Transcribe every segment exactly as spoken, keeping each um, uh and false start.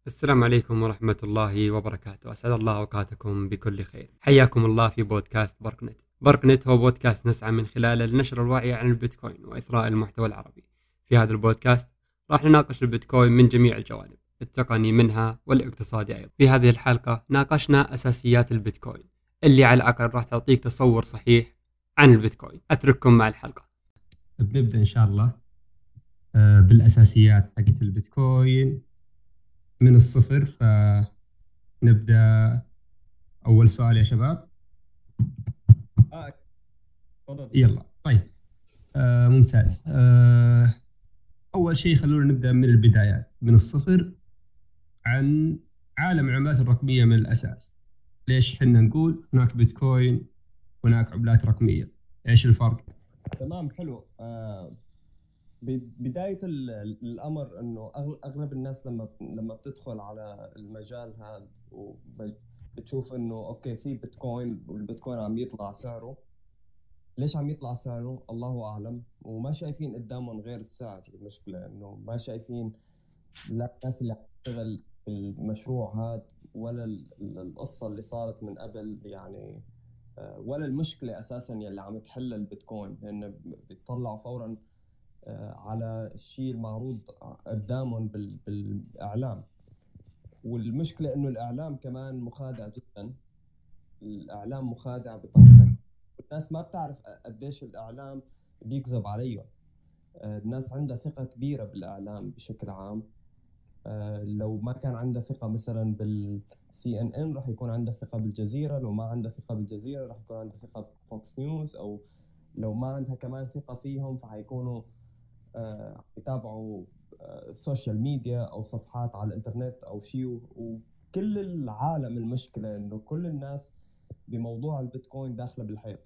السلام عليكم ورحمة الله وبركاته. أسعد الله أوقاتكم بكل خير. حياكم الله في بودكاست برقنت. برقنت هو بودكاست نسعى من خلاله لنشر الوعي عن البيتكوين وإثراء المحتوى العربي. في هذا البودكاست راح نناقش البيتكوين من جميع الجوانب، التقني منها والاقتصادي أيضا. في هذه الحلقة ناقشنا أساسيات البيتكوين اللي على الأقل راح تعطيك تصور صحيح عن البيتكوين. أترككم مع الحلقة. بنبدأ إن شاء الله آه، بالأساسيات حقت البيتكوين من الصفر. فنبدأ أول سؤال يا شباب. اه تفضل. يلا طيب. آه ممتاز. آه أول شيء خلونا نبدأ من البدايات من الصفر عن عالم العملات الرقمية من الأساس. ليش حنا نقول هناك بيتكوين هناك عملات رقمية؟ إيش الفرق؟ تمام، حلو. آه بداية ال- الأمر إنه أغل- أغلب الناس لما لما بتدخل على المجال هذا وبتشوف إنه أوكي في بيتكوين والبيتكوين عم يطلع سعره. ليش عم يطلع سعره؟ الله أعلم. وما شايفين قدامهم غير السعر. المشكلة إنه ما شايفين لا الناس اللي عم تشتغل في المشروع هذا ولا ال- ال- القصة اللي صارت من قبل يعني. آه، ولا المشكلة أساسا يلي عم تحل البيتكوين، لأنه بيطلعوا فورا آه، على الشيء المعروض قدامهم بال- بالإعلام. والمشكلة إنه الإعلام كمان مخادع جدا. الإعلام مخادع بطريقة الناس ما بتعرف قديش الإعلام بيكذب عليهم. آه، الناس عندها ثقة كبيرة بالإعلام بشكل عام. آه، لو ما كان عندها ثقة مثلا بالسي ان ان راح يكون عندها ثقة بالجزيرة. لو ما عندها ثقة بالجزيرة راح يكون عندها ثقة بفوكس نيوز. أو لو ما عندها كمان ثقة فيهم فحيكونوا آه، يتابعوا آه، السوشيال ميديا أو صفحات على الإنترنت أو شيء. وكل العالم المشكلة إنه كل الناس بموضوع البيتكوين داخلة بالحيط.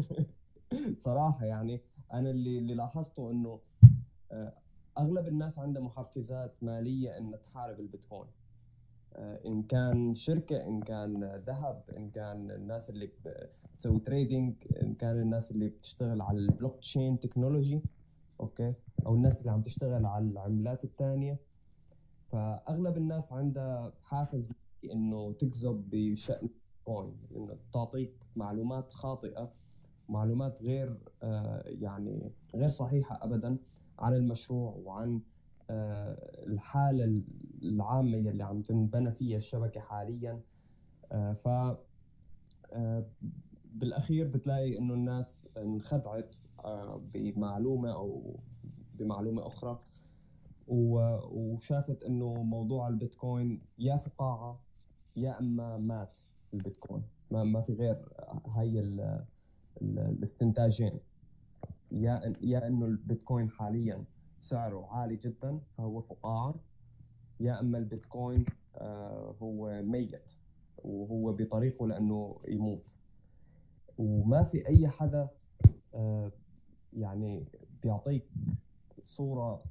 صراحة يعني أنا اللي اللي لاحظته إنه آه، أغلب الناس عندها محفزات مالية إن تحارب البيتكوين. آه، إن كان شركة، إن كان ذهب، إن كان الناس اللي بتسوي تريدينج، إن كان الناس اللي بتشتغل على البلوك تشين تكنولوجي، أوكي، أو الناس اللي عم تشتغل على العملات التانية. فأغلب الناس عندها حافز إنه تكذب بشأن البيتكوين، إنه تعطيك معلومات خاطئة، معلومات غير آه، يعني غير صحيحة أبدا عن المشروع وعن آه، الحالة العامة اللي عم تنبنى فيها الشبكة حاليا. آه، ف آه، بالأخير بتلاقي إنه الناس انخدعت آه، بمعلومة أو بمعلومة أخرى، و- وشافت إنه موضوع البيتكوين يا فقاعة يا إما مات. البيتكوين ما, ما في غير هاي ال- ال- الاستنتاجين. يا يا انه البيتكوين حاليا سعره عالي جدا فهو فقاعة، يا اما البيتكوين آه هو ميت وهو بطريقه لانه يموت. وما في اي حدا آه يعني بيعطيك صورة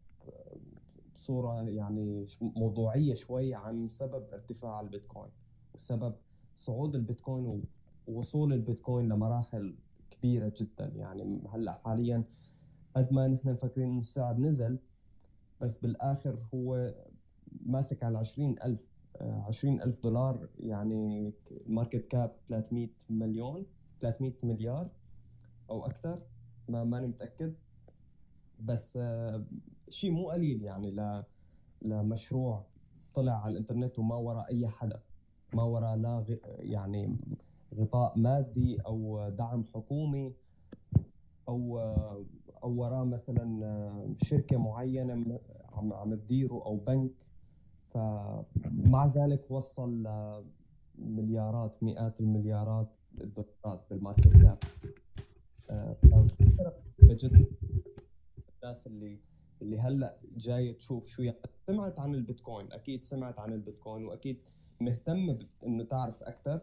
صورة يعني موضوعية شوي عن سبب ارتفاع البيتكوين وسبب صعود البيتكوين ووصول البيتكوين لمراحل كبيرة جدا. يعني هلأ حاليا قد ما نحن مفكرين إن السعر نزل، بس بالآخر هو ماسك على عشرين ألف آه، عشرين ألف دولار. يعني ماركت كاب ثلاثمية مليون، ثلاثمية مليار أو أكثر. ما ماني متأكد، بس آه، شيء مو قليل يعني ل لمشروع طلع على الإنترنت وما وراء أي حدا، ما وراء لا غ... يعني غطاء مادي أو دعم حكومي او او وراه مثلا شركه معينه عم عم تديره او بنك. فمع ذلك وصل لمليارات، مئات المليارات الدولارات بالماركت كاب. آه، جدا الناس اللي اللي هلا جايه تشوف شو يعني سمعت عن البيتكوين، اكيد سمعت عن البيتكوين واكيد مهتم انه تعرف اكثر.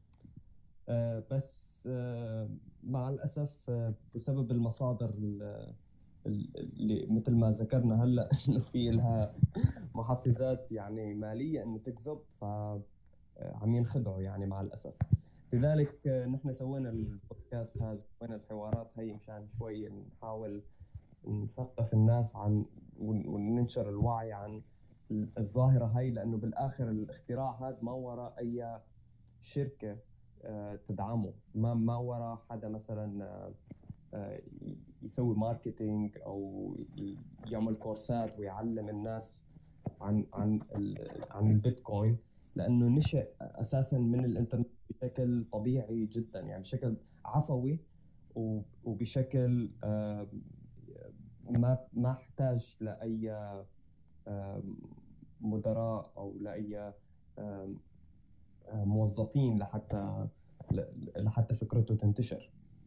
آه، بس آه، مع الاسف آه، بسبب المصادر ال- اللي مثل ما ذكرنا هلا انه في لها محفزات يعني ماليه انه تكذب، فعم ينخدعوا يعني مع الاسف. لذلك آه، نحن سوينا البودكاست هذا، سوينا الحوارات هي مشان شوي نحاول نثقف الناس عن ون- وننشر الوعي عن الظاهرة هاي، لأنه بالآخر الاختراع هذا ما وراء أي شركة تدعمه، ما ما وراء حدا مثلا يسوي ماركتينج أو يعمل كورسات ويعلم الناس عن عن عن البيتكوين، لأنه نشأ أساسا من الإنترنت بشكل طبيعي جدا، يعني بشكل عفوي وبشكل ما ما احتاج لأي مدراء أو لأي موظفين لحتى لحتى فكرته تنتشر.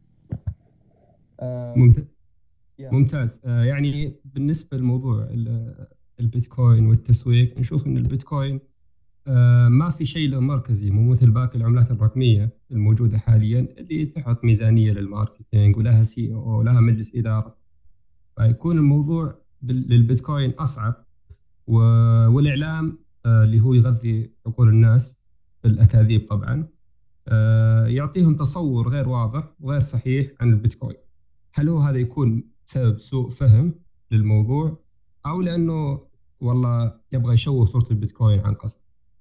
ممتاز ممتاز. يعني بالنسبة لموضوع البيتكوين والتسويق، نشوف إن البيتكوين ما في شيء له مركزي، مو مثل باقي العملات الرقمية الموجودة حاليا اللي تحط ميزانية للماركتينج ولها سي او ولها مجلس إدارة. فيكون الموضوع للبيتكوين أصعب، والإعلام اللي هو يغذي عقول الناس بالأكاذيب طبعا يعطيهم تصور غير واضح وغير صحيح عن البيتكوين. هل هو هذا يكون سبب سوء فهم للموضوع، أو لأنه والله يبغى يشوه صورة البيتكوين عن قصد؟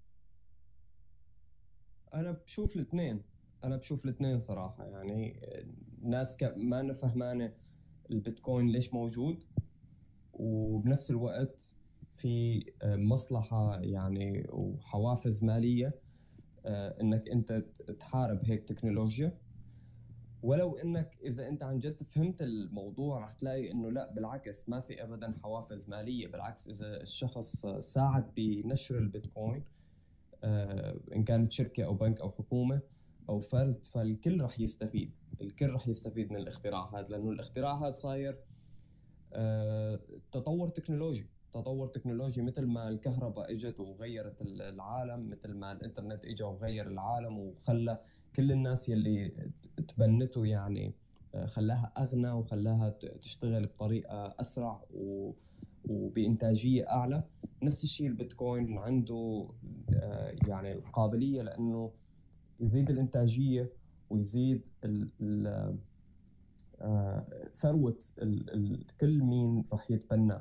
أنا بشوف الاثنين أنا بشوف الاثنين صراحة. يعني ناس ما نفهمانة البيتكوين ليش موجود، وبنفس الوقت في مصلحة يعني وحوافز مالية انك انت تحارب هيك تكنولوجيا. ولو انك اذا انت عن جد فهمت الموضوع راح تلاقي انه لا، بالعكس ما في ابدا حوافز مالية. بالعكس، اذا الشخص ساعد بنشر البيتكوين ان كانت شركة او بنك او حكومة او فرد، فالكل راح يستفيد الكل راح يستفيد من الاختراع هذا، لانه الاختراع هذا صاير تطور تكنولوجي تطور تكنولوجي مثل ما الكهرباء اجت وغيرت العالم، مثل ما الانترنت اجى وغير العالم وخلى كل الناس يلي تبنته يعني خلاها اغنى وخلاها تشتغل بطريقه اسرع وبانتاجيه اعلى. نفس الشيء البيتكوين عنده يعني القابليه لانه يزيد الانتاجيه ويزيد ال ثروة كل مين راح يتبنى،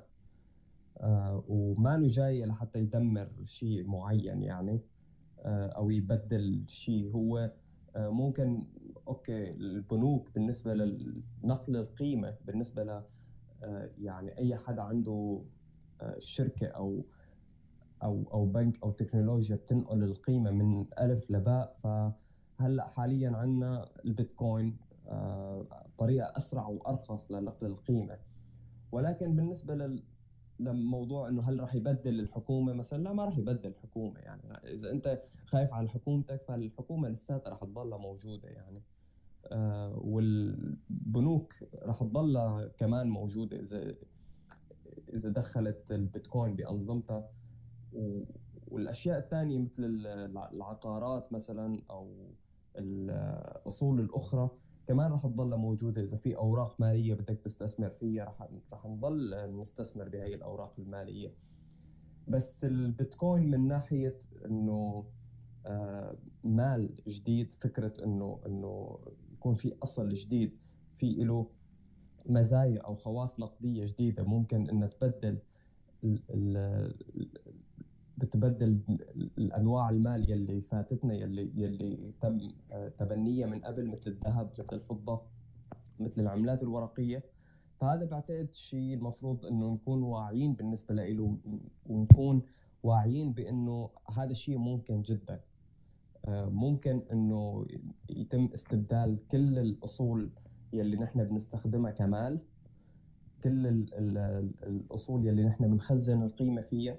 آه وما نجاية لحتى يدمر شيء معين يعني آه أو يبدل شيء. هو آه ممكن أوكي البنوك بالنسبة لنقل القيمة، بالنسبة ل آه يعني أي حدا عنده آه شركة أو أو أو بنك أو تكنولوجيا بتنقل القيمة من ألف لباء، فهلأ حاليا عنا البيتكوين آه طريقة أسرع وأرخص لنقل القيمة. ولكن بالنسبة لل... لموضوع إنه هل راح يبدل الحكومة مثلا، لا ما راح يبدل الحكومة. يعني إذا أنت خايف على حكومتك فالحكومة لساتها راح تضلها موجودة يعني آه والبنوك راح تضلها كمان موجودة إذا إذا دخلت البيتكوين بأنظمتها. و... والأشياء الثانية مثل العقارات مثلا أو الأصول الأخرى كمان راح تضل موجودة. إذا في أوراق مالية بدك تستثمر فيها راح راح نضل نستثمر بهاي الأوراق المالية. بس البيتكوين من ناحية إنه آه مال جديد، فكرة إنه إنه يكون في أصل جديد، في له مزايا أو خواص نقدية جديدة ممكن إن تبدل ال ال بتبدل الأنواع المال يلي فاتتنا يلي يلي تم تبنيها من قبل، مثل الذهب مثل الفضة مثل العملات الورقية. فهذا بعتقد شيء المفروض إنه نكون واعيين بالنسبة له، ونكون واعيين بإنه هذا الشيء ممكن جدا ممكن إنه يتم استبدال كل الأصول يلي نحن بنستخدمها كمال، كل الأصول يلي نحن بنخزن القيمة فيها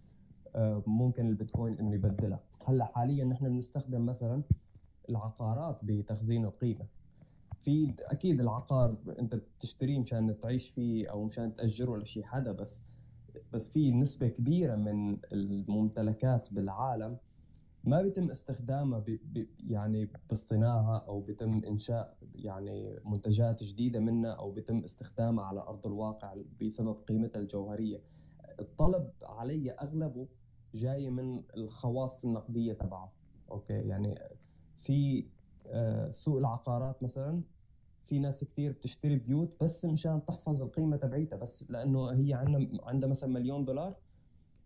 ممكن البيتكوين إنه يبدلها. هلا حاليا نحن بنستخدم مثلا العقارات بتخزين القيمة. في أكيد العقار أنت بتشتريه مشان تعيش فيه أو مشان تأجره لشي حدا، بس بس في نسبة كبيرة من الممتلكات بالعالم ما بيتم استخدامها ب ب يعني بالصناعة أو بيتم إنشاء يعني منتجات جديدة منها أو بيتم استخدامها على أرض الواقع بسبب قيمتها الجوهرية. الطلب علي أغلبه جاي من الخواص النقدية تبعه. أوكي يعني في سوق العقارات مثلا في ناس كتير بتشتري بيوت بس مشان تحفظ القيمة تبعيتها، بس لأنه هي عندها عندها مثلا مليون دولار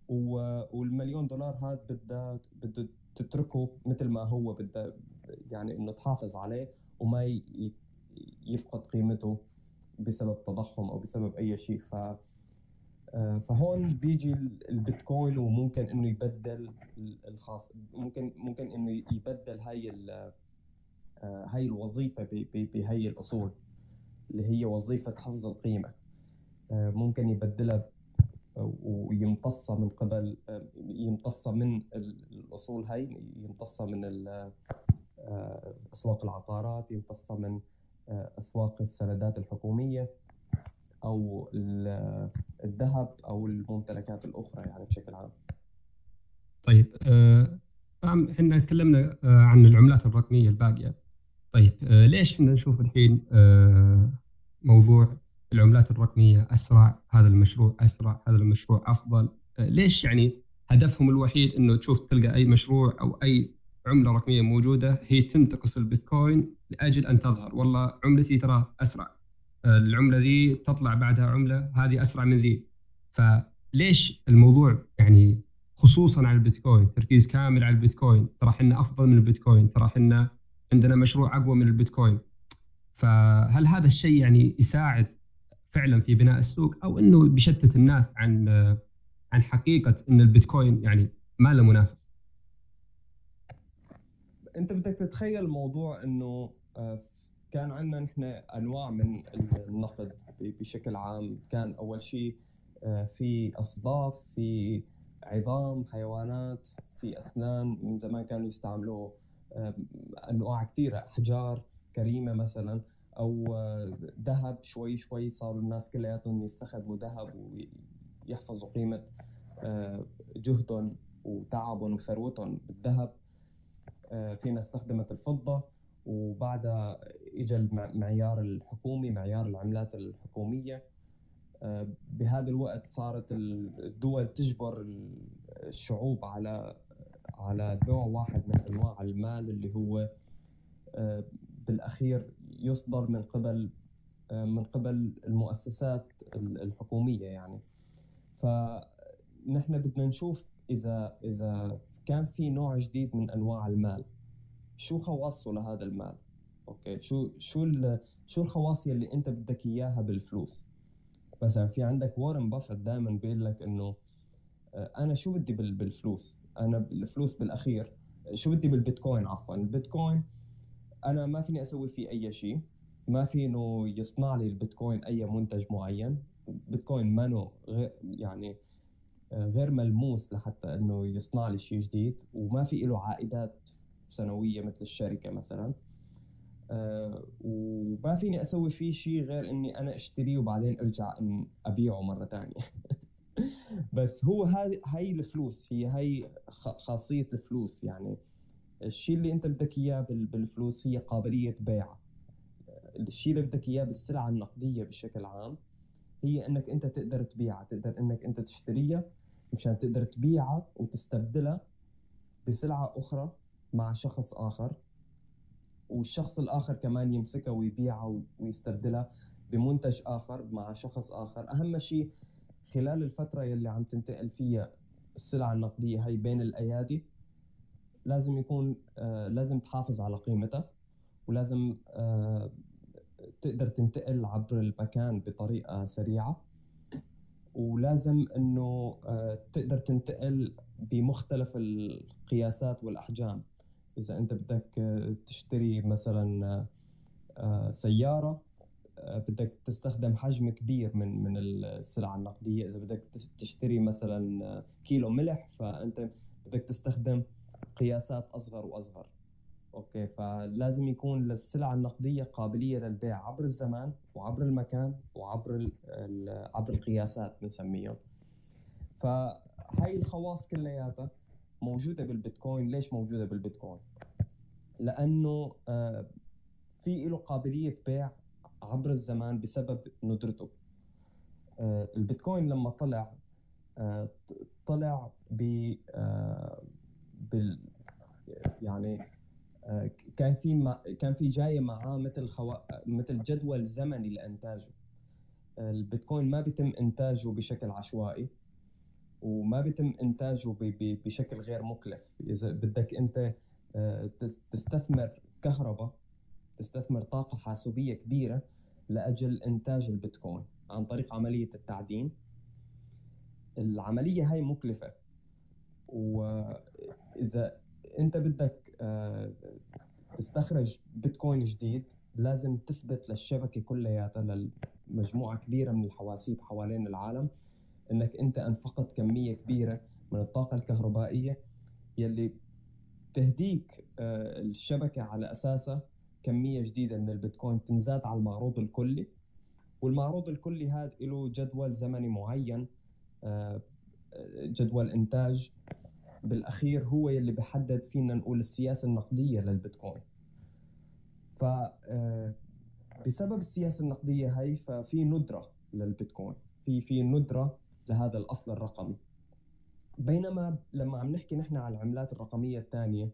والمليون دولار هذا بدها بده تتركه مثل ما هو، بدها يعني انه تحافظ عليه وما يفقد قيمته بسبب تضخم او بسبب اي شيء. ف فهون بيجي البيتكوين وممكن انه يبدل الخاص، ممكن ممكن انه يبدل هاي هاي الوظيفه بهاي الاصول اللي هي وظيفه حفظ القيمه. ممكن يبدلها ويمتصها من قبل يمتصها من الاصول هاي، يمتصها من اسواق العقارات، يمتصها من اسواق السندات الحكوميه او الذهب او الممتلكات الاخرى يعني بشكل عام. طيب آه احنا تكلمنا آه عن العملات الرقميه الباقيه. طيب آه ليش احنا نشوف الحين آه موضوع العملات الرقميه اسرع، هذا المشروع اسرع، هذا المشروع افضل؟ آه ليش يعني هدفهم الوحيد انه تشوف تلقى اي مشروع او اي عمله رقميه موجوده هي تنتقص البيتكوين لاجل ان تظهر والله عملتي ترى اسرع، العمله ذي تطلع بعدها عمله هذه اسرع من ذي. فليش الموضوع يعني خصوصا على البيتكوين تركيز كامل على البيتكوين؟ ترى احنا افضل من البيتكوين، ترى احنا عندنا مشروع اقوى من البيتكوين. فهل هذا الشيء يعني يساعد فعلا في بناء السوق او انه بيشتت الناس عن عن حقيقه ان البيتكوين يعني ما له منافس؟ انت بدك تتخيل موضوع انه كان عندنا نحن انواع من النقد بشكل عام. كان اول شيء في اصداف، في عظام حيوانات، في اسنان. من زمان كانوا يستعملوا انواع كثيره، احجار كريمه مثلا، او ذهب. شوي شوي صاروا الناس كلياتهم يستخدموا ذهب ويحفظوا قيمه جهدهم وتعبهم وثروتهم بالذهب. في ناس استخدمت الفضه، وبعدها اجى المعيار الحكومي، معيار العملات الحكوميه. بهذا الوقت صارت الدول تجبر الشعوب على على نوع واحد من انواع المال اللي هو بالاخير يصدر من قبل من قبل المؤسسات الحكوميه يعني. فنحن بدنا نشوف اذا اذا كان في نوع جديد من انواع المال، شو خواصه لهذا المال؟ اوكي، شو شو شو الخواص اللي انت بدك اياها بالفلوس؟ مثلا في عندك وارن بافيت دائما بيقول لك انه انا شو بدي بالفلوس؟ انا الفلوس بالاخير شو بدي بالبيتكوين؟ عفوا البيتكوين انا ما فيني اسوي فيه اي شيء، ما في انه يصنع لي البيتكوين اي منتج معين. بيتكوين ما غير يعني غير ملموس لحتى انه يصنع لي شيء جديد، وما في له عائدات سنويه مثل الشركه مثلا. أه وما فيني اسوي فيه شيء غير اني انا اشتريه وبعدين ارجع إن ابيعه مره ثانيه. بس هو هاي هاي الفلوس، هي هاي خاصيه الفلوس. يعني الشيء اللي انت بدك اياه بالفلوس هي قابليه بيع. الشيء اللي بدك اياه بالسلعه النقديه بشكل عام هي انك انت تقدر تبيعها، تقدر انك انت تشتريها مشان تقدر تبيعها وتستبدلها بسلعه اخرى مع شخص اخر، والشخص الآخر كمان يمسكها ويبيعها ويستبدلها بمنتج آخر مع شخص آخر. أهم شيء خلال الفترة يلي عم تنتقل فيها السلعة النقدية هاي بين الأيادي لازم يكون آه لازم تحافظ على قيمتها، ولازم آه تقدر تنتقل عبر المكان بطريقة سريعة، ولازم أنه آه تقدر تنتقل بمختلف القياسات والأحجام. إذا أنت بدك تشتري مثلا سيارة بدك تستخدم حجم كبير من من السلعة النقدية. إذا بدك تشتري مثلا كيلو ملح فأنت بدك تستخدم قياسات أصغر وأصغر. أوكي، فلازم يكون للسلعة النقدية قابلية للبيع عبر الزمان وعبر المكان وعبر عبر القياسات نسميهم. فهاي الخواص كلياتها موجودة بالبيتكوين. ليش موجودة بالبيتكوين؟ لأنه آه في له قابلية بيع عبر الزمان بسبب ندرته. آه البيتكوين لما طلع آه طلع ب آه بال يعني آه كان في كان في جاية معاه مثل خوا مثل جدول زمني لإنتاجه. آه البيتكوين ما بيتم إنتاجه بشكل عشوائي، وما بيتم إنتاجه ب- ب- بشكل غير مكلف. إذا بدك أنت آه، تس- تستثمر كهرباء، تستثمر طاقة حاسوبية كبيرة لأجل إنتاج البيتكوين عن طريق عملية التعدين، العملية هاي مكلفة. وإذا أنت بدك آه، تستخرج بيتكوين جديد لازم تثبت للشبكة كلياتها، لمجموعة كبيرة من الحواسيب حوالين العالم، انك انت انفقت كمية كبيرة من الطاقة الكهربائية يلي تهديك آه، الشبكة على اساسها كمية جديدة من البيتكوين تنزاد على المعروض الكلي. والمعروض الكلي هذا له جدول زمني معين، آه، جدول انتاج بالاخير هو يلي بيحدد فينا نقول السياسة النقدية للبيتكوين. ف آه، بسبب السياسة النقدية هاي ففي ندرة للبيتكوين، في في ندرة لهذا الأصل الرقمي. بينما لما عم نحكي نحن على العملات الرقمية الثانية،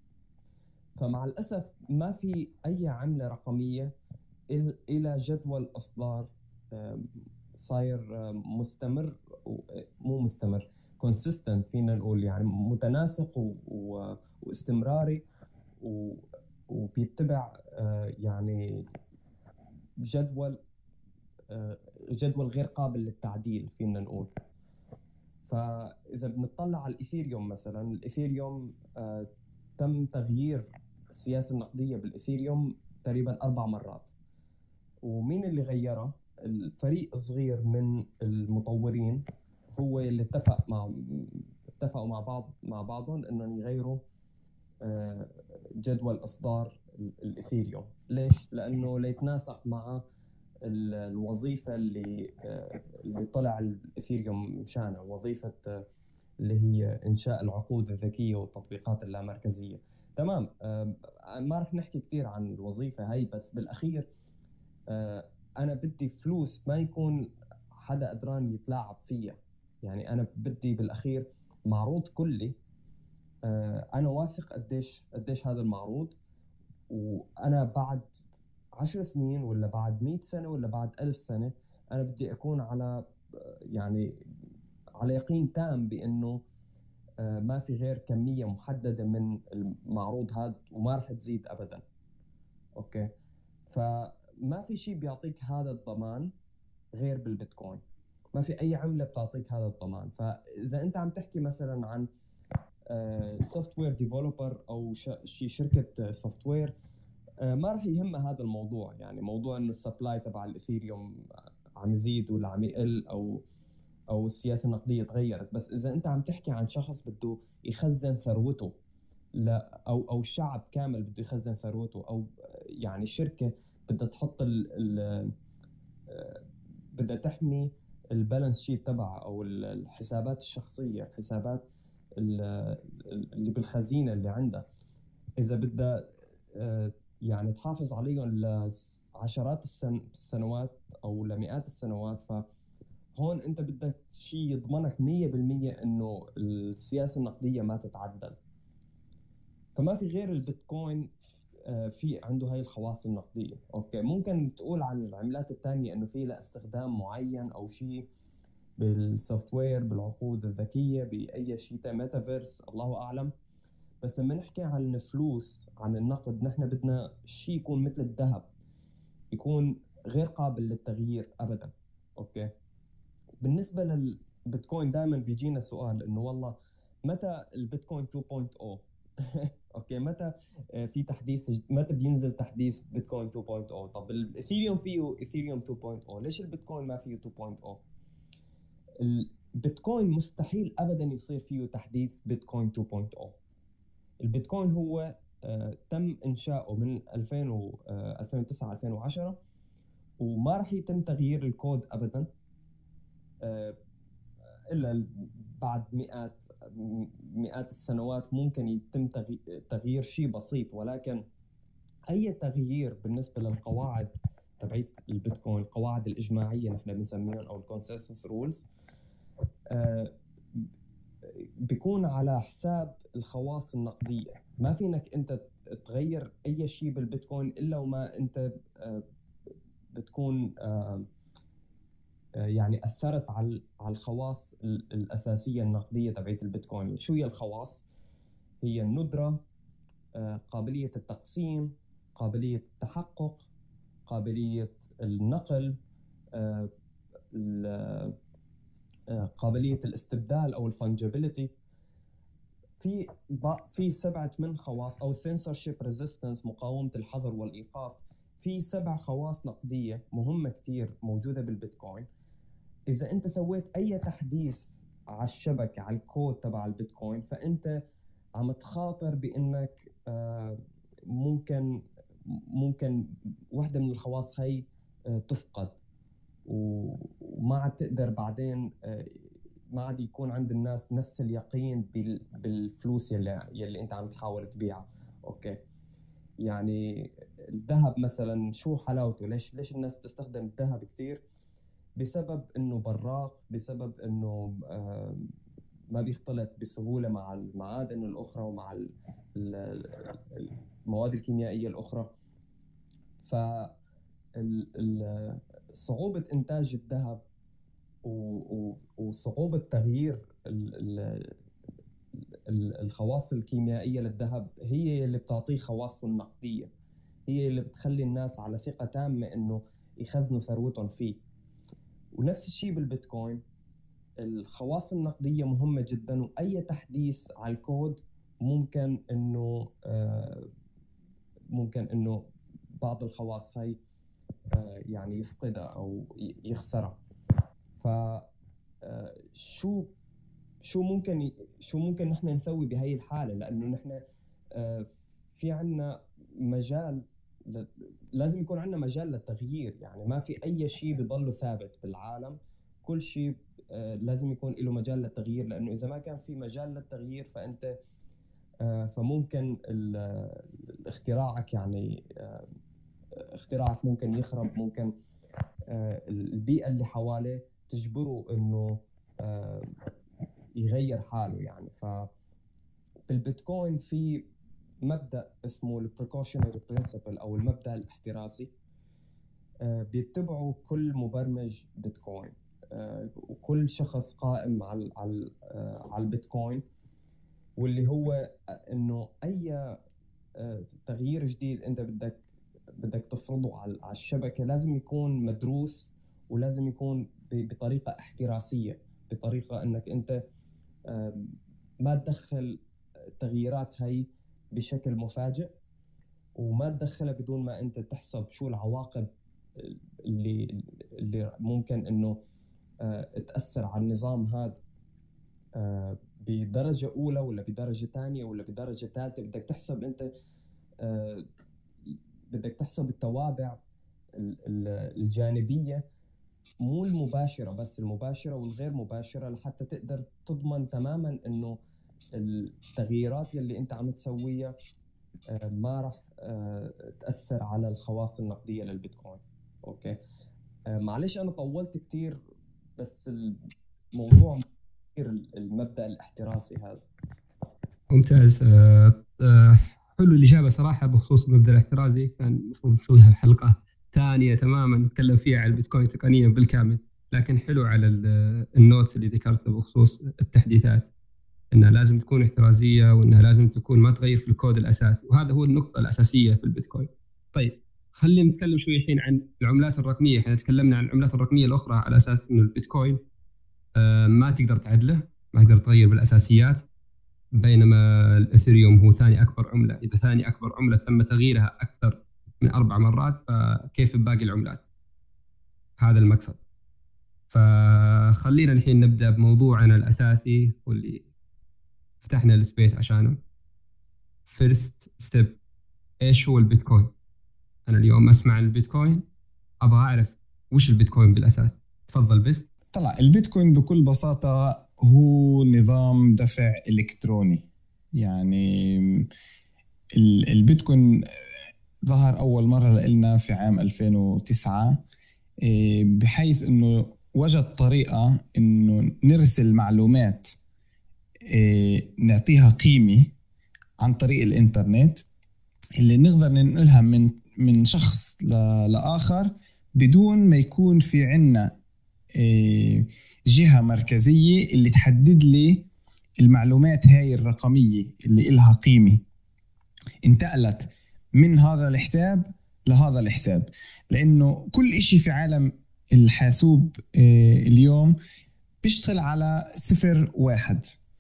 فمع الأسف ما في أي عملة رقمية إل- إلى جدول إصدار آم، صاير آم، مستمر و- مو مستمر consistent، فينا نقول يعني متناسق و- و- واستمراري و- وبيتبع آه، يعني جدول آه، جدول غير قابل للتعديل فينا نقول. فإذا بنطلع على الإيثيريوم مثلا، الإيثيريوم آه، تم تغيير السياسة النقدية بالإيثيريوم تقريبا أربع مرات. ومين اللي غيرها؟ الفريق صغير من المطورين هو اللي اتفق مع اتفقوا مع بعض مع بعضهم انهم يغيروا آه، جدول اصدار ال- الايثيريوم. ليش؟ لانه ليتناسق مع ال- الوظيفة اللي آه، اللي طلع الايثيريوم مشانها، وظيفة آه، اللي هي إنشاء العقود الذكية والتطبيقات اللامركزية. تمام. آه، ما رح نحكي كتير عن الوظيفة هاي، بس بالأخير آه، أنا بدي فلوس ما يكون حدا قدران يتلاعب فيها. يعني أنا بدي بالأخير معروض كلي، آه، أنا واثق قديش قديش هذا المعروض، وأنا بعد عشر سنين ولا بعد مئة سنة ولا بعد ألف سنة أنا بدي أكون على يعني على يقين تام بأنه آه، ما في غير كمية محددة من المعروض هذا وما رح تزيد أبدا. أوكي، فما في شيء بيعطيك هذا الضمان غير بالبيتكوين. ما في أي عملة بتعطيك هذا الضمان. فإذا أنت عم تحكي مثلا عن سوفت وير ديفلوبر أو شيء شركة سوفت وير، ما رح يهمها هذا الموضوع، يعني موضوع إنه السبلاي تبع الإثيريوم عم يزيد ولا عم يقل، أو او السياسه النقديه تغيرت. بس اذا انت عم تحكي عن شخص بده يخزن ثروته، لا او او شعب كامل بده يخزن ثروته، او يعني شركه بدها تحط ال ال بدها تحمي البالانس شيت تبعها او الحسابات الشخصيه، الحسابات اللي بالخزينه اللي عندها، اذا بدها يعني تحافظ عليهم لعشرات السنوات او لمئات السنوات، ف هون انت بدك شيء يضمنك مية بالمية انه السياسة النقدية ما تتعدل. فما في غير البيتكوين في عنده هاي الخواص النقدية. اوكي، ممكن تقول عن العملات الثانية انه في لها استخدام معين او شيء بالسوفت وير، بالعقود الذكية، باي شيء ميتافيرس، الله اعلم. بس لما نحكي عن الفلوس، عن النقد، نحن بدنا شيء يكون مثل الذهب، يكون غير قابل للتغيير ابدا. اوكي، بالنسبة للبيتكوين دائما بيجينا سؤال انه والله متى البيتكوين اثنين نقطة صفر؟ اوكي، متى في تحديث، متى بينزل تحديث بيتكوين اثنين نقطة صفر؟ طب الاثيريوم فيه اثيريوم اثنين نقطة صفر، ليش البيتكوين ما فيه اثنين نقطة صفر؟ البيتكوين مستحيل ابدا يصير فيه تحديث بيتكوين اثنين نقطة صفر. البيتكوين هو آه تم انشاؤه من ألفين وتسعة ألفين وعشرة، وما راح يتم تغيير الكود ابدا إلا بعد مئات مئات السنوات ممكن يتم تغيير شيء بسيط. ولكن أي تغيير بالنسبة للقواعد تبعت البيتكوين، القواعد الإجماعية نحن بنسميها أو الكونسنسس رولز، بيكون على حساب الخواص النقدية. ما فينك أنت تغير أي شيء بالبيتكوين إلا وما أنت بتكون يعني أثرت على على الخواص الأساسية النقدية تبعت البيتكوين. شو هي الخواص؟ هي الندرة، قابلية التقسيم، قابلية التحقق، قابلية النقل، قابلية الاستبدال أو الفانجابيليتي. في في سبعة من خواص أو censorship resistance، مقاومة الحظر والإيقاف. في سبع خواص نقدية مهمة كتير موجودة بالبيتكوين. إذا أنت سويت أي تحديث على الشبكة على الكود تبع البيتكوين، فأنت عم تخاطر بأنك ممكن ممكن واحدة من الخواص هاي تفقد، وما عاد تقدر بعدين، ما عاد يكون عند الناس نفس اليقين بالفلوس يلي, يلي أنت عم تحاول تبيعها. أوكي، يعني الذهب مثلا شو حلاوته؟ ليش ليش الناس بتستخدم الذهب كتير؟ بسبب انه براق، بسبب انه ما بيختلط بسهولة مع المعادن الأخرى ومع المواد الكيميائية الأخرى. فصعوبة إنتاج الذهب وصعوبة تغيير الخواص الكيميائية للذهب هي اللي بتعطيه خواصه النقدية، هي اللي بتخلي الناس على ثقة تامة إنه يخزنوا ثروتهم فيه. ونفس الشيء بالبيتكوين، الخواص النقدية مهمة جدا، وأي تحديث على الكود ممكن إنه ممكن إنه بعض الخواص هاي يعني يفقدها أو يخسرها. فشو شو ممكن شو ممكن نحن نسوي بهاي الحالة؟ لأنه نحن في عنا مجال، لازم يكون عندنا مجال للتغيير. يعني ما في أي شيء بيضل ثابت بالعالم، كل شيء لازم يكون له مجال للتغيير. لأنه إذا ما كان في مجال للتغيير فأنت فممكن اختراعك يعني اختراعك ممكن يخرب، ممكن البيئة اللي حواليه تجبره إنه يغير حاله. يعني فبالبيتكوين في مبدأ اسمه ال precautionary principle أو المبدأ الاحترازي، بيتبعه كل مبرمج بيتكوين وكل شخص قائم على على على البيتكوين، واللي هو إنه أي تغيير جديد أنت بدك بدك تفرضه على الشبكة لازم يكون مدروس، ولازم يكون بطريقة احترازية، بطريقة إنك أنت ما تدخل التغييرات هاي بشكل مفاجئ، وما تدخلها بدون ما أنت تحسب شو العواقب اللي اللي ممكن إنه تأثر على النظام هذا بدرجة أولى ولا بدرجة ثانية ولا بدرجة ثالثة. بدك تحسب أنت بدك تحسب التوابع الجانبية، مو المباشرة بس، المباشرة والغير مباشرة، لحتى تقدر تضمن تماما إنه التغييرات يلي أنت عم تسويها ما راح تأثر على الخواص النقدية للبيتكوين. أوكي، معلش أنا طولت كتير، بس الموضوع كتير المبدأ الاحترازي هذا. ممتاز. أه أه حلو الإجابة صراحة بخصوص المبدأ الاحترازي، كان المفروض نسويها حلقة ثانية تماما نتكلم فيها على البيتكوين تقنيا بالكامل، لكن حلو على النوتس اللي ذكرتها بخصوص التحديثات انها لازم تكون احترازيه، وانها لازم تكون ما تغير في الكود الاساسي، وهذا هو النقطه الاساسيه في البيتكوين. طيب خلينا نتكلم شوي الحين عن العملات الرقميه. احنا تكلمنا عن العملات الرقميه الاخرى على اساس انه البيتكوين ما تقدر تعدله، ما تقدر تغير بالاساسيات، بينما الاثيريوم هو ثاني اكبر عمله. اذا ثاني اكبر عمله تم تغييرها اكثر من اربع مرات، فكيف باقي العملات؟ هذا المقصد. فخلينا الحين نبدا بموضوعنا الاساسي واللي فتحنا السبيس عشانه. فيرست ستيب، ايش هو البيتكوين؟ انا اليوم اسمع عن البيتكوين، ابغى اعرف وش البيتكوين بالاساس. تفضل. بس طلع البيتكوين بكل بساطة هو نظام دفع إلكتروني. يعني البيتكوين ظهر أول مرة لنا في عام ألفين وتسعة، بحيث أنه وجد طريقة أنه نرسل معلومات نعطيها قيمة عن طريق الإنترنت، اللي نقدر ننقلها من من شخص لآخر بدون ما يكون في عنا جهة مركزية اللي تحدد لي المعلومات هاي الرقمية اللي إلها قيمة انتقلت من هذا الحساب لهذا الحساب. لأنه كل إشي في عالم الحاسوب اليوم بيشتغل على صفر واحد.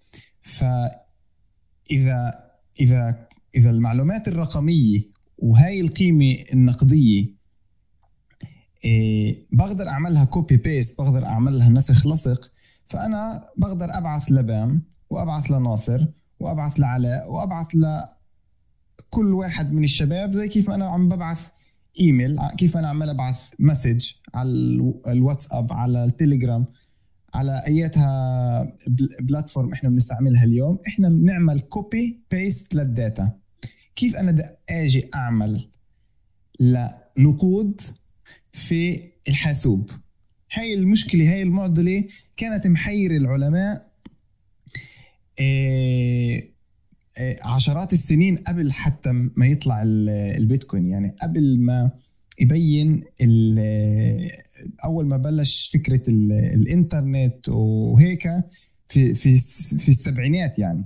فإذا إذا إذا المعلومات الرقمية وهاي القيمة النقدية إيه بقدر أعملها كوبي بيست، بقدر أعملها نسخ لصق، فأنا بقدر أبعث لبام وأبعث لناصر وأبعث لعلاء وأبعث لكل واحد من الشباب، زي كيف أنا عم ببعث إيميل، كيف أنا عمال أبعث مسج على الواتساب، على التليجرام، على أياتها بلاتفورم إحنا بنستعملها اليوم. إحنا بنعمل كوبي بيست للداتا. كيف أنا دا أجي أعمل لنقود في الحاسوب؟ هاي المشكلة، هاي المعضلة كانت محير العلماء إيه إيه عشرات السنين قبل حتى ما يطلع البيتكوين. يعني قبل ما يبين أول ما بلش فكرة الإنترنت وهيك في في في السبعينات يعني.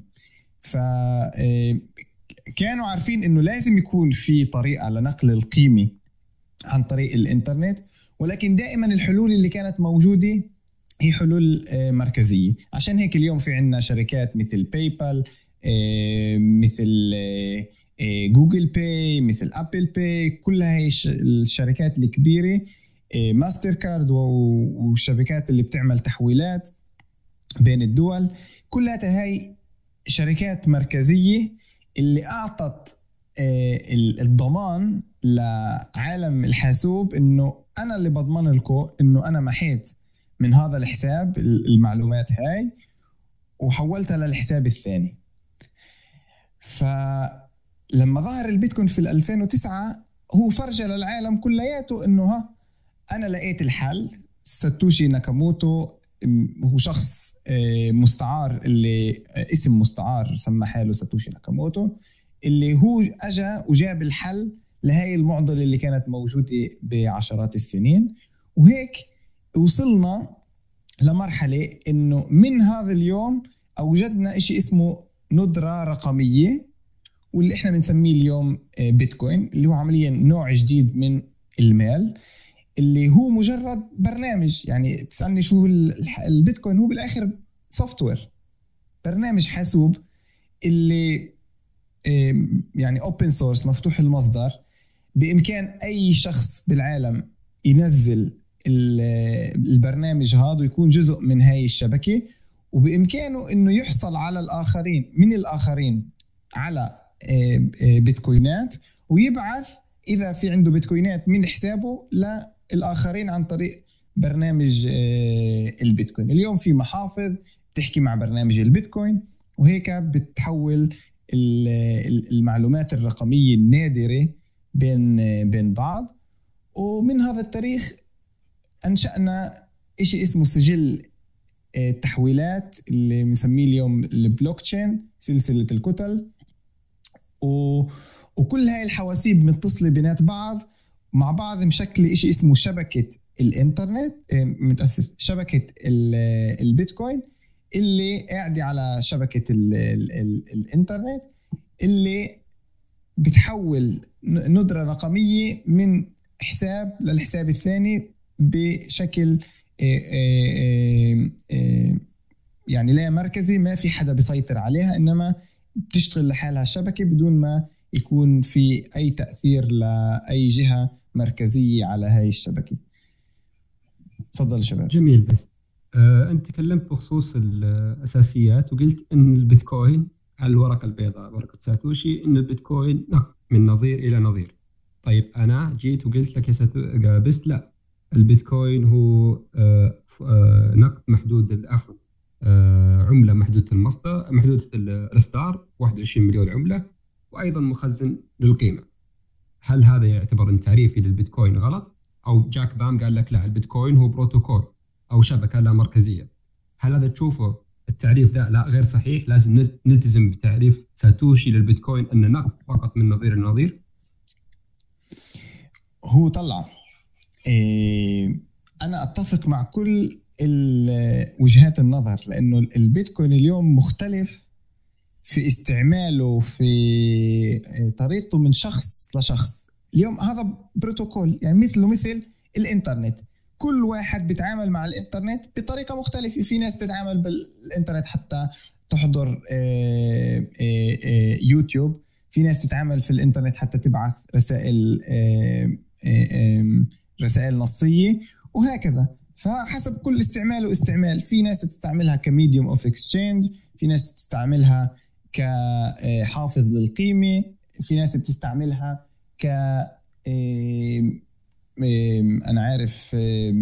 فكانوا عارفين إنه لازم يكون في طريقة لنقل القيمة عن طريق الإنترنت، ولكن دائما الحلول اللي كانت موجودة هي حلول مركزية. عشان هيك اليوم في عنا شركات مثل بايبال، مثل جوجل باي، مثل أبل باي، كلها هي الشركات الكبيرة، ماستر كارد والشركات اللي بتعمل تحويلات بين الدول، كلها هاي شركات مركزية اللي أعطت الضمان لعالم الحاسوب إنه أنا اللي بضمن لكم إنه أنا محيت من هذا الحساب المعلومات هاي وحولتها للحساب الثاني. فلما ظهر البيتكوين في ألفين وتسعة هو فرجة للعالم كلياته إنه ها أنا لقيت الحل. ساتوشي ناكاموتو هو شخص مستعار، اللي اسم مستعار سمى حاله ساتوشي ناكاموتو، اللي هو أجا وجاب الحل لهاي المعضلة اللي كانت موجودة بعشرات السنين. وهيك وصلنا لمرحلة إنه من هذا اليوم أوجدنا إشي اسمه ندرة رقمية، واللي إحنا بنسميه اليوم بيتكوين، اللي هو عمليا نوع جديد من المال، اللي هو مجرد برنامج. يعني بتسألني شو البيتكوين؟ هو بالآخر سوفتوير، برنامج حاسوب اللي يعني open source، مفتوح المصدر، بإمكان أي شخص بالعالم ينزل البرنامج هذا ويكون جزء من هاي الشبكة، وبإمكانه إنه يحصل على الآخرين من الآخرين على بيتكوينات، ويبعث إذا في عنده بيتكوينات من حسابه للآخرين عن طريق برنامج البيتكوين. اليوم في محافظ تحكي مع برنامج البيتكوين، وهيك بتحول المعلومات الرقمية النادرة بين بين بعض. ومن هذا التاريخ أنشأنا إشي اسمه سجل التحويلات اللي بنسميه اليوم البلوكتشين، سلسلة الكتل. وكل هاي الحواسيب متصلة بينات بعض مع بعض مشكل إشي اسمه شبكة الإنترنت، متأسف شبكة البيتكوين، اللي قاعدة على شبكة ال ال ال الإنترنت، اللي بتحول ندرة رقمية من حساب للحساب الثاني بشكل يعني لا مركزي، ما في حدا بيسيطر عليها، إنما بتشتغل لحالها الشبكة بدون ما يكون في أي تأثير لأي جهة مركزية على هاي الشبكة. تفضل شباب. جميل. بس آه أنت تكلمت بخصوص الأساسيات وقلت إن البيتكوين على الورقة البيضاء، ورقة ساتوشي، إن البيتكوين نقد من نظير إلى نظير. طيب أنا جيت وقلت لك يا ساتوشي بس لا، البيتكوين هو آه آه نقد محدود الأخذ، آه عملة محدودة المصدر، محدودة الإصدار، واحد وعشرين مليون عملة، وأيضا مخزن للقيمة. هل هذا يعتبر أن تعريفي للبيتكوين غلط؟ أو جاك بام قال لك لا، البيتكوين هو بروتوكول أو شبكة لا مركزية. هل هذا تشوفه التعريف ذا لا غير صحيح، لازم نلتزم بتعريف ساتوشي للبيتكوين أنه نقد فقط من نظير النظير؟ هو طلع إيه أنا أتفق مع كل وجهات النظر، لأنه البيتكوين اليوم مختلف في استعماله، في طريقته من شخص لشخص. اليوم هذا بروتوكول يعني مثله مثل الإنترنت، كل واحد بيتعامل مع الإنترنت بطريقة مختلفة. في ناس تتعامل بالإنترنت حتى تحضر يوتيوب، في ناس تتعامل في الإنترنت حتى تبعث رسائل رسائل نصية وهكذا. فحسب كل استعمال واستعمال، في ناس تستعملها كميديوم اوف اكسشينج، في ناس تستعملها كحافظ للقيمة، في ناس بتستعملها ك أنا عارف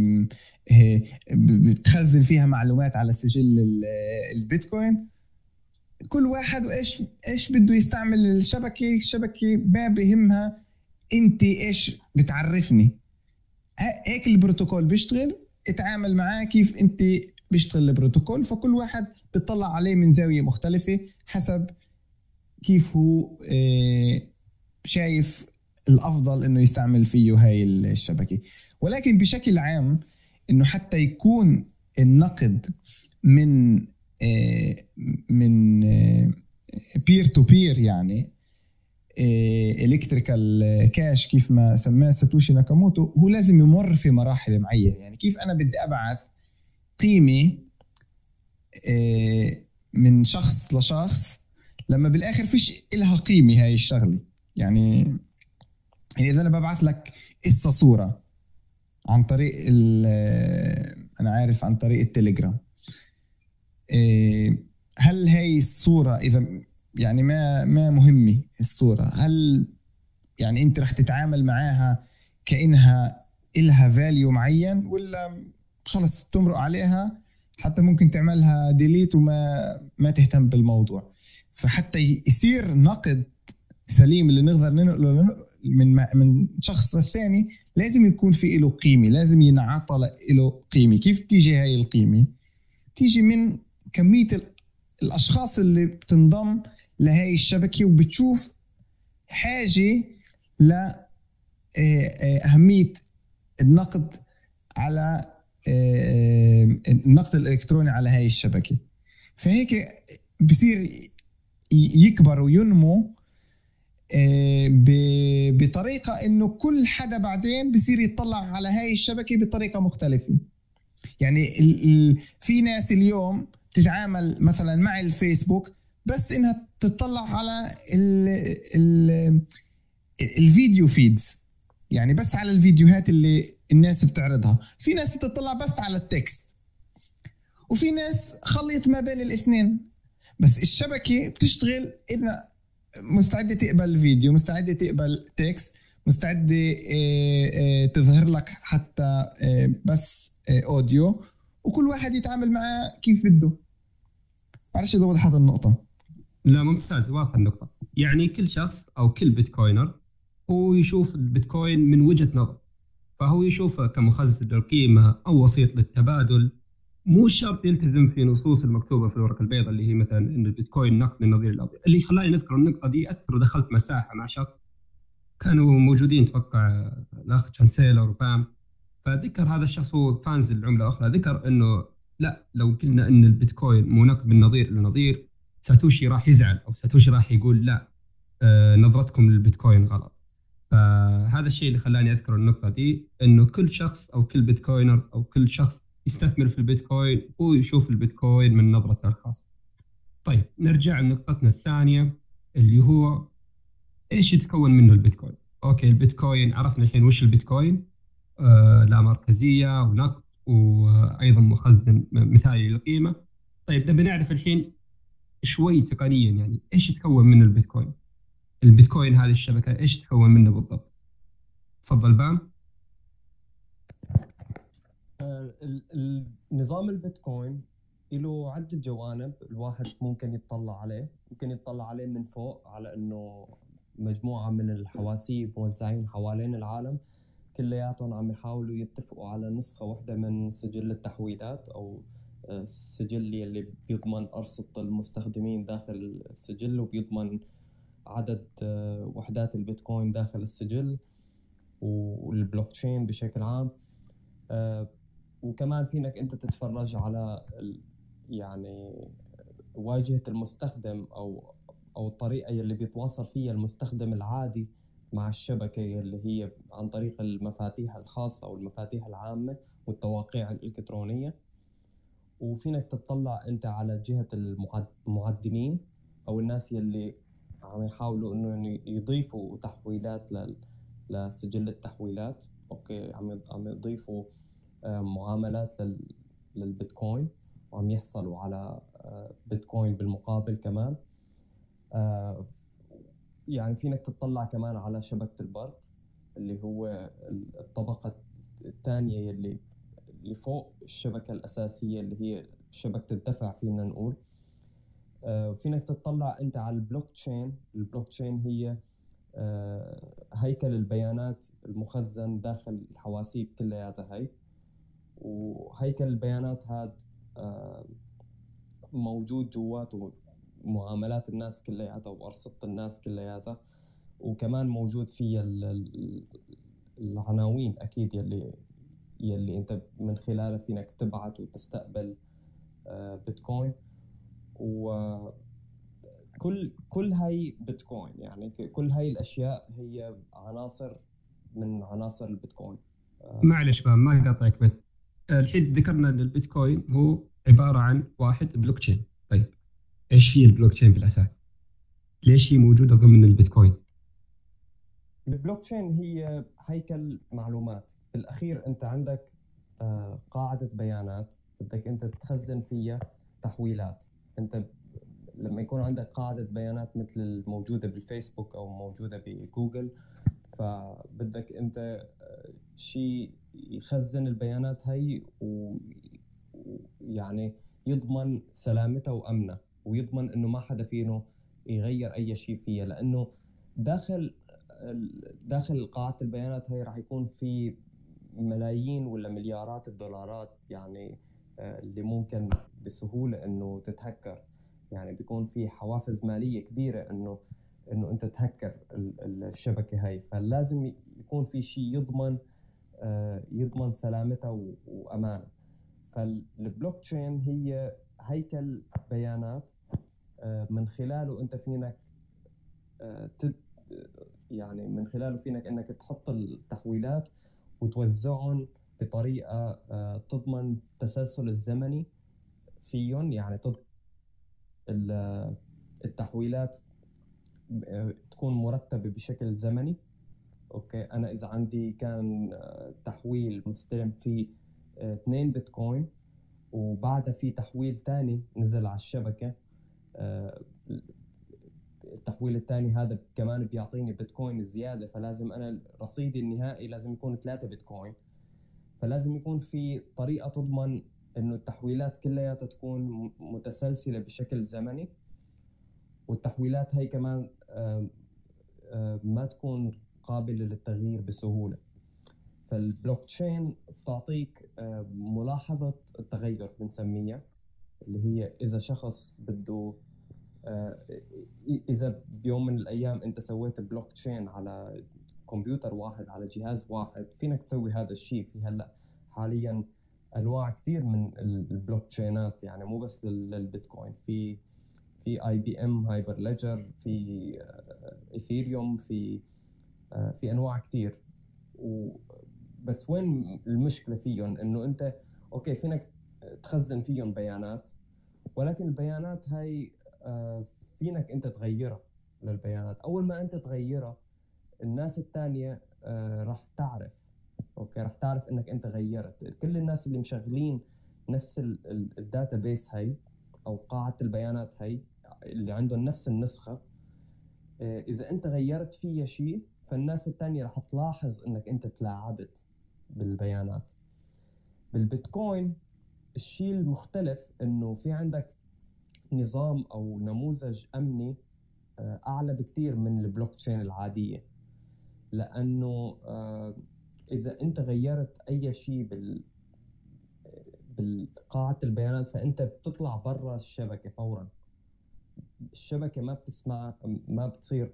بتخزن فيها معلومات على سجل البيتكوين. كل واحد وإيش إيش بده يستعمل الشبكة. الشبكة ما بهمها أنت إيش بتعرفني، هيك البروتوكول بيشتغل، اتعامل معاه كيف أنت بيشتغل البروتوكول. فكل واحد بيطلع عليه من زاوية مختلفة حسب كيف هو شايف الأفضل إنه يستعمل فيه هاي الشبكة. ولكن بشكل عام إنه حتى يكون النقد من من بير تو بير، يعني إلكتريكال كاش كيف ما سماه ساتوشي ناكاموتو، هو لازم يمر في مراحل معينة. يعني كيف أنا بدي أبعث قيمة من شخص لشخص لما بالآخر فيش إلها قيمة هاي الشغلة. يعني يعني إذا أنا ببعث لك قصة صورة عن طريق أنا عارف عن طريق التليجرام، هل هاي الصورة إذا يعني ما ما مهمة الصورة، هل يعني أنت رح تتعامل معاها كأنها إلها فاليو معين، ولا خلص تمرق عليها حتى ممكن تعملها ديليت وما ما تهتم بالموضوع؟ فحتى يصير نقد سليم اللي نقدر ننقله من من شخص الثاني لازم يكون في له قيمة، لازم ينعطى له قيمة. كيف تيجي هاي القيمة؟ تيجي من كمية الأشخاص اللي بتنضم لهاي الشبكة وبتشوف حاجة لأهمية النقد على النقد الإلكتروني على هاي الشبكة. فهيك بصير يكبر وينمو بطريقة إنه كل حدا بعدين بصير يطلع على هاي الشبكة بطريقة مختلفة. يعني في ناس اليوم تتعامل مثلا مع الفيسبوك بس إنها تطلع على ال ال الفيديو فيدز، يعني بس على الفيديوهات اللي الناس بتعرضها. في ناس تطلع بس على التكست، وفي ناس خليط ما بين الاثنين. بس الشبكة بتشتغل إذا مستعدة تقبل فيديو، مستعدة تقبل تكست، مستعدة تظهر لك حتى بس أوديو، وكل واحد يتعامل معه كيف بده. معلش إذا وضحت النقطة. لا ممتاز، واضح النقطة. يعني كل شخص أو كل بيتكوينر هو يشوف البيتكوين من وجهة نظر، فهو يشوفه كمخزن للقيمة أو وسيط للتبادل. مو شرط يلتزم في نصوص المكتوبة في الورقة البيضاء اللي هي مثلا إن البيتكوين نقد من نظير الأرض. اللي خلاني نذكر النقطة دي، أذكر دخلت مساحة مع شخص كانوا موجودين، توقع الأخ تشانسيلر وبام، فذكر هذا الشخص هو فانز العملة أخرى، ذكر إنه لا، لو قلنا إن البيتكوين مو نقد من نظير إلى نظير ساتوشي راح يزعل، أو ساتوشي راح يقول لا آه نظرتكم للبيتكوين غلط. فهذا الشيء اللي خلاني أذكر النقطة دي، إنه كل شخص أو كل بيتكوينرز أو كل شخص يستثمر في البيتكوين هو يشوف البيتكوين من نظرته الخاصة. طيب نرجع لنقطتنا الثانية اللي هو إيش يتكون منه البيتكوين. أوكي، البيتكوين عرفنا الحين وش البيتكوين، آه لا مركزية ونقد وأيضا مخزن مثالي للقيمة. طيب نبي نعرف الحين شوي تقنيا يعني إيش يتكون منه البيتكوين. البيتكوين هذه الشبكة إيش تتكون منه بالضبط؟ تفضل بام. النظام البيتكوين له عدة جوانب الواحد ممكن يتطلع عليه. ممكن يتطلع عليه من فوق على إنه مجموعة من الحواسيب موزعين حوالين العالم، كلياتهم عم يحاولوا يتفقوا على نسخة واحدة من سجل التحويلات أو السجل اللي بيضمن أرصدة المستخدمين داخل السجل، وبيضمن عدد وحدات البيتكوين داخل السجل والبلوكتشين بشكل عام. وكمان فينك انت تتفرج على يعني واجهة المستخدم او او الطريقة اللي بيتواصل فيها المستخدم العادي مع الشبكة اللي هي عن طريق المفاتيح الخاصة او المفاتيح العامة والتواقيع الالكترونية. وفينك تطلع انت على جهة المعدنين او الناس يلي عم يحاولوا انه يضيفوا تحويلات لسجل التحويلات. اوكي عم عم يضيفوا معاملات للبيتكوين وعم يحصلوا على بيتكوين بالمقابل كمان. يعني فينك تطلع كمان على شبكة البرق اللي هو الطبقة الثانية اللي اللي فوق الشبكة الأساسية اللي هي شبكة الدفع فينا نقول. فينك تطلع أنت على البلوك تشين. البلوك تشين هي هيكل البيانات المخزن داخل الحواسيب كلياتها هي. وهيكل البيانات هذا موجود جواته معاملات الناس كلياتها وأرصدة الناس كلياتها، وكمان موجود فيه العناوين أكيد يلي يلي أنت من خلالها فينك تبعت وتستقبل بيتكوين. وكل كل هاي بيتكوين، يعني كل هاي الأشياء هي عناصر من عناصر البيتكوين. معلش بقى ما قاطعك، بس الحين ذكرنا أن البيتكوين هو عبارة عن واحد بلوك تشين. طيب إيش هي البلوك تشين بالأساس؟ ليش هي موجودة ضمن البيتكوين؟ البلوك تشين هي هيكل معلومات. بالأخير أنت عندك قاعدة بيانات بدك أنت تخزن فيها تحويلات. أنت لما يكون عندك قاعدة بيانات مثل الموجودة بالفيسبوك أو موجودة بجوجل، فبدك أنت شيء يخزن البيانات هاي ويعني يضمن سلامتها وأمنها، ويضمن أنه ما حدا فينه يغير أي شيء فيها. لأنه داخل داخل قاعدة البيانات هاي راح يكون في ملايين ولا مليارات الدولارات يعني اللي ممكن بسهولة انه تتهكر. يعني بيكون في حوافز مالية كبيرة انه انه انت تهكر الشبكة هاي. فلازم يكون في شيء يضمن يضمن سلامتها وأمانة. فالبلوك تشين هي هيكل بيانات من خلاله انت فينك يعني من خلاله فينك انك تحط التحويلات وتوزعهم بطريقة تضمن التسلسل الزمني فيهم. يعني التحويلات تكون مرتبة بشكل زمني. اوكي انا اذا عندي كان تحويل مستلم فيه اثنين بيتكوين وبعدها في تحويل تاني نزل على الشبكة، التحويل الثاني هذا كمان بيعطيني بيتكوين زيادة، فلازم أنا رصيدي النهائي لازم يكون ثلاثة بيتكوين. فلازم يكون في طريقة تضمن إنه التحويلات كلها تكون متسلسلة بشكل زمني، والتحويلات هاي كمان ما تكون قابلة للتغيير بسهولة. فالبلوك تشين بتعطيك ملاحظة التغير بنسميها، اللي هي إذا شخص بده إذا بيوم من الأيام أنت سويت بلوك تشين على كمبيوتر واحد على جهاز واحد، فينك تسوي هذا الشيء. في هلأ حاليا أنواع كتير من البلوك تشينات، يعني مو بس للبيتكوين، في في اي بي ام هايبر ليجر، في ايثيريوم، في في أنواع كتير. بس وين المشكلة فيهم؟ إنه أنت أوكي فينك تخزن فيهم بيانات، ولكن البيانات هاي فينك أنت تغيرها للبيانات. أول ما أنت تغيرها الناس التانية راح تعرف، أوكي راح تعرف إنك أنت غيرت. كل الناس اللي مشغلين نفس الداتا بيس هاي أو قاعدة البيانات هاي اللي عندهم نفس النسخة، إذا أنت غيرت فيها شيء فالناس التانية راح تلاحظ إنك أنت تلاعبت بالبيانات. بالبيتكوين الشيء المختلف إنه في عندك نظام أو نموذج أمني أعلى بكتير من البلوك تشين العادية، لأنه إذا أنت غيرت أي شيء بال بالقاعدة البيانات فأنت بتطلع برا الشبكة فورا. الشبكة ما بتسمع، ما بتصير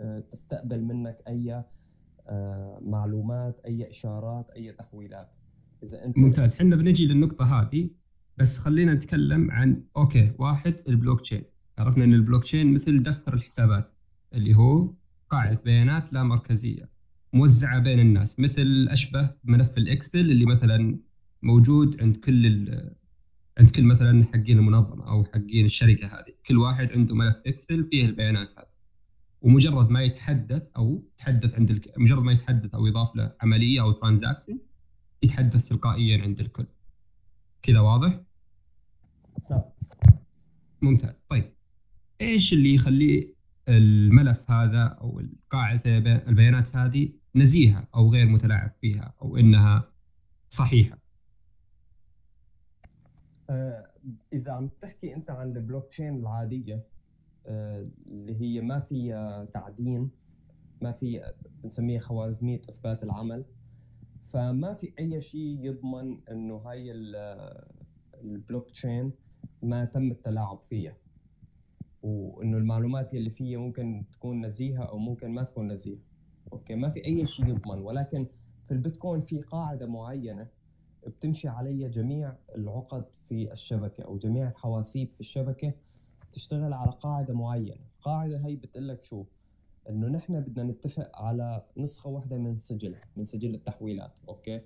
تستقبل منك أي معلومات، أي إشارات، أي تحويلات. اذا انت ممتاز. احنا بنجي للنقطة هذه، بس خلينا نتكلم عن اوكي واحد البلوك تشين. عرفنا ان البلوك تشين مثل دفتر الحسابات اللي هو قاعدة بيانات لا مركزية موزعة بين الناس، مثل أشبه ملف الإكسل اللي مثلا موجود عند كل ال... عند كل مثلا حقين المنظمة أو حقين الشركة هذه، كل واحد عنده ملف إكسل فيه البيانات هذه، ومجرد ما يتحدث أو تحدث عند الك... مجرد ما يتحدث أو يضاف له عملية أو ترانزاكشن يتحدث تلقائيا عند الكل. كذا واضح؟ نعم. ممتاز. طيب إيش اللي يخلي الملف هذا أو القاعدة البيانات هذه نزيهة أو غير متلاعب فيها أو إنها صحيحة؟ آه اذا عم تحكي انت عن البلوك تشين العاديه آه اللي هي ما فيها تعدين، ما في بنسميها خوارزميه اثبات العمل، فما في اي شيء يضمن انه هاي البلوك تشين ما تم التلاعب فيها، وانه المعلومات اللي فيها ممكن تكون نزيهه او ممكن ما تكون نزيهه. اوكي، ما في اي شيء يضمن. ولكن في البيتكوين في قاعده معينه بتمشي عليها جميع العقد في الشبكه او جميع الحواسيب في الشبكه تشتغل على قاعده معينه. قاعده هي بتقلك شو؟ انه نحن بدنا نتفق على نسخه واحده من سجل من سجل التحويلات. اوكي،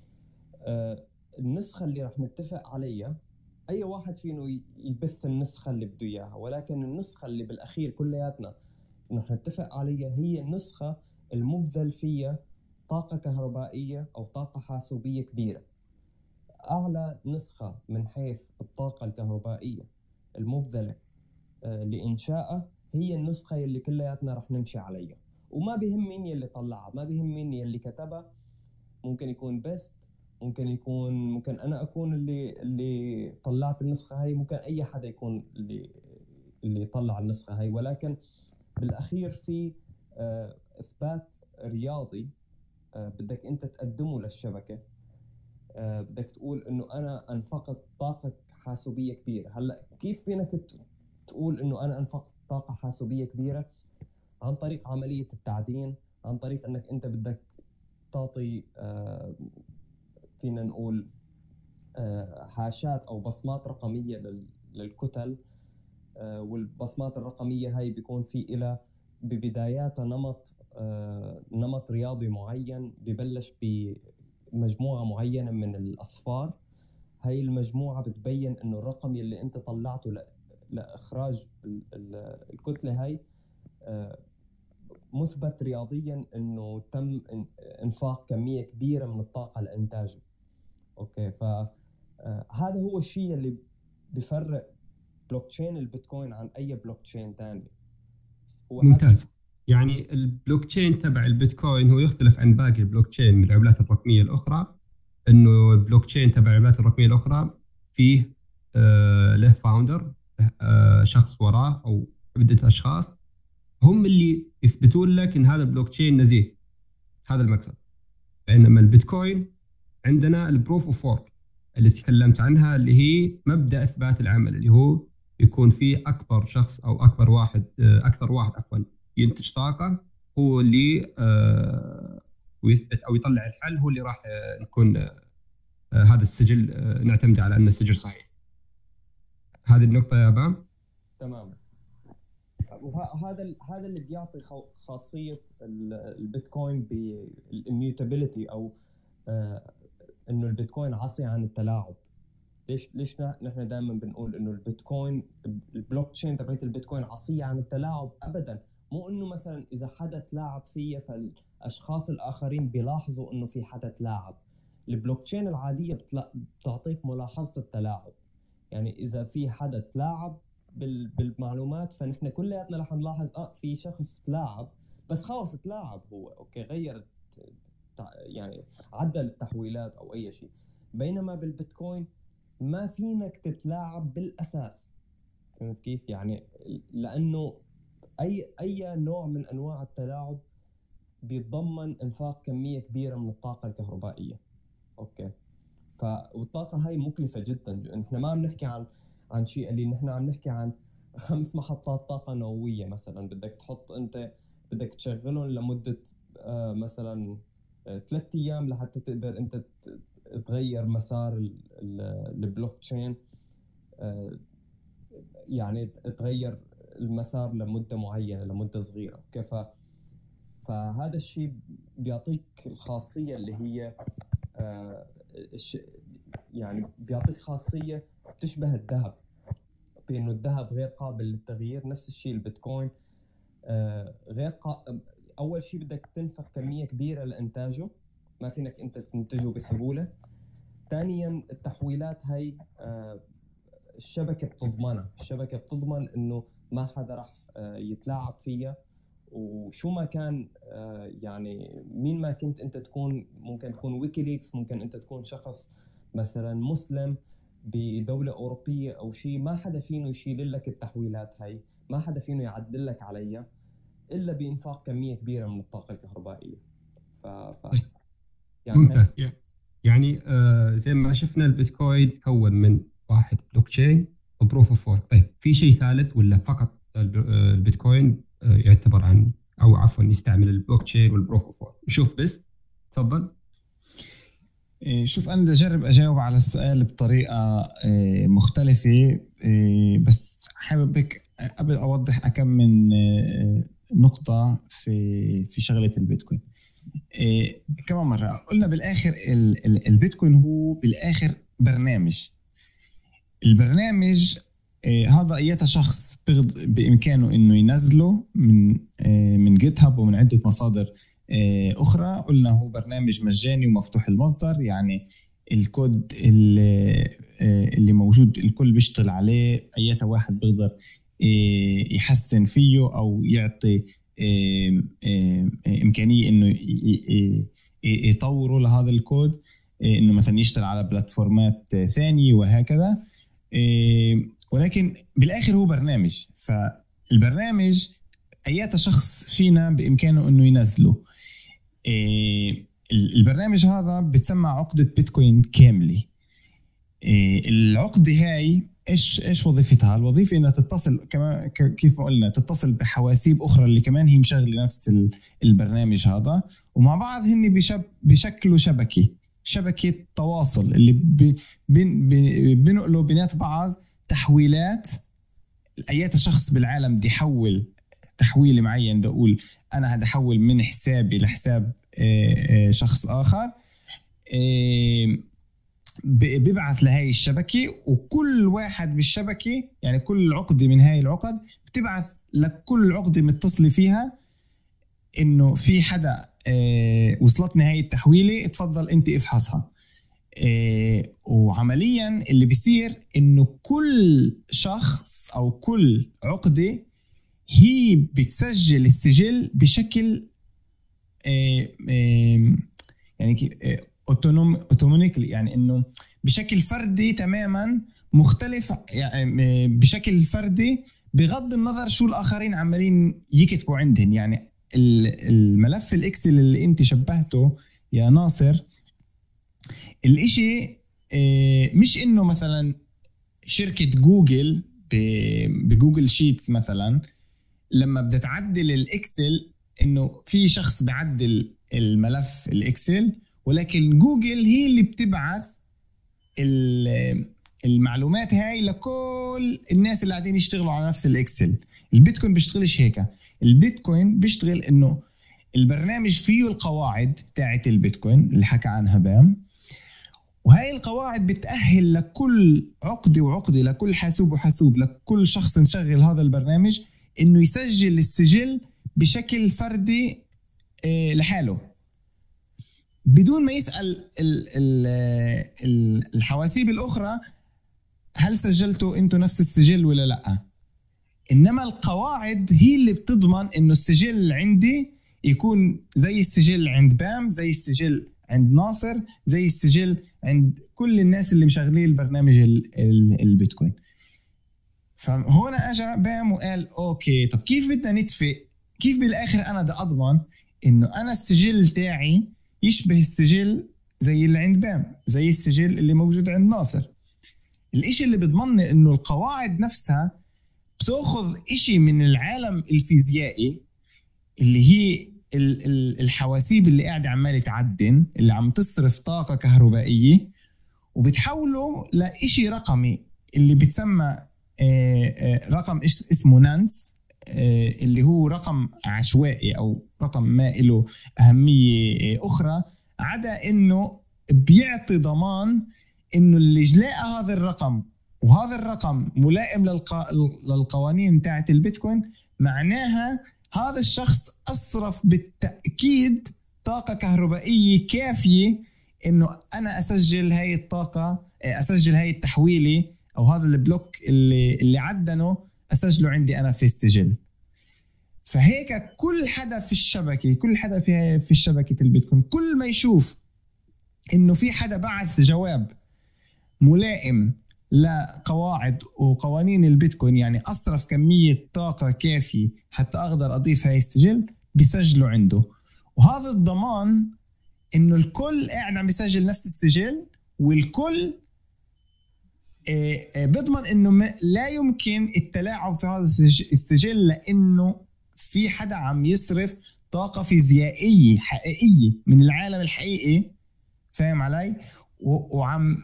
آه النسخه اللي رح نتفق عليها اي واحد فينا يبث النسخه اللي بده اياها، ولكن النسخه اللي بالاخير كلياتنا نحن نتفق عليها هي النسخه المبذل فيها طاقه كهربائيه او طاقه حاسوبيه كبيره. اعلى نسخه من حيث الطاقه الكهربائيه المبذله آه لانشائها هي النسخه اللي كلياتنا رح نمشي عليها، وما بهم مين يلي طلعها، ما بهم مين يلي كتبها. ممكن يكون بيست، ممكن يكون ممكن انا اكون اللي اللي طلعت النسخه هاي، ممكن اي حدا يكون اللي اللي طلع النسخه هاي. ولكن بالاخير في آه اثبات رياضي آه بدك انت تقدمه للشبكه. آه بدك تقول انه انا انفقت طاقه حاسوبيه كبيره. هلا كيف فينك تقول انه انا انفقت طاقه حاسوبيه كبيره؟ عن طريق عمليه التعدين، عن طريق انك انت بدك تعطي آه فينا نقول آه هاشات او بصمات رقميه للكتل، آه والبصمات الرقميه هاي بيكون في إلى ببداياتها نمط آه نمط رياضي معين ببلش بمجموعه معينه من الاصفار. هاي المجموعه بتبين انه الرقم اللي انت طلعته لاخراج الكتله هاي آه مثبت رياضيا انه تم انفاق كميه كبيره من الطاقه لانتاجه. اوكي، فهذا هو الشيء اللي بيفرق بلوك تشين البيتكوين عن اي بلوك تشين ثاني. ممتاز. يعني البلوك تشين تبع البيتكوين هو يختلف عن باقي البلوك تشين من العملات الرقميه الاخرى، انه البلوك تشين تبع العملات الرقميه الاخرى فيه آه له فاوندر، آه شخص وراه او عده اشخاص هم اللي يثبتون لك ان هذا البلوك تشين نزيه. هذا المقصد. بينما البيتكوين عندنا البروف اوف وورك اللي تكلمت عنها، اللي هي مبدا اثبات العمل، اللي هو يكون فيه اكبر شخص او اكبر واحد اكثر واحد عفوا ينتج طاقه هو اللي آه ويثبت او يطلع الحل، هو اللي راح نكون آه هذا السجل آه نعتمد على ان السجل صحيح. هذه النقطه يا بام. تمام. وهذا هذا اللي بيعطي خاصيه البيتكوين بالاميوتابيليتي او آه انه البيتكوين عصي عن التلاعب. ليش ليش نحن دائما بنقول انه البيتكوين البلوك تشين تبعت البيتكوين عصيه عن التلاعب؟ ابدا، مو انه مثلا اذا حدا تلاعب فيها فالاشخاص الاخرين بيلاحظوا انه في حدا تلاعب. البلوك تشين العاديه بتعطيك ملاحظه التلاعب، يعني اذا في حدا تلاعب بالمعلومات فنحن كلياتنا رح نلاحظ اه في شخص تلاعب، بس خلص تلاعب هو اوكي غير يعني عدل التحويلات او اي شيء. بينما بالبيتكوين ما فينك تتلاعب بالاساس. فهمت كيف؟ يعني لانه اي اي نوع من انواع التلاعب بيتضمن انفاق كميه كبيره من الطاقه الكهربائيه. اوكي، فالطاقه هاي مكلفه جدا. نحن ما عم نحكي عن عن شيء اللي نحن عم نحكي عن خمس محطات طاقه نوويه مثلا بدك تحط انت بدك تشغلهم لمده آه مثلا ثلاثة أيام لحتى تقدر أنت تغير مسار البلوك تشين، يعني تغير المسار لمدة معينة لمدة صغيرة. كيف؟ فهذا الشيء بيعطيك الخاصية اللي هي يعني بيعطيك خاصية تشبه الذهب، بأنه الذهب غير قابل للتغيير. نفس الشيء البيتكوين غير قا... أول شيء بدك تنفق كمية كبيرة لإنتاجه، ما فينك أنت تنتجه بسهولة. ثانيا التحويلات هاي الشبكة بتضمنها، الشبكة بتضمن إنه ما حدا راح يتلاعب فيها، وشو ما كان يعني مين ما كنت أنت تكون، ممكن تكون ويكيليكس، ممكن أنت تكون شخص مثلا مسلم بدولة أوروبية أو شيء، ما حدا فينه يشيل لك التحويلات هاي، ما حدا فينه يعدل لك عليها إلا بإنفاق كمية كبيرة من الطاقة الكهربائية. ف... ف... يعني ممتاز. يعني آه زي ما شفنا البيتكوين تكون من واحد بلوك تشين وبروف اوف وورك. طيب في شيء ثالث ولا فقط البيتكوين آه يعتبر عن او عفوا يستعمل البلوك تشين والبروف اوف وورك؟ نشوف بس. تفضل. شوف أنا بدي أجرب أجاوب على السؤال بطريقة مختلفة، بس حاببك قبل أوضح أكم من نقطة في في شغلة البيتكوين. كمان مرة قلنا بالآخر البيتكوين هو بالآخر برنامج. البرنامج هذا أي شخص بإمكانه إنه ينزله من من جيت هاب ومن عدة مصادر أخرى. قلنا هو برنامج مجاني ومفتوح المصدر، يعني الكود اللي, اللي موجود الكل بيشتغل عليه، أي واحد بيقدر يحسن فيه أو يعطي إمكانية إنه يطوروا لهذا الكود، إنه مثلا يشتغل على بلاتفورمات ثانية وهكذا. ولكن بالآخر هو برنامج، فالبرنامج أي شخص فينا بإمكانه إنه ينزله. البرنامج هذا بتسمى عقدة بيتكوين كاملة. العقدة هاي إيش إيش وظيفتها؟ الوظيفة إنها تتصل كمان كيف ما قلنا تتصل بحواسيب أخرى اللي كمان هي مشغلة نفس البرنامج هذا، ومع بعض هن بشب بشكلوا شبكة شبكة تواصل اللي بنقلوا بينات بعض تحويلات. أي شخص بالعالم بدي يحول تحويل معين، بدي أقول أنا هذا أحول من حسابي لحساب شخص آخر، ببعث لهاي الشبكة، وكل واحد بالشبكة يعني كل عقدة من هاي العقد بتبعث لكل عقدة متصلة فيها إنه في حدا وصلتني هاي التحويلة، اتفضل أنت افحصها. وعمليا اللي بيصير إنه كل شخص أو كل عقدة هي بتسجل السجل بشكل يعني اوتونوم اوتوماتيكلي، يعني انه بشكل فردي تماما مختلف، يعني بشكل فردي بغض النظر شو الاخرين عمالين يكتبوا عندهم. يعني الملف الاكسل اللي انت شبهته يا ناصر، الاشي مش انه مثلا شركة جوجل بجوجل شيتس مثلا لما بدها تعدل الاكسل انه في شخص بعدل الملف الاكسل، ولكن جوجل هي اللي بتبعث المعلومات هاي لكل الناس اللي قاعدين يشتغلوا على نفس الاكسل. البيتكوين بيشتغلش هيك. البيتكوين بيشتغل انه البرنامج فيه القواعد تاعت البيتكوين اللي حكى عنها بام، وهاي القواعد بتأهل لكل عقدة وعقدة، لكل حاسوب وحاسوب، لكل شخص نشغل هذا البرنامج انه يسجل السجل بشكل فردي لحاله بدون ما يسأل الحواسيب الأخرى هل سجلتوا أنتوا نفس السجل ولا لأ. إنما القواعد هي اللي بتضمن إنه السجل عندي يكون زي السجل عند بام، زي السجل عند ناصر، زي السجل عند كل الناس اللي مشغلين البرنامج البيتكوين. فهنا أجا بام وقال أوكي طب كيف بدنا نتفق، كيف بالآخر أنا دا أضمن إنه أنا السجل تاعي يشبه السجل زي اللي عند بام، زي السجل اللي موجود عند ناصر. الاشي اللي بضمنني انه القواعد نفسها بتاخذ اشي من العالم الفيزيائي اللي هي ال- ال- الحواسيب اللي قاعدة عمالة تعدن اللي عم تصرف طاقة كهربائية وبتحوله لإشي رقمي اللي بتسمى آه، آه، رقم إش- اسمه نانس، آه، اللي هو رقم عشوائي أو رقم ما له أهمية آه، أخرى، عدا إنه بيعطي ضمان إنه اللي جلاء هذا الرقم وهذا الرقم ملائم للق... للقوانين بتاعت البيتكوين، معناها هذا الشخص أصرف بالتأكيد طاقة كهربائية كافية إنه أنا أسجل هاي الطاقة، أسجل هاي التحويلة أو هذا البلوك اللي اللي عدنه أسجله عندي أنا في السجل. فهيك كل حدا في الشبكة كل حدا في في الشبكة البيتكوين كل ما يشوف إنه في حدا بعث جواب ملائم لقواعد وقوانين البيتكوين، يعني أصرف كمية طاقة كافية حتى أقدر أضيف هاي السجل، بيسجله عنده. وهذا الضمان إنه الكل قاعد عم بيسجل نفس السجل، والكل بيضمن إنه لا يمكن التلاعب في هذا السجل، لأنه في حدا عم يصرف طاقة فيزيائية حقيقية من العالم الحقيقي، فاهم علي؟ وعم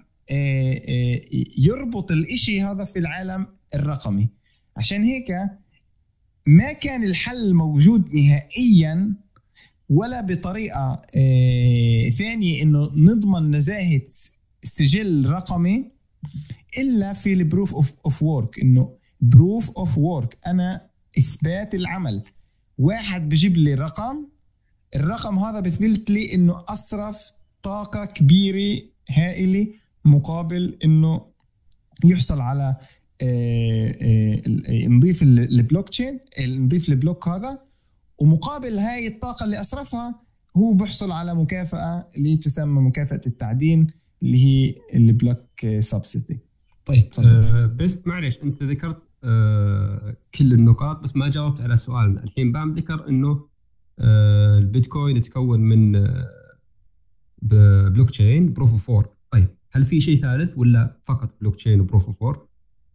يربط الاشي هذا في العالم الرقمي. عشان هيك ما كان الحل موجود نهائيا ولا بطريقة ثانية انه نضمن نزاهة سجل رقمي الا في البروف اوف وورك، انه بروف اوف وورك انا اثبات العمل. واحد بجيب لي رقم، الرقم هذا بثبت لي انه اصرف طاقة كبيرة هائلة مقابل انه يحصل على نضيف البلوك تشين، نضيف البلوك هذا، ومقابل هاي الطاقة اللي أصرفها هو بيحصل على مكافأة اللي تسمى مكافأة التعدين اللي هي البلوك سبسيدي. طيب آه بس معلش أنت ذكرت آه كل النقاط بس ما جاوبت على سؤالنا. الحين بام ذكر إنه آه البيتكوين يتكون من آه بلوك تشين بروف اوف وورك. طيب هل في شيء ثالث ولا فقط بلوك تشين وبروف اوف وورك؟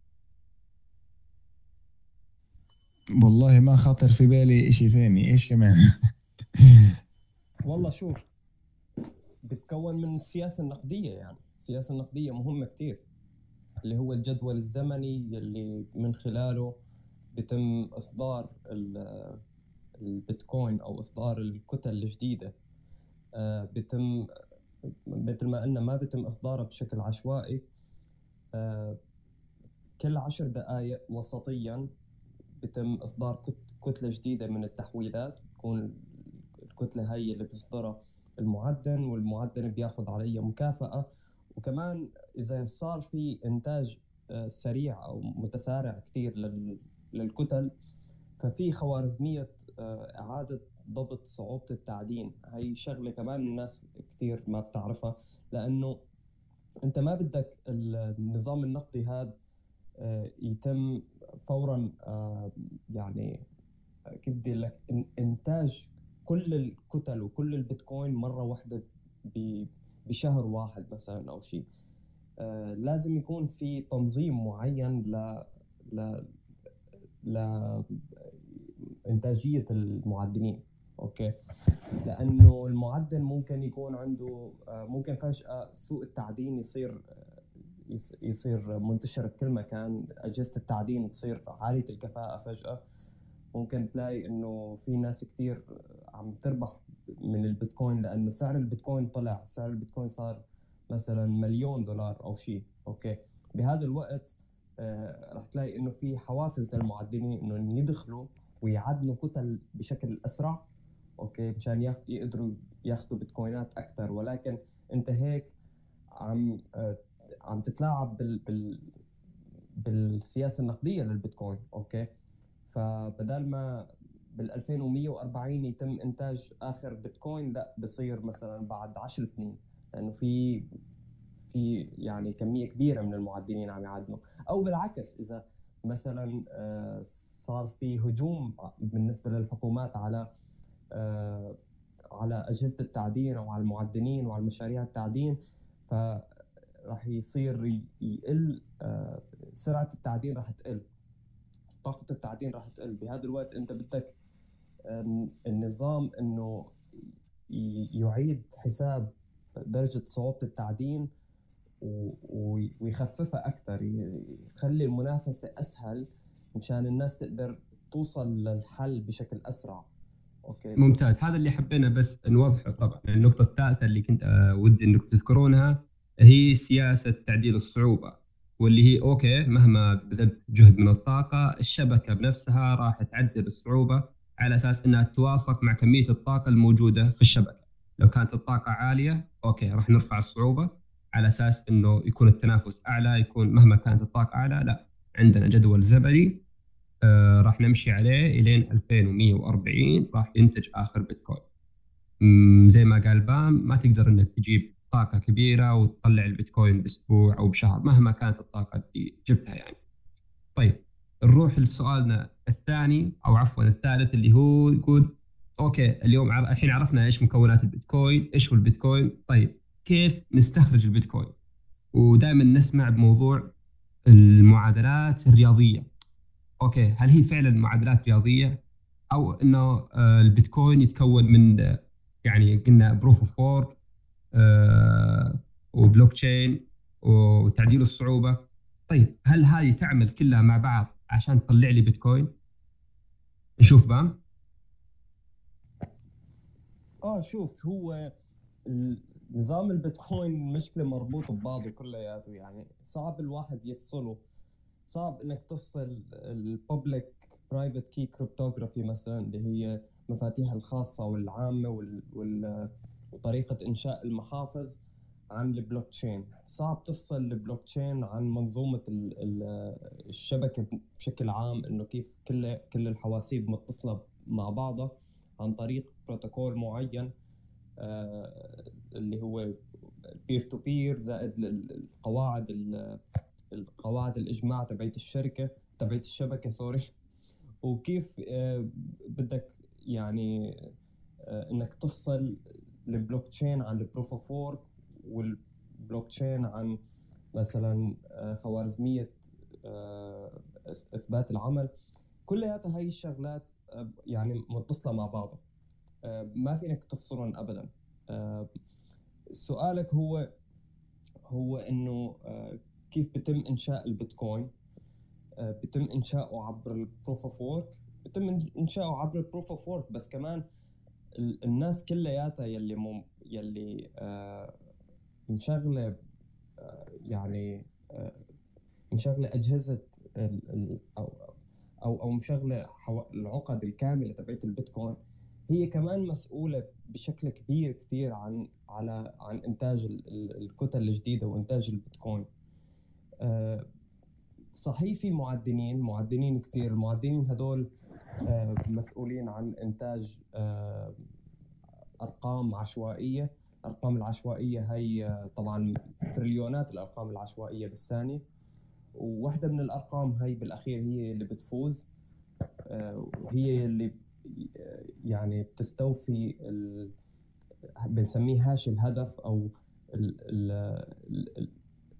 والله ما خاطر في بالي إشي ثاني. إيش كمان؟ والله شوف، بتكون من السياسة النقدية، يعني السياسة النقدية مهمة كتير، اللي هو الجدول الزمني اللي من خلاله بتم إصدار البيتكوين أو إصدار الكتل الجديدة. بتم مثل ما قلنا ما بتم إصدارها بشكل عشوائي. كل عشر دقائق وسطيا بتم إصدار كتلة جديدة من التحويلات، تكون الكتلة هاي اللي بيصدرها المعدن، والمعدن بياخد عليها مكافأة. وكمان إذا صار في إنتاج سريع أو متسارع كتير للكتل، ففي خوارزمية إعادة ضبط صعوبة التعدين. هاي شغلة كمان الناس كتير ما بتعرفها، لأنه أنت ما بدك النظام النقدي هذا يتم فورا، يعني كيف بدي لك إنتاج كل الكتل وكل البيتكوين مرة واحدة بشهر واحد مثلا أو شيء. لازم يكون في تنظيم معين ل ل ل إنتاجية المعدنين. أوكي، لأنه المعدن ممكن يكون عنده ممكن فجأة سوق التعدين يصير يصير منتشر بكل مكان، أجهزة التعدين تصير عالية الكفاءة فجأة. ممكن تلاقي إنه في ناس كتير عم تربح من البيتكوين لأنه سعر البيتكوين طلع، سعر البيتكوين صار مثلا مليون دولار أو شيء. أوكي، بهذا الوقت آه رح تلاقي إنه في حوافز للمعدنين إنه يدخلوا ويعدنوا كتل بشكل أسرع، أوكي، مشان يقدروا ياخدوا بيتكوينات أكتر. ولكن أنت هيك عم آه عم تتلاعب بال بال بالسياسة النقدية للبيتكوين. أوكي، فبدل ما بال ألفين ومية وأربعين يتم إنتاج آخر بيتكوين، لا بصير مثلا بعد عشر سنين، لأنه في في يعني كمية كبيرة من المعدنين عم يعدنوا. أو بالعكس، إذا مثلا صار في هجوم بالنسبة للحكومات على على أجهزة التعدين أو على المعدنين وعلى مشاريع التعدين، فرح يصير يقل سرعة التعدين، رح تقل طاقة التعدين، رح تقل. بهذا الوقت أنت بدك النظام انه يعيد حساب درجة صعوبة التعدين ويخففها أكثر، يخلي المنافسة أسهل مشان الناس تقدر توصل للحل بشكل أسرع. أوكي. ممتاز، هذا اللي حبينا بس نوضحه. طبعا النقطة الثالثة اللي كنت آه ودي أنكم تذكرونها هي سياسة تعديل الصعوبة، واللي هي أوكي مهما بذلت جهد من الطاقة الشبكة بنفسها راح تعدل الصعوبة على أساس أنها توافق مع كمية الطاقة الموجودة في الشبكة. لو كانت الطاقة عالية أوكي راح نرفع الصعوبة على أساس أنه يكون التنافس أعلى، يكون مهما كانت الطاقة أعلى. لا، عندنا جدول زبري آه راح نمشي عليه إلين ألفين ومئة وأربعين راح ينتج آخر بيتكوين. زي ما قال بام، ما تقدر أنك تجيب طاقة كبيرة وتطلع البيتكوين بأسبوع أو بشهر مهما كانت الطاقة اللي جبتها يعني. طيب نروح لسؤالنا الثاني أو عفوا الثالث اللي هو يقول أوكي اليوم عر... الحين عرفنا إيش مكونات البيتكوين، إيش هو البيتكوين. طيب كيف نستخرج البيتكوين؟ ودائما نسمع بموضوع المعادلات الرياضية. أوكي هل هي فعلا معادلات رياضية أو إنه البيتكوين يتكون من يعني قلنا بروف اوف وورك وبلوك تشين وتعديل الصعوبة؟ طيب هل هذه تعمل كلها مع بعض عشان تطلع لي بيتكوين؟ نشوف بام. اه شوف، هو نظام البيتكوين مشكلة مربوط ببعضه كلياته، يعني صعب الواحد يفصله. صعب انك تفصل الببليك برايفت كي كريبتوغرافي مثلا اللي هي مفاتيح الخاصة والعامة وال... وال... وطريقة انشاء المحافظ عن البلوك تشين. صعب تفصل البلوك تشين عن منظومة ال... ال... الشبكة بشكل عام، انه كيف كل كل الحواسيب متصلة مع بعضها عن طريق بروتوكول معين آه اللي هو بير تو بير، زائد القواعد ال... القواعد الإجماع تبعت الشركة تبعت الشبكة سوري. وكيف آه بدك يعني آه إنك تفصل البلوك تشين عن البروف اوف وورك، والبلوك تشين عن مثلا آه خوارزمية آه إثبات العمل. كلياتها هاي الشغلات آه يعني متصلة مع بعضها، آه ما في إنك تفصلهم أبدا. آه سؤالك هو هو إنه آه كيف بتم إنشاء البيتكوين؟ آه بتم إنشاؤه عبر البروف اوف وورك، بتم إنشاؤه عبر البروف اوف وورك، بس كمان الناس كلياتها يلي مم يلي آه مشغلة آه يعني آه مشغلة أجهزة ال ال أو أو أو مشغلة العقد الكاملة تبعت البيتكوين، هي كمان مسؤولة بشكل كبير كتير عن على عن إنتاج الكتل الجديدة وإنتاج البيتكوين. أه صحيح في معدنين معدنين كتير، المعدنين هدول أه مسؤولين عن إنتاج أه أرقام عشوائية. الأرقام العشوائية هي طبعا تريليونات الأرقام العشوائية بالثانية، وواحدة من الأرقام هي بالأخير هي اللي بتفوز، أه وهي اللي يعني بتستوفي ال... بنسميه هاش الهدف أو ال... ال...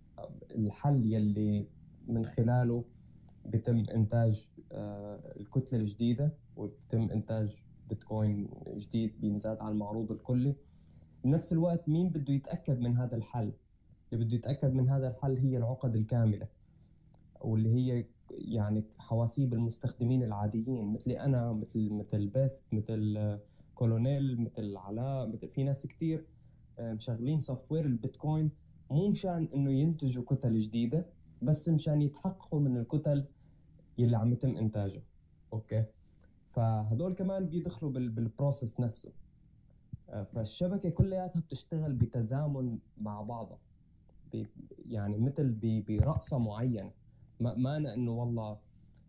الحل يلي من خلاله بيتم إنتاج الكتلة الجديدة وبيتم إنتاج بيتكوين جديد بينزاد على المعروض الكلي. بنفس الوقت مين بده يتأكد من هذا الحل؟ اللي بده يتأكد من هذا الحل هي العقد الكاملة، واللي هي يعني حواسيب المستخدمين العاديين مثلي أنا، مثل مثل بيست، مثل كولونيل، مثل علاء، مثل في ناس كتير مشغلين سوفت وير البيتكوين مو مشان إنه ينتجوا كتل جديدة، بس مشان يتحققوا من الكتل يلي عم يتم إنتاجها. أوكي، فهدول كمان بيدخلوا بالبروسيس نفسه. فالشبكة كلياتها بتشتغل بتزامن مع بعضها، يعني مثل برقصة معينة. ما أنا إنه والله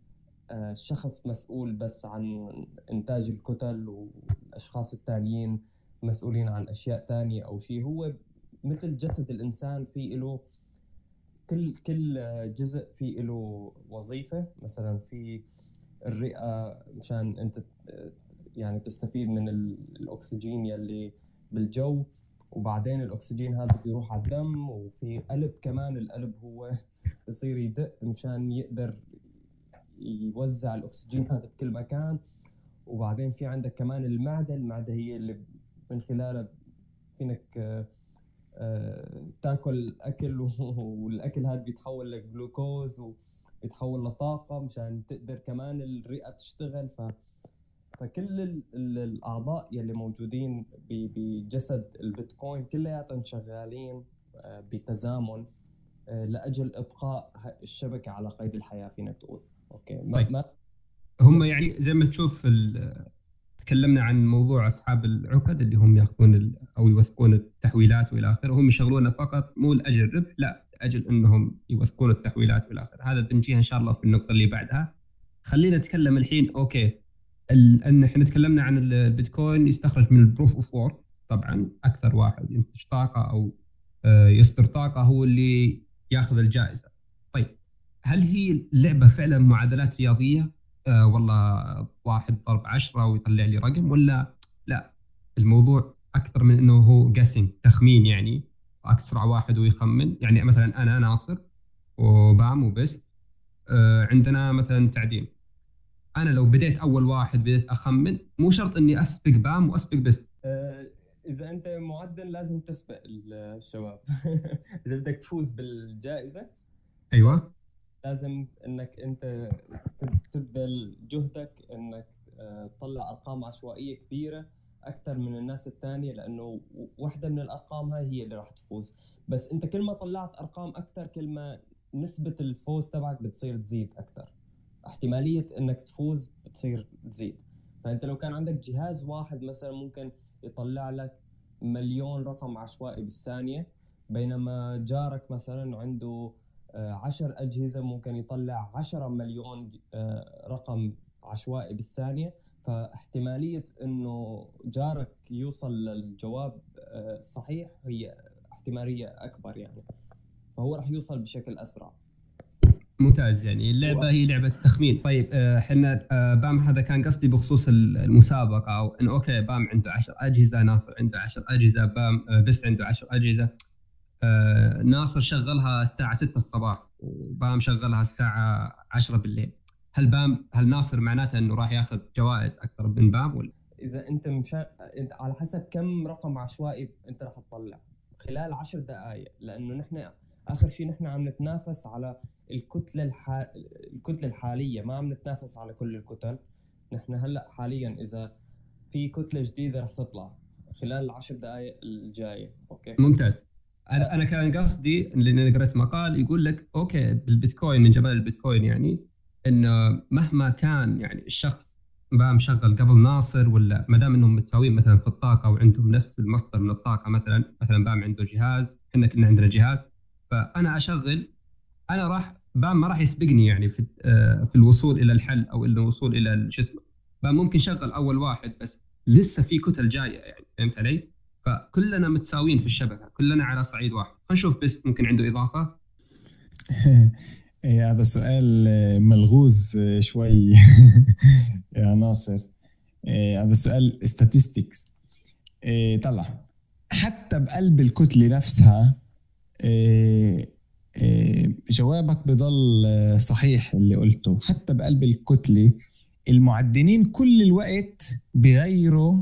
شخص مسؤول بس عن إنتاج الكتل والأشخاص التانيين مسؤولين عن أشياء تانية أو شيء. هو مثل جسد الإنسان في له كل كل جزء في له وظيفة. مثلا في الرئة مشان أنت يعني تستفيد من الأكسجين يلي بالجو، وبعدين الأكسجين هذا بده يروح على الدم. وفي قلب كمان، القلب هو بصير يدق مشان يقدر يوزع الأكسجين هذا بكل مكان. وبعدين في عندك كمان المعدة المعدة هي اللي من خلالها فينك آه آه تاكل أكل والأكل هذا بيتحول لجلوكوز وبيتحول لطاقة مشان تقدر كمان الرئة تشتغل. ف فكل ال ال الأعضاء يلي موجودين بجسد البيتكوين كلياتهم شغالين آه بتزامن آه لأجل إبقاء الشبكة على قيد الحياة فينا تقول. أوكي. ما طيب. ما هم يعني زي ما تشوف تكلمنا عن موضوع أصحاب العقد اللي هم يأخذون أو يوثقون التحويلات وإلى آخره، هم يشغلونه فقط مو لأجل الربح، لا لأجل أنهم يوثقون التحويلات وإلى آخره. هذا بنجيها إن شاء الله في النقطة اللي بعدها. خلينا نتكلم الحين أوكي أن إحنا تكلمنا عن البيتكوين يستخرج من البروف أوف وورك، طبعا أكثر واحد ينتج طاقة أو يصدر طاقة هو اللي يأخذ الجائزة. طيب هل هي اللعبة فعلا معادلات رياضية؟ أه والله واحد ضرب عشرة ويطلع لي رقم، ولا لا الموضوع أكثر من أنه هو guessing تخمين، يعني أسرع واحد ويخمن. يعني مثلا أنا ناصر وبام وبست أه عندنا مثلا تعدين، أنا لو بديت أول واحد بديت أخمن مو شرط أني أسبق بام وأسبق بست. أه إذا أنت معدل لازم تسبق الشباب. إذا بدك تفوز بالجائزة أيوة لازم انك انت تبذل جهدك انك تطلع ارقام عشوائيه كبيره اكثر من الناس الثانيه، لانه واحده من الارقام هاي هي اللي راح تفوز. بس انت كل ما طلعت ارقام اكثر كل ما نسبه الفوز تبعك بتصير تزيد اكثر، احتماليه انك تفوز بتصير تزيد. فانت لو كان عندك جهاز واحد مثلا ممكن يطلع لك مليون رقم عشوائي بالثانيه، بينما جارك مثلا عنده عشر أجهزة ممكن يطلع عشرة مليون رقم عشوائي بالثانية. فاحتمالية إنه جارك يوصل للجواب الصحيح هي احتمالية أكبر يعني، فهو راح يوصل بشكل أسرع. ممتاز. يعني اللعبة هي لعبة تخمين. طيب احنا بام هذا كان قصدي بخصوص المسابقة، أو إنه أوكي بام عنده عشر أجهزة، ناصر عنده عشر أجهزة، بام بس عنده عشر أجهزة. آه ناصر شغلها الساعة ستة الصباح وبام شغلها الساعة عشرة بالليل. هل بام هل ناصر معناته انه راح ياخذ جوائز اكثر من بام؟ ولا اذا انت مشا... انت على حسب كم رقم عشوائي انت راح تطلع خلال عشر دقائق، لانه نحن اخر شيء نحن عم نتنافس على الكتلة الح... الكتلة الحالية، ما عم نتنافس على كل الكتل. نحن هلا حاليا اذا في كتلة جديدة راح تطلع خلال العشر دقائق الجاية. اوكي ممتاز. أنا أنا كان قصدي لأن قرأت مقال يقول لك أوكي بالبيتكوين من جمال البيتكوين يعني إنه مهما كان يعني الشخص بام شغل قبل ناصر، ولا ما دام إنهم متساويين مثلا في الطاقة وعندهم نفس المصدر من الطاقة، مثلا مثلا بام عنده جهاز إحنا كنا عندنا جهاز، فأنا أشغل أنا راح بام ما راح يسبقني يعني في في الوصول إلى الحل أو الوصول إلى الجسم. بام ممكن شغل أول واحد بس لسه في كتل جاية، يعني فهمت علي؟ فكلنا متساويين في الشبكة، كلنا على صعيد واحد. خلينا نشوف بس ممكن عنده إضافة. هذا سؤال ملغوز شوي يا ناصر. هذا سؤال statistics. طلع حتى بقلب الكتلة نفسها جوابك بضل صحيح اللي قلته. حتى بقلب الكتلة المعدنين كل الوقت بيغيروا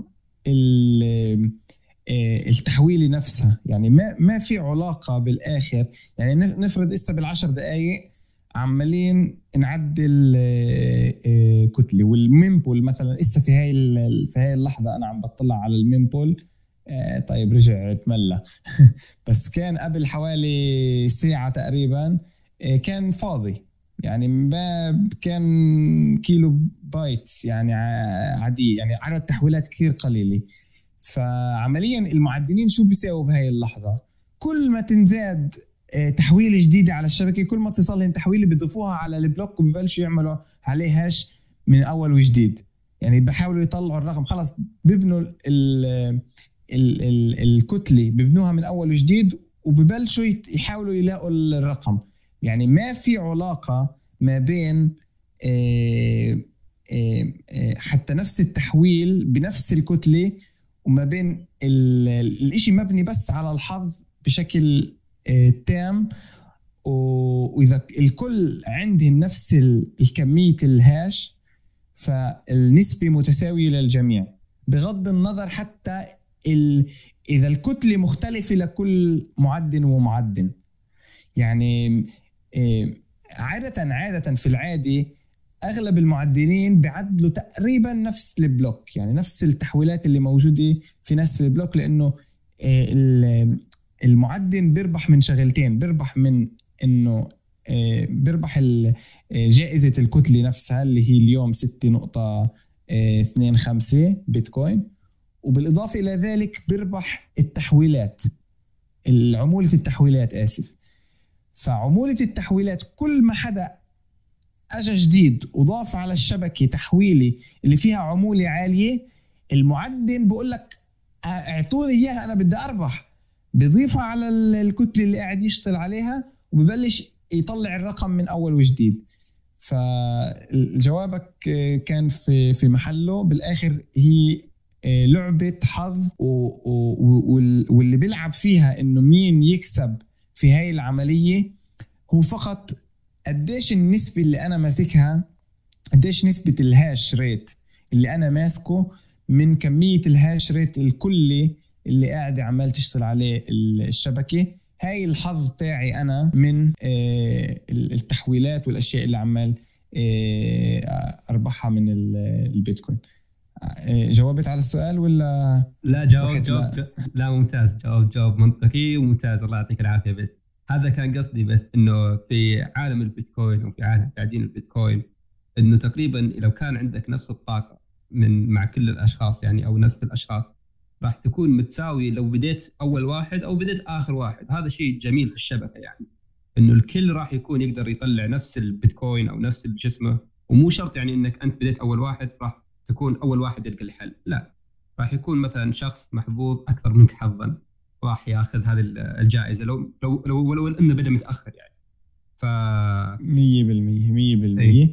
التحويلة نفسها، يعني ما ما في علاقة بالآخر. يعني نفرض إسا بالعشر دقايق عمالين نعدل كتلة، والميمبول مثلا إسا في هاي في هاي اللحظة أنا عم بطلع على الميمبول طيب رجع تملى بس كان قبل حوالي ساعة تقريبا كان فاضي، يعني ما كان كيلو بايتس يعني عادي، يعني عدد تحويلات كثير قليلة. فعمليا المعدنين شو بيساووا بهاي اللحظة؟ كل ما تنزاد تحويلة جديدة على الشبكة كل ما تصلهم تحويلة بيضيفوها على البلوك وبيبلشوا يعملوا عليه هاش من أول وجديد. يعني بحاولوا يطلعوا الرقم، خلاص بيبنوا ال ال ال الكتلة بيبنوها من أول وجديد وبيبلشوا يحاولوا يلاقوا الرقم. يعني ما في علاقة ما بين آه آه حتى نفس التحويل بنفس الكتلة وما بين الاشي مبني بس على الحظ بشكل آه تام. وإذا الكل عندهم نفس الكمية الهاش فالنسبة متساوية للجميع بغض النظر حتى ال... إذا الكتلة مختلفة لكل معدن ومعدن. يعني عادة عادة في العادة أغلب المعدنين بيعدلوا تقريبا نفس البلوك، يعني نفس التحويلات اللي موجودة في نفس البلوك، لأنه المعدن بيربح من شغلتين، بيربح من إنه بيربح جائزة الكتلة نفسها اللي هي اليوم ستة نقطة اثنين خمسة بيتكوين، وبالإضافة إلى ذلك بيربح التحويلات، العمولة التحويلات آسف. فعمولة التحويلات كل ما حدا أجا جديد وضاف على الشبكة تحويلة اللي فيها عمولة عالية، المعدن بقول لك اعطوني إياها أنا بدي أربح، بيضيفها على الكتلة اللي قاعد يشتغل عليها وببلش يطلع الرقم من أول وجديد. فجوابك كان في في محله. بالآخر هي لعبة حظ، واللي بيلعب فيها إنه مين يكسب في هاي العملية هو فقط قديش النسبة اللي أنا ماسكها، قديش نسبة الهاش ريت اللي أنا ماسكه من كمية الهاش ريت الكلي اللي قاعد عمال تشتغل عليه الشبكة. هاي الحظ تاعي أنا من التحويلات والأشياء اللي عمال أربحها من البيتكوين. جاوبت على السؤال ولا لا؟ جاوب جاوب لا. لا ممتاز، جاوب جاوب منطقي وممتاز، الله يعطيك العافية. بس هذا كان قصدي، بس إنه في عالم البيتكوين وفي عالم تعدين البيتكوين إنه تقريبا لو كان عندك نفس الطاقة من مع كل الأشخاص يعني أو نفس الأشخاص راح تكون متساوي لو بديت أول واحد أو بديت آخر واحد. هذا شيء جميل في الشبكة، يعني إنه الكل راح يكون يقدر يطلع نفس البيتكوين أو نفس الجسمه، ومو شرط يعني إنك أنت بديت أول واحد راح تكون أول واحد يلقى الحل، لا، راح يكون مثلا شخص محظوظ أكثر منك حظا راح يأخذ هذه الجائزة لو لو لو ولو إنه بدأ متأخر يعني. ف مية بالمية مية بالمية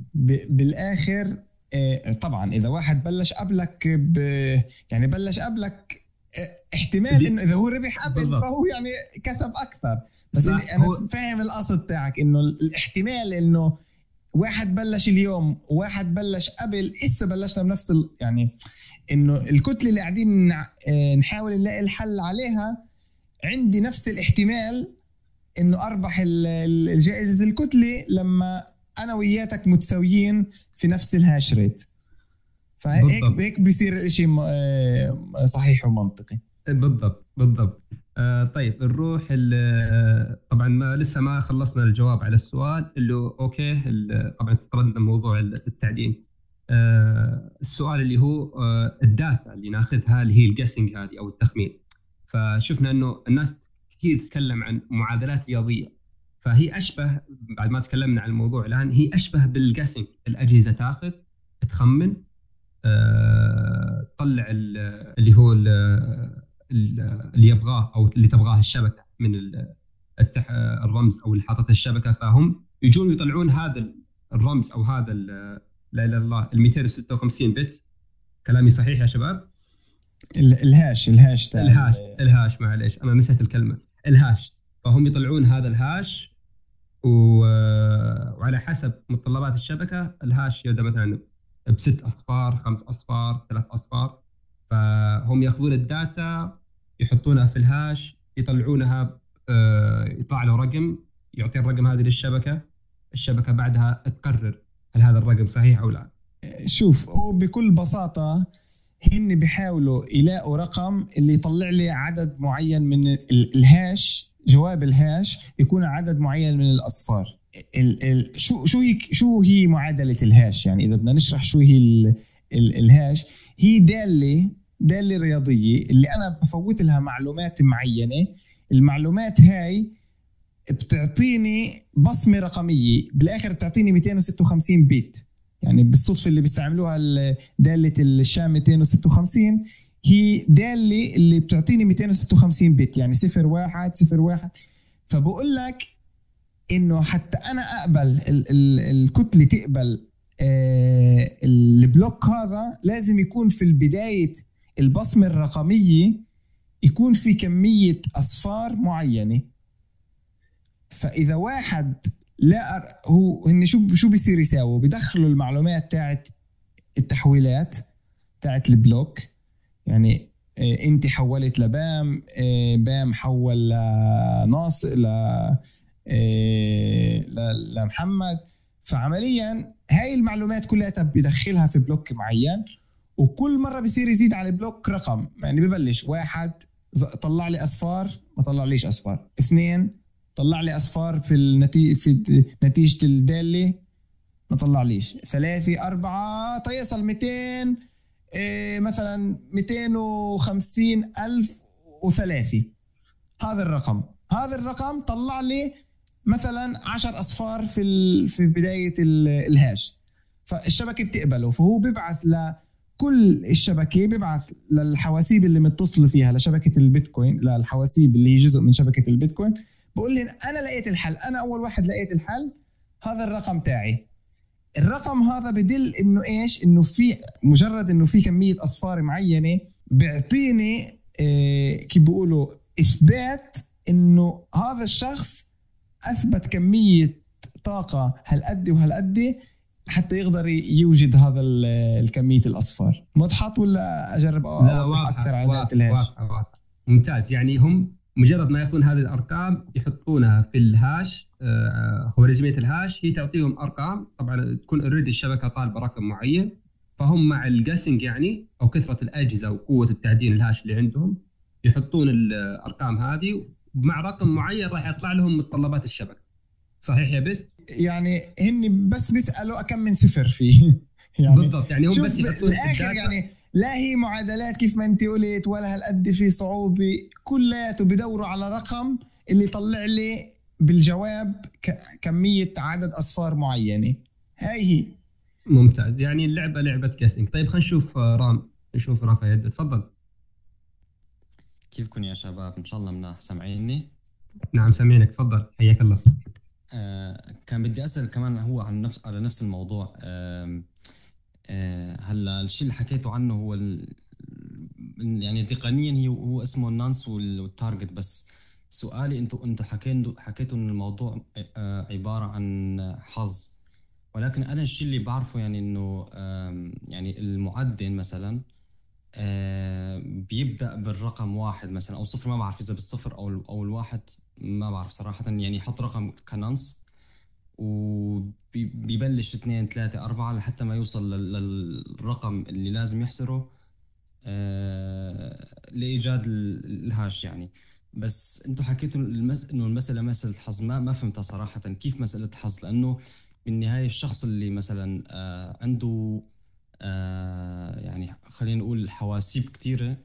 بالآخر طبعا إذا واحد بلش قبلك ب... يعني بلش قبلك احتمال إنه إذا هو ربح قبل فهو يعني كسب أكثر. بس أنا هو... فاهم القصد تاعك إنه الاحتمال إنه واحد بلش اليوم وواحد بلش قبل إسا بلشنا بنفس ال... يعني إنه الكتلة اللي قاعدين نحاول نلاقي الحل عليها عندي نفس الاحتمال إنه أربح الجائزة الكتلة لما أنا وياتك متساويين في نفس الهاش ريت. فهيك هيك بيصير الاشي صحيح ومنطقي. بالضبط بالضبط. آه طيب نروح طبعا ما لسه ما خلصنا الجواب على السؤال اللي اوكي طبعا استردنا موضوع التعدين. آه السؤال اللي هو آه الداتا اللي ناخذها اللي هي الجيسنج هذه او التخمين. فشفنا انه الناس كثير تتكلم عن معادلات رياضيه، فهي أشبه بعد ما تكلمنا عن الموضوع الآن هي أشبه بالجاسنج. الأجهزة تأخذ تخمن أه، تطلع اللي هو اللي يبغاه أو اللي تبغاه الشبكة من التح الرمز أو اللي حاطت الشبكة، فهم يجون يطلعون هذا الرمز أو هذا لا إله إلا الله ال مئتين وستة وخمسين بت. كلامي صحيح يا شباب؟ الهاش الهاش الهاش الهاش معليش أنا نسيت الكلمة الهاش. فهم يطلعون هذا الهاش وعلى حسب متطلبات الشبكة الهاش يبدأ مثلا بست أصفار خمس أصفار ثلاث أصفار. فهم يأخذون الداتا يحطونها في الهاش يطلعونها يطلع له رقم يعطي الرقم هذه للشبكة. الشبكة بعدها تقرر هل هذا الرقم صحيح أو لا. شوف هو بكل بساطة هن بيحاولوا يلاقوا رقم اللي يطلع لي عدد معين من الهاش. جواب الهاش يكون عدد معين من الأصفار. ال ال شو شو هي شو هي معادلة الهاش؟ يعني إذا بدنا نشرح شو هي ال ال الهاش، هي دالة دالة رياضية اللي أنا بفوت لها معلومات معينة. المعلومات هاي بتعطيني بصمة رقمية بالآخر بتعطيني مئتين وستة وخمسين بيت. يعني بالصدفة اللي بيستعملوها دالة الشام مئتين وستة وخمسين هي دالة اللي بتعطيني مئتين وستة وخمسين بت، يعني صفر واحد صفر واحد. فبقول لك إنه حتى أنا أقبل ال ال الكتلة تقبل آه البلوك هذا لازم يكون في البداية البصمة الرقمية يكون في كمية أصفار معينة. فإذا واحد لا هو إن شو شو بيصير يساوي؟ بدخلوا المعلومات تاعت التحويلات تاعت البلوك. يعني انت حولت لبام، بام حول لناصر لمحمد، فعمليا هاي المعلومات كلها بدخلها في بلوك معين، وكل مرة بيصير يزيد على البلوك رقم. يعني ببلش واحد طلع لي أصفار ما طلع ليش أصفار، اثنين طلع لي أصفار في النتيجة في نتيجة الدالة ما طلع ليش، ثلاثة أربعة تيصل مئتين إيه مثلا مئتين وخمسين ألف وثلاثة. هذا الرقم هذا الرقم طلع لي مثلا عشر أصفار في في بداية الهاش، فالشبكة بتقبله، فهو بيبعث لكل الشبكة، بيبعث للحواسيب اللي متصل فيها لشبكة البيتكوين، للحواسيب اللي هي جزء من شبكة البيتكوين، بقول لي أنا لقيت الحل، أنا أول واحد لقيت الحل، هذا الرقم تاعي. الرقم هذا بدل إنه إيش؟ إنه في مجرد إنه في كمية أصفار معينة بيعطيني إيه كيف بيقولوا إثبات إنه هذا الشخص أثبت كمية طاقة هالقد وهالقد حتى يقدر يوجد هذا الكمية الأصفار. مضحط ولا أجرب أوضح أكثر على دائرة الهاش؟ ممتاز. يعني هم مجرد ما يأخذون هذه الأرقام يحطونها في الهاش، خوارزمية الهاش هي تعطيهم أرقام، طبعا تكون أوريدي الشبكة طالبة رقم معين، فهم مع الجاسنج يعني أو كثرة الأجهزة وقوة التعدين الهاش اللي عندهم يحطون الأرقام هذه مع رقم معين راح يطلع لهم متطلبات الشبكة. صحيح يا بس؟ يعني هني بس بيسألوا أكم من صفر فيه يعني بالضبط. يعني هم بس يحطون الآخر يعني لا هي معادلات كيف ما انت قلت ولا هالقد في صعوبة، كلياته بدوروا على رقم اللي يطلع لي بالجواب كمية عدد أصفار معينة. هاي هي. ممتاز. يعني اللعبة لعبة كاسينج. طيب خلينا نشوف رام، نشوف رافع يد، تفضل. كيفكم يا شباب؟ إن شاء الله مناح، سامعيني؟ نعم سامعينك، تفضل حياك الله. آه كان بدي أسأل كمان هو عن نفس على نفس الموضوع. آه آه هلا الشيء اللي حكيته عنه هو يعني تقنيا هي هو اسمه النانس والتارجت، بس سؤالي انتوا انتوا حكيتوا حكيتوا ان الموضوع آه عبارة عن حظ، ولكن انا الشيء اللي بعرفه يعني انه آه يعني المعدن مثلا آه بيبدأ بالرقم واحد مثلا أو صفر، ما بعرف إذا بالصفر أو أو الواحد، ما بعرف صراحة. يعني يحط رقم كنانس وبيبلش اثنين ثلاثة أربعة لحتى ما يوصل للرقم اللي لازم يحسره آه لإيجاد الهاش يعني. بس أنتوا حكيتوا المس... إنه المسألة مسألة حظ، ما ما فهمتها صراحة. كيف مسألة حظ؟ لأنه بالنهاية الشخص اللي مثلا آه عنده آه يعني خلينا نقول حواسيب كتيرة،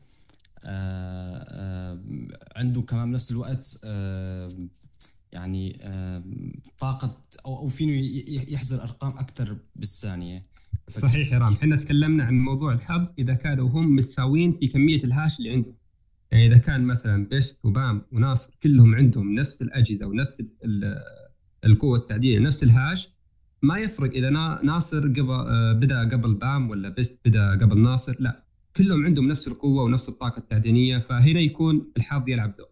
آه آه عنده كمان بنفس الوقت آه يعني آه طاقة أو, أو فينه يحزر أرقام أكتر بالثانية. صحيح يا رام، حنا تكلمنا عن موضوع الحظ إذا كانوا هم متساوين في كمية الهاش اللي عندهم. يعني إذا كان مثلا بيست وبام وناصر كلهم عندهم نفس الأجهزة ونفس القوة التعديل نفس الهاش، ما يفرق إذا ناصر قبل بدأ قبل بام ولا بيست بدأ قبل ناصر، لا كلهم عندهم نفس القوة ونفس الطاقة التعدينية، فهنا يكون الحظ يلعب دور.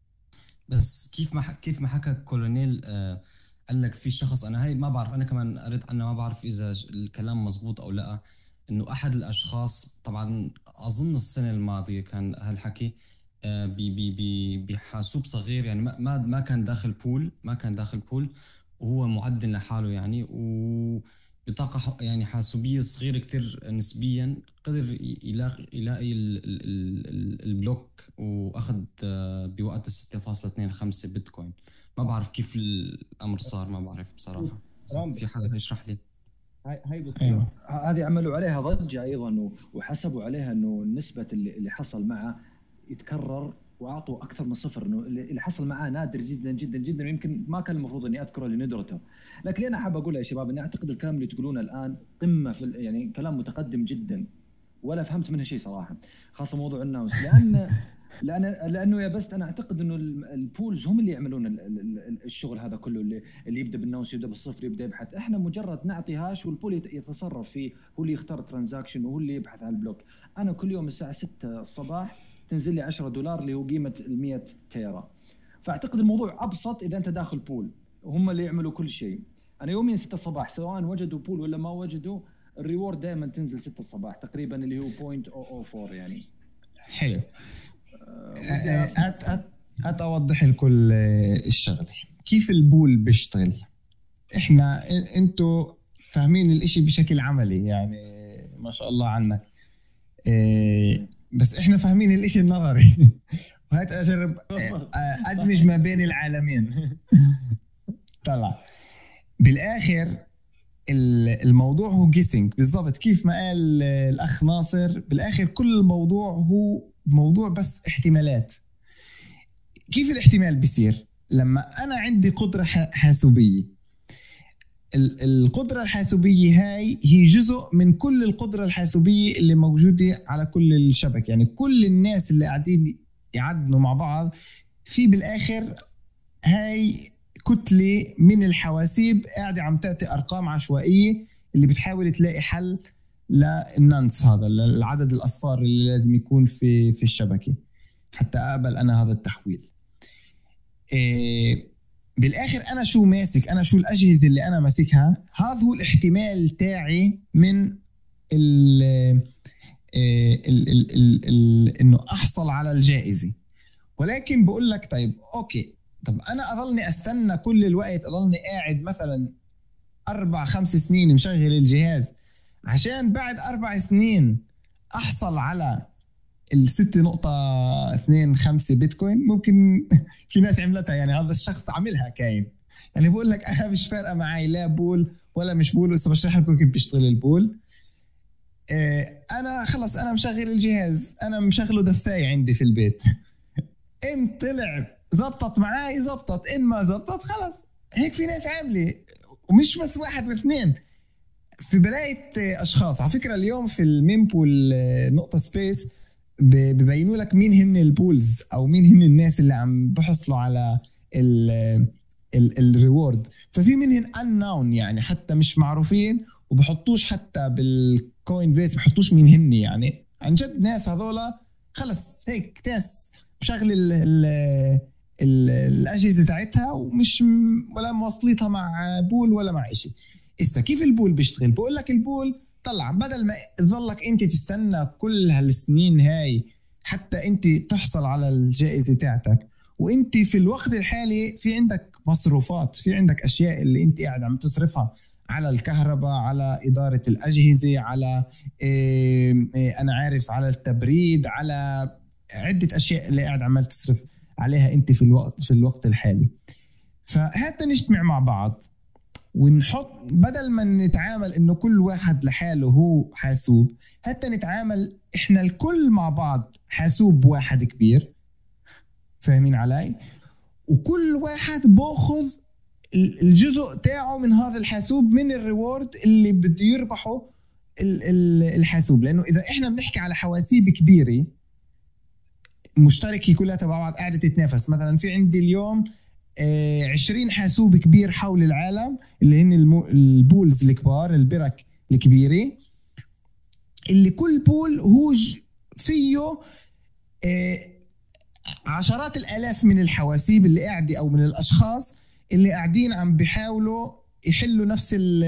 بس كيف ما كيف ما حكى كولونيل آه قال لك في شخص، أنا هاي ما بعرف، أنا كمان قريت عنه ما بعرف إذا الكلام مزبوط أو لا، إنه أحد الأشخاص طبعا أظن السنة الماضية كان هالحكي آه بحاسوب صغير، يعني ما ما ما كان داخل بول ما كان داخل بول وهو معدل لحاله يعني، وبطاقة يعني حاسوبية صغيرة كتير نسبيا قدر يلاقي يلاقي البلوك وأخذ بوقت ستة فاصلة اثنين خمسة بيتكوين. ما بعرف كيف الأمر صار، ما بعرف بصراحة. في حدا يشرح لي؟ هاي هاي بتصير هذه عملوا عليها ضجة أيضا وحسبوا عليها إنه نسبة اللي حصل معه يتكرر واعطوا اكثر من صفر، انه اللي حصل معاه نادر جدا جدا جدا، ويمكن ما كان المفروض اني اذكره لندرته. لكن انا حاب اقول يا شباب اني اعتقد الكلام اللي تقولونه الان قمه في يعني كلام متقدم جدا، ولا فهمت منها شيء صراحه، خاصه موضوع الناوس، لان لان لانه يا بس انا اعتقد انه البولز هم اللي يعملون الشغل هذا كله، اللي اللي يبدا بالناوس يبدا بالصفر يبدا يبحث. احنا مجرد نعطي هاش والبول يتصرف فيه، هو اللي يختار ترانزاكشن وهو اللي يبحث عن البلوك. انا كل يوم الساعه ستة الصباح تنزل لي عشرة دولار اللي هو قيمة المية تيرا. فأعتقد الموضوع أبسط إذا أنت داخل بول، هم اللي يعملوا كل شيء. أنا يومين ستة الصباح سواء وجدوا بول ولا ما وجدوا، الريورد دائما تنزل ستة الصباح تقريبا اللي هو صفر فاصلة صفر أربعة يعني. حلو. هات هات هات اوضح لكل الشغله كيف البول بيشتغل. احنا انتو فاهمين الاشي بشكل عملي يعني ما شاء الله عنك، بس احنا فاهمين الاشي النظري. وهات اجرب ادمج ما بين العالمين. طلع بالاخر الموضوع هو جيسنج بالضبط كيف ما قال الاخ ناصر. بالاخر كل الموضوع هو موضوع بس احتمالات. كيف الاحتمال بيصير؟ لما انا عندي قدرة حاسوبية، القدرة الحاسوبية هاي هي جزء من كل القدرة الحاسوبية اللي موجودة على كل الشبكة. يعني كل الناس اللي قاعدين يعدنوا مع بعض في بالاخر هاي كتلة من الحواسيب قاعدة عم تعطي ارقام عشوائية اللي بتحاول تلاقي حل للنانس هذا العدد الاصفار اللي لازم يكون في في الشبكة حتى اقبل انا هذا التحويل. إيه بالاخر انا شو ماسك؟ انا شو الاجهزة اللي انا ماسكها؟ هذا هو الاحتمال تاعي من ال ال ال ال ال انه احصل على الجائزة. ولكن بقول لك طيب اوكي، طب انا اضلني استنى كل الوقت، اضلني قاعد مثلا اربع خمس سنين مشغل الجهاز عشان بعد اربع سنين احصل على الستة نقطة اثنين خمسة بيتكوين؟ ممكن في ناس عملتها، يعني هذا الشخص عملها كاين. يعني بقول لك انا مش فارقة معي لا بول ولا مش بول، بس بشرح لكم كيف بيشتغل البول. اه انا خلص انا مشغل الجهاز، انا مشغله دفاية عندي في البيت. ان طلع زبطت معاي زبطت، ان ما زبطت خلص. هيك في ناس عاملة، ومش بس واحد واثنين، في بلاية اشخاص. على فكرة اليوم في الميمبول نقطة سبيس ببينوا لك مين هن البولز او مين هن الناس اللي عم بحصلوا على الريورد. ففي منهم unknown يعني حتى مش معروفين، وبحطوش حتى بالكوين بيس بحطوش مين هن. يعني عن جد ناس هذولا خلص هيك ناس بشغل ال ال ال الاجهزه تاعتها ومش ولا موصليتها مع بول ولا مع إشي. إسا كيف البول بيشتغل؟ بقول لك البول طلع بدل ما تظلك انت تستنى كل هالسنين هاي حتى انت تحصل على الجائزة تاعتك، وانت في الوقت الحالي في عندك مصروفات، في عندك اشياء اللي انت قاعد عم تصرفها على الكهرباء، على إدارة الأجهزة، على إيه إيه أنا عارف على التبريد، على عدة أشياء اللي قاعد عمال تصرف عليها انت في الوقت في الوقت الحالي. فهات نجتمع مع بعض ونحط، بدل ما نتعامل انه كل واحد لحاله هو حاسوب، حتى نتعامل احنا الكل مع بعض حاسوب واحد كبير. فاهمين علي؟ وكل واحد باخذ الجزء تاعه من هذا الحاسوب من الريورد اللي بده يربحه الحاسوب. لانه اذا احنا بنحكي على حواسيب كبيرة مشتركة كلها تبع بعض قاعدة تتنافس، مثلا في عندي اليوم عشرين حاسوب كبير حول العالم اللي هن البولز الكبار، البرك الكبيرة، اللي كل بول هو فيه عشرات الآلاف من الحواسيب اللي قاعدة أو من الأشخاص اللي قاعدين عم بيحاولوا يحلوا نفس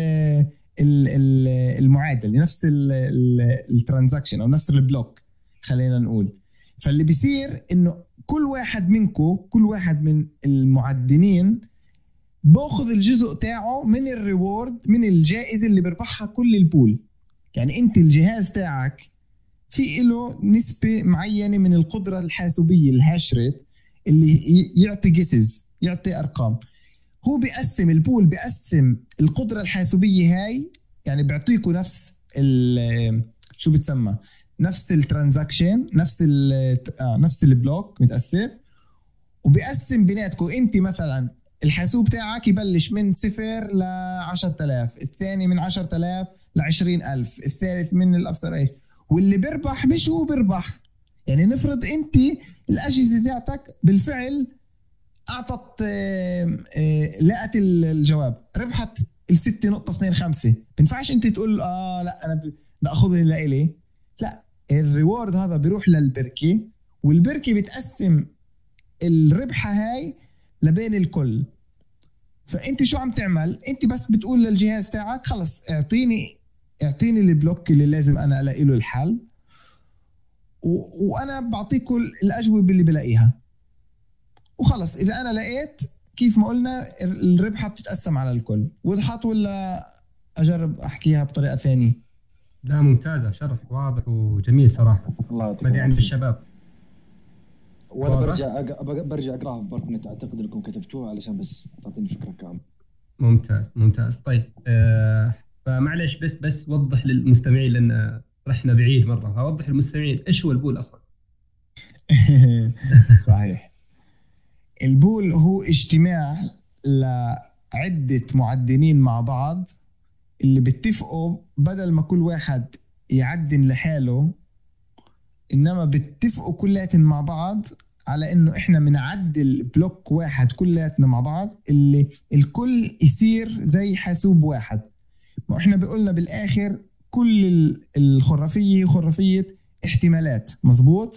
المعادلة، نفس الترانزاكشن أو نفس البلوك خلينا نقول. فاللي بيصير إنه كل واحد منكم، كل واحد من المعدنين باخذ الجزء تاعه من الريورد، من الجائزة اللي بربحها كل البول. يعني انت الجهاز تاعك في له نسبة معينة من القدرة الحاسوبية الهاشريت اللي يعطي جسز، يعطي أرقام. هو بيقسم البول، بيقسم القدرة الحاسوبية هاي، يعني بيعطيكوا نفس شو بتسمى نفس الترانزاكشن، نفس ال آه نفس البلوك متأسف، وبيقسم بيناتكم. انت مثلا الحاسوب تاعك يبلش من صفر لعشرة آلاف، الثاني من عشرة آلاف لعشرين ألف، الثالث من الأبصر ايش، واللي بيربح مش هو بيربح. يعني نفرض انت الأجهزة تاعتك بالفعل أعطت آه آه لقت الجواب، ربحت الستة نقطة اثنين خمسة، بنفعش انت تقول اه لا انا بدي اخذ لإلي. لا، الريورد هذا بيروح للبركة، والبركة بتقسم الربحة هاي لبين الكل. فانت شو عم تعمل؟ انت بس بتقول للجهاز تاعك خلص اعطيني اعطيني البلوك اللي لازم انا الاقي له الحل، و... وانا بعطيكم الاجوبه اللي بلاقيها، وخلص اذا انا لقيت كيف ما قلنا الربحه بتتقسم على الكل. وضحت ولا اجرب احكيها بطريقه ثانيه؟ لا ممتازه، شرح واضح وجميل صراحه. الله يعطيك بدي عند العافية. الشباب. وانا واضح؟ برجع أق... برجع اقراها في باركنت، اعتقد انكم كتبتوها علشان بس تعطيني فكره كامله. ممتاز ممتاز. طيب آه فمعلش بس بس وضح للمستمعين لان رحنا بعيد مره، اوضح للمستمعين ايش هو البول اصلا. صحيح. البول هو اجتماع لعدة معدنين مع بعض اللي بيتفقوا بدل ما كل واحد يعدن لحاله، إنما بيتفقوا كلاتن مع بعض على إنه إحنا بنعدل بلوك واحد كلاتنا مع بعض اللي الكل يصير زي حاسوب واحد. ما إحنا بيقولنا بالآخر كل الخرافية خرافية احتمالات، مزبوط؟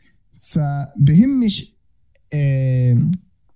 فبهمش آه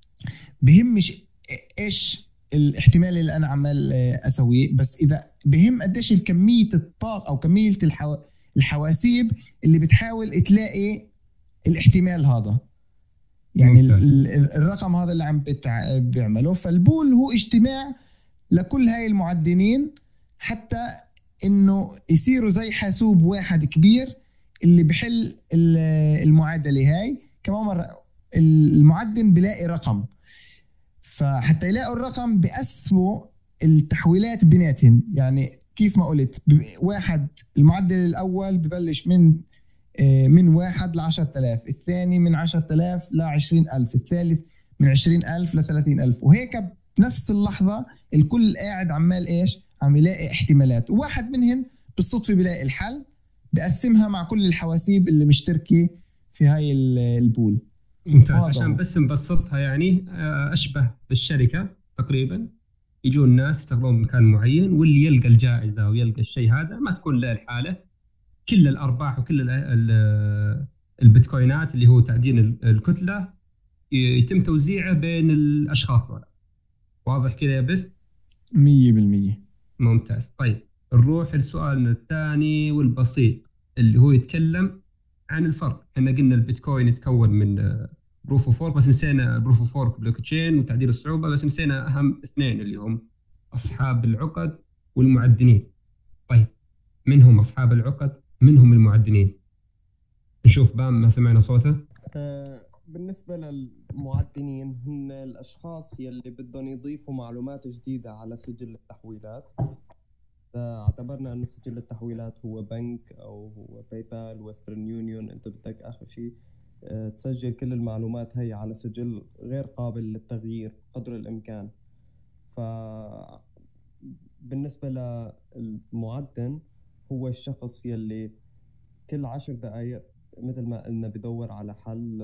بهمش ايش الاحتمال اللي انا عمال اسويه، بس اذا بهم قديش الكميه الطاقه او كميه الحو... الحواسيب اللي بتحاول تلاقي الاحتمال هذا، يعني ال... الرقم هذا اللي عم بتع... بيعمله. فالبول هو اجتماع لكل هاي المعدنين حتى انه يصيروا زي حاسوب واحد كبير اللي بحل المعادله هاي. كمان مره المعدن بلاقي رقم، فحتى يلاقوا الرقم بيقسموا التحويلات بيناتهم. يعني كيف ما قلت واحد، المعدل الأول ببلش من من واحد لعشرة آلاف، الثاني من عشرة آلاف لعشرين ألف، الثالث من عشرين ألف لثلاثين ألف، وهيك بنفس اللحظة الكل قاعد عمال إيش عم يلاقي احتمالات، وواحد منهم بالصدفة بيلاقي الحل بقسمها مع كل الحواسيب اللي مشتركة في هاي البول. ممتاز. عشان بس نبسطها يعني أشبه بالشركة تقريبا، يجوا الناس يشتغلون بمكان معين واللي يلقى الجائزة ويلقى الشيء هذا ما تكون له الحالة، كل الأرباح وكل البيتكوينات اللي هو تعدين الكتلة يتم توزيعه بين الأشخاص هذا. واضح كذا يا بس؟ مية بالمية. ممتاز. طيب نروح للسؤال الثاني والبسيط اللي هو يتكلم عن الفرق. احنا قلنا البيتكوين يتكون من بروف اوف وورك، بس نسينا بروف اوف وورك بلوك تشين وتعديل الصعوبه، بس نسينا اهم اثنين اللي هم اصحاب العقد والمعدنين. طيب من هم اصحاب العقد؟ من هم المعدنين؟ نشوف بام ما سمعنا صوته. آه بالنسبه للمعدنين هن الاشخاص يلي بدهم يضيفوا معلومات جديده على سجل التحويلات. اعتبرنا انه سجل التحويلات هو بنك او هو باي بال ويسترن يونيون، انت بدك اخر شيء تسجل كل المعلومات هي على سجل غير قابل للتغيير قدر الامكان. ف بالنسبه للمعدن هو الشخص يلي كل عشر دقائق مثل ما قلنا بدور على حل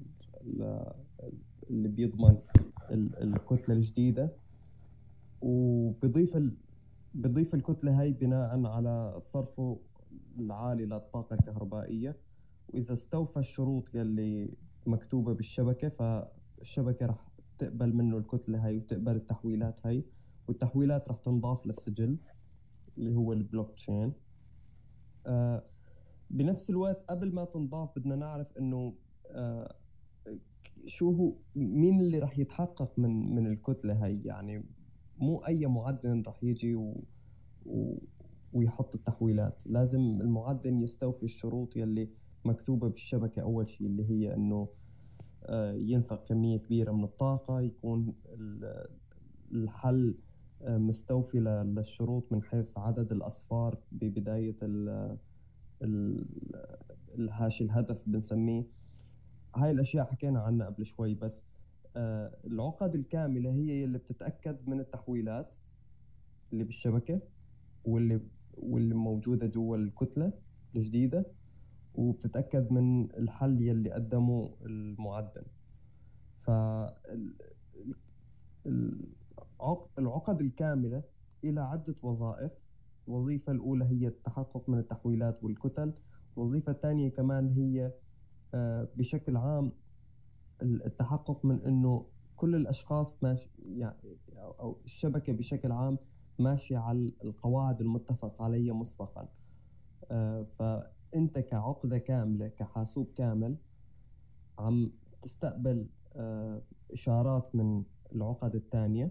اللي بيضمن الكتله الجديده، وبضيف بضيف الكتلة هاي بناء على صرفه العالي للطاقة الكهربائية. وإذا استوفى الشروط يلي مكتوبة بالشبكة فالشبكة رح تقبل منه الكتلة هاي وتقبل التحويلات هاي، والتحويلات رح تنضاف للسجل اللي هو البلوك تشين. آه بنفس الوقت قبل ما تنضاف بدنا نعرف إنه آه شو هو مين اللي رح يتحقق من من الكتلة هاي. يعني مو أي معدن رح يجي و... و... ويحط التحويلات، لازم المعدن يستوفي الشروط يلي مكتوبة بالشبكة. أول شيء اللي هي أنه ينفق كمية كبيرة من الطاقة، يكون الحل مستوفي للشروط من حيث عدد الأصفار ببداية الهاشي الهدف بنسميه. هاي الأشياء حكينا عنها قبل شوي. بس العقد الكاملة هي اللي بتتأكد من التحويلات اللي بالشبكة واللي واللي موجودة جوا الكتلة الجديدة، وبتتأكد من الحل يلي قدمه المعدن. فالعقد الكاملة إلى عدة وظائف. الوظيفة الأولى هي التحقق من التحويلات والكتل. الوظيفة الثانية كمان هي بشكل عام التحقق من انه كل الاشخاص ماشي، يعني او الشبكه بشكل عام ماشي على القواعد المتفق عليها مسبقا. آه، فأنت كعقدة كاملة كحاسوب كامل عم تستقبل آه، إشارات من العقد الثانية.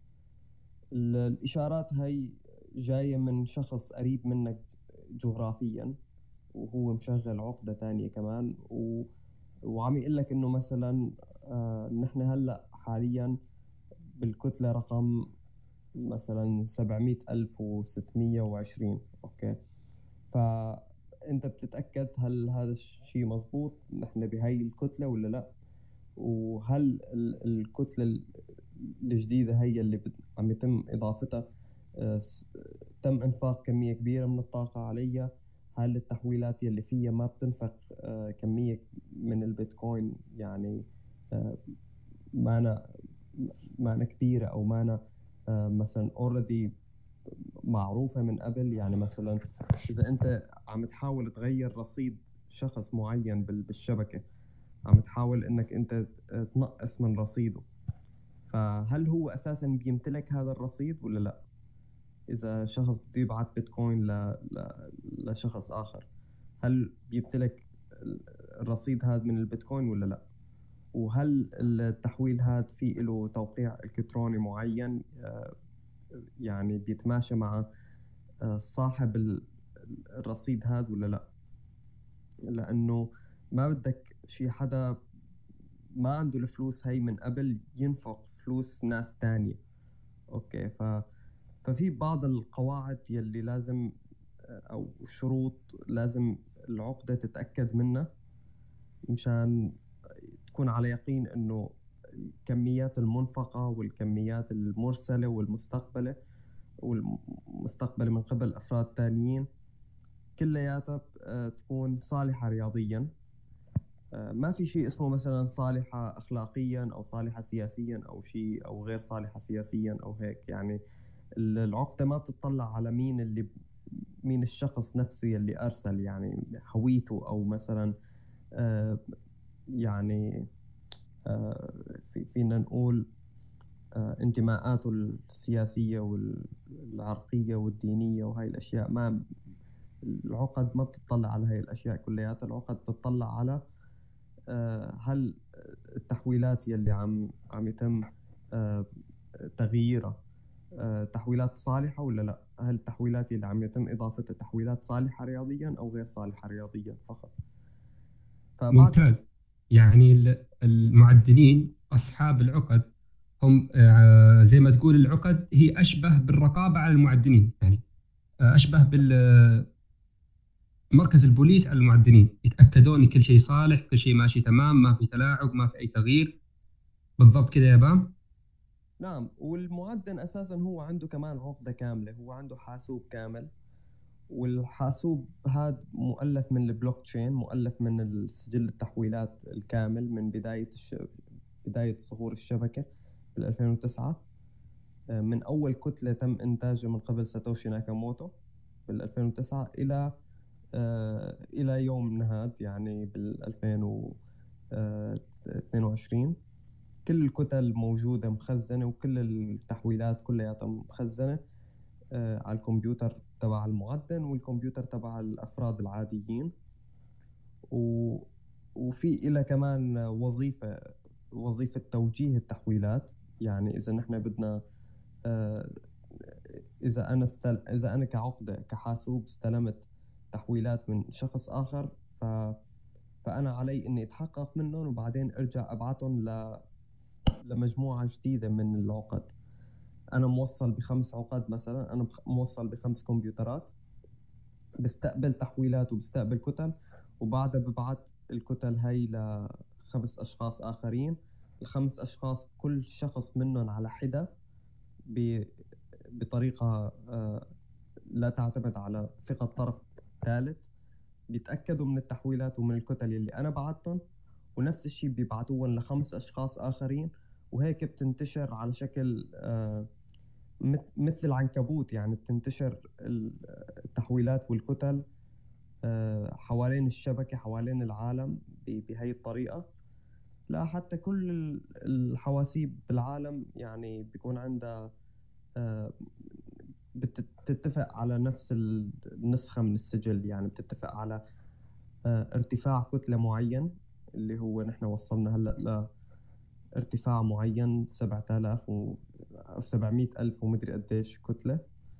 الإشارات هاي جاية من شخص قريب منك جغرافيا وهو مشغل عقدة تانية كمان و... وعم يقول لك إنه مثلا آه نحن هلأ حاليا بالكتلة رقم مثلا سبعمية ألف وستمية وعشرين. أوكي، فأنت بتتأكد هل هذا الشيء مزبوط، نحن بهاي الكتلة ولا لا، وهل الكتلة الجديدة هي اللي عم يتم إضافتها آه تم إنفاق كمية كبيرة من الطاقة عليها، هل التحويلات اللي فيها ما بتنفق آه كمية من البيتكوين يعني آه مانا مانا كبيرة أو مانا آه مثلا already معروفة من قبل. يعني مثلا إذا أنت عم تحاول تغير رصيد شخص معين بالشبكة، عم تحاول إنك أنت تنقص من رصيده، فهل هو أساسا بيمتلك هذا الرصيد ولا لا؟ إذا شخص بده يبعث بيتكوين ل... ل... لشخص آخر، هل بيمتلك الرصيد هذا من البيتكوين ولا لا؟ وهل التحويل هذا فيه له توقيع إلكتروني معين يعني بيتماشى مع صاحب الرصيد هذا ولا لا؟ لأنه ما بدك شي حدا ما عنده الفلوس هاي من قبل ينفق فلوس ناس تانية. أوكي، ف ففي بعض القواعد يلي لازم أو شروط لازم العقدة تتأكد منها مشان تكون على يقين إنه الكميات المنفقة والكميات المرسلة والمستقبلة والمستقبلة من قبل أفراد تانيين كلياتها تكون صالحة رياضيا. ما في شيء اسمه مثلا صالحة أخلاقيا أو صالحة سياسيا أو شيء أو غير صالحة سياسيا أو هيك. يعني العقدة ما بتطلع على مين اللي مين الشخص نفسه يلي أرسل يعني هويته أو مثلا آه يعني آه في فينا نقول آه انتماءاته السياسية والعرقية والدينية وهاي الأشياء. ما العقد ما بتطلع على هاي الأشياء كلياتها. العقد بتطلع على آه هل التحويلات يلي عم عم يتم آه تغييرها آه تحويلات صالحة ولا لا؟ هل التحويلات اللي عم يتم إضافتها تحويلات صالحة رياضيا أو غير صالحة رياضيا فقط؟ ممتاز. يعني المعدنين أصحاب العقد هم زي ما تقول العقد هي أشبه بالرقابة على المعدنين، يعني أشبه بال مركز البوليس على المعدنين، يتأكدون إن كل شيء صالح، كل شيء ماشي تمام، ما في تلاعب، ما في أي تغيير. بالضبط كده يا بام. نعم، والمعدن أساسا هو عنده كمان عقدة كاملة، هو عنده حاسوب كامل، والحاسوب هذا مؤلف من البلوك تشين، مؤلف من السجل التحويلات الكامل من بداية الش... بداية ظهور الشبكة في ألفين وتسعة، من أول كتلة تم إنتاجها من قبل ساتوشي ناكاموتو بال ألفين وتسعة إلى آه إلى يومنا هذا يعني بال ألفين واثنين وعشرين. كل الكتل موجودة مخزنة وكل التحويلات كلها مخزنة آه على الكمبيوتر تبع المعدن والكمبيوتر تبع الأفراد العاديين. و... وفي إلى كمان وظيفة وظيفة توجيه التحويلات. يعني إذا نحن بدنا آه إذا أنا استل... إذا أنا كعقدة كحاسوب استلمت تحويلات من شخص آخر ف... فأنا علي إني أتحقق منهم وبعدين أرجع أبعتهم ل... لمجموعة جديدة من العقد. أنا موصل بخمس عقد مثلا، أنا موصل بخمس كمبيوترات، بستقبل تحويلات وبستقبل كتل، وبعدها ببعت الكتل هاي لخمس أشخاص آخرين. الخمس أشخاص كل شخص منهم على حدة ب... بطريقة لا تعتمد على ثقة طرف ثالث، بيتأكدوا من التحويلات ومن الكتل اللي أنا بعتهم، ونفس الشيء بيبعتوهم لخمس أشخاص آخرين، وهيك بتنتشر على شكل مثل العنكبوت. يعني بتنتشر التحويلات والكتل حوالين الشبكة حوالين العالم بهي الطريقة. لا حتى كل الحواسيب بالعالم يعني بيكون عندها بتتفق على نفس النسخة من السجل، يعني بتتفق على ارتفاع كتلة معين اللي هو نحن وصلنا هلأ لارتفاع معين سبعة آلاف و سبعمية ألف ومدري قديش كتلة.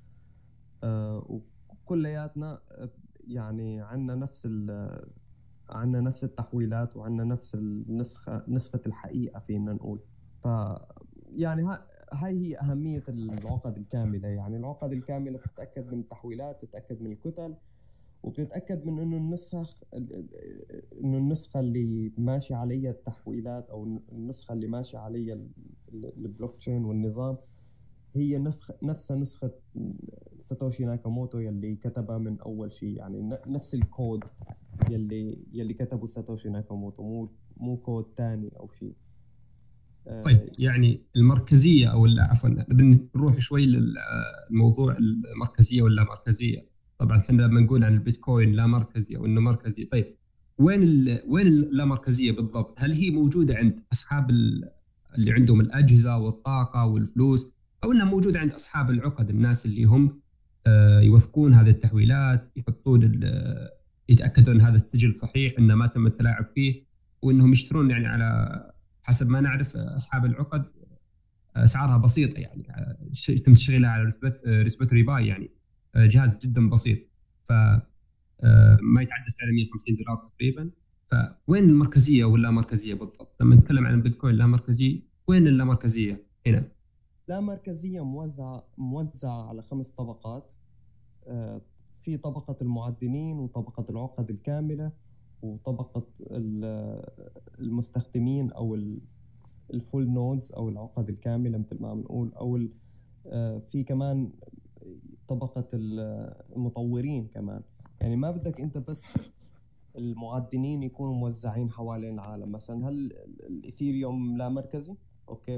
وكلياتنا يعني عنا نفس عنا نفس التحويلات وعنا نفس النسخة نسخة الحقيقة فينا نقول. ف يعني هاي هي أهمية العقد الكاملة. يعني العقد الكاملة بتتأكد من التحويلات، بتتأكد من الكتل، وبتتأكد من إنه النسخ إنه النسخة اللي ماشي عليها التحويلات أو النسخة اللي ماشي عليها البلوكتشين والنظام هي نسخ نفسها نسخة ساتوشي ناكاموتو يلي كتبها من أول شيء. يعني نفس الكود يلي يلي كتبه ساتوشي ناكاموتو، مو مو كود تاني أو شيء. طيب يعني المركزية أو عفوا بنروح شوي للموضوع المركزية ولا مركزية. طبعا احنا لما نقول عن البيتكوين لا مركزي أو إنه مركزي، طيب وين ال وين اللا مركزية بالضبط؟ هل هي موجودة عند أصحاب اللي عندهم الأجهزة والطاقة والفلوس، أو إنها موجودة عند أصحاب العقد، الناس اللي هم يوثقون هذه التحويلات، يحطون يتأكدوا أن هذا السجل صحيح، إنه ما تم التلاعب فيه، وإنهم يشترون يعني على حسب ما نعرف أصحاب العقد أسعارها بسيطة، يعني تم تشغيلها على ريسبتوري باي، يعني جهاز جدا بسيط، فما يتعدى سعره مية وخمسين دولار تقريبا. فوين المركزية ولا مركزية بالضبط؟ لما نتكلم عن البيتكوين لا مركزي، وين اللا مركزية هنا؟ لا مركزية موزعة موزعة على خمس طبقات. في طبقة المعدنين، وطبقة العقد الكاملة، وطبقة المستخدمين أو الفول نودز أو العقد الكاملة مثل ما بنقول، أو في كمان طبقة المطورين كمان. يعني ما بدك أنت بس المعدنين يكونوا موزعين حوالين العالم. مثلا هل الإثيريوم لا مركزي؟ أوكي،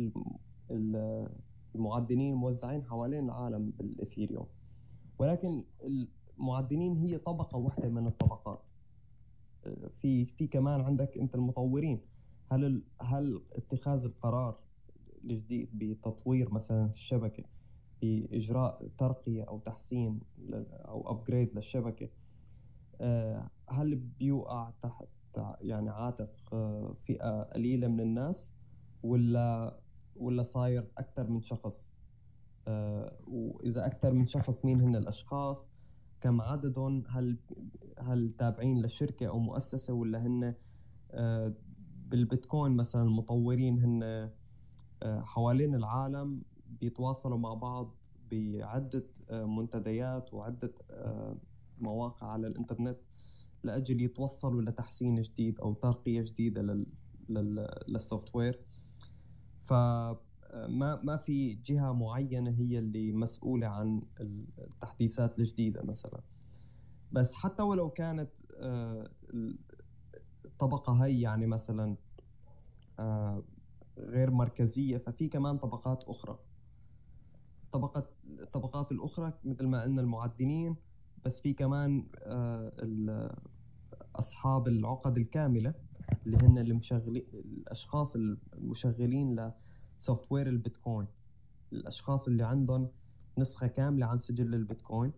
المعدنين موزعين حوالين العالم بالإثيريوم، ولكن المعدنين هي طبقة واحدة من الطبقات. في في كمان عندك أنت المطورين. هل هل اتخاذ القرار الجديد بتطوير مثلا الشبكة، بإجراء ترقية أو تحسين أو أبجريد للشبكة، هل بيوقع تحت يعني عاتق فئة قليلة من الناس، ولا ولا صاير أكثر من شخص؟ وإذا أكثر من شخص، مين هن الأشخاص؟ كم عددهم؟ هل هل تابعين للشركة أو مؤسسة، ولا هن بالبيتكوين مثلا المطورين هن حوالين العالم بيتواصلوا مع بعض بعدة منتديات وعدة مواقع على الإنترنت لأجل يتوصلوا لتحسين جديد أو ترقية جديدة لل للسوفت وير. فما ما في جهة معينة هي اللي مسؤولة عن التحديثات الجديدة مثلا. بس حتى ولو كانت الطبقة هي يعني مثلا غير مركزية، ففي كمان طبقات أخرى. طبقة الطبقات الأخرى مثل ما قلنا المعدنين، بس في كمان أصحاب العقد الكاملة اللي هن اللي مشغلين، الأشخاص المشغلين لسوفت وير البيتكوين، الأشخاص اللي عندهم نسخة كاملة عن سجل البيتكوين.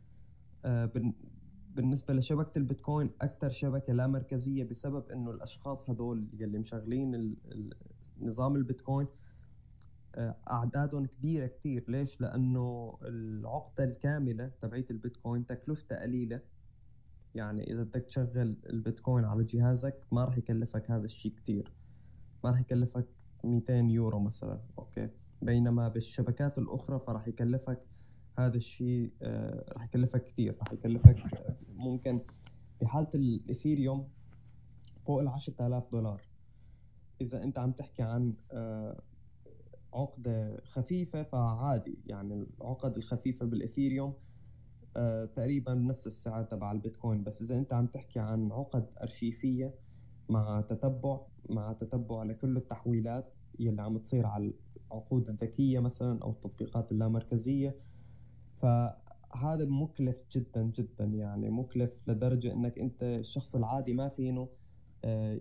بالنسبة لشبكة البيتكوين أكثر شبكة لا مركزية، بسبب إنه الأشخاص هدول يلي مشغلين نظام البيتكوين أعدادهم كبيرة كتير. ليش؟ لأنه العقدة الكاملة تبعية البيتكوين تكلفتها قليلة. يعني إذا بدك تشغل البيتكوين على جهازك ما راح يكلفك هذا الشيء كتير، ما راح يكلفك مئتين يورو مثلا، أوكي. بينما بالشبكات الأخرى فراح يكلفك هذا الشيء، آه راح يكلفك كتير، راح يكلفك آه ممكن بحالة الإثيريوم فوق العشرة آلاف دولار. إذا أنت عم تحكي عن آه عقدة خفيفة فعادي، يعني العقد الخفيفة بالإثيريوم آه تقريبا نفس السعر تبع البيتكوين. بس إذا أنت عم تحكي عن عقد أرشيفية مع تتبع مع تتبع على كل التحويلات يلي عم تصير على العقود الذكية مثلا أو التطبيقات اللامركزية، فهذا مكلف جدا جدا. يعني مكلف لدرجة أنك أنت الشخص العادي ما فينه آه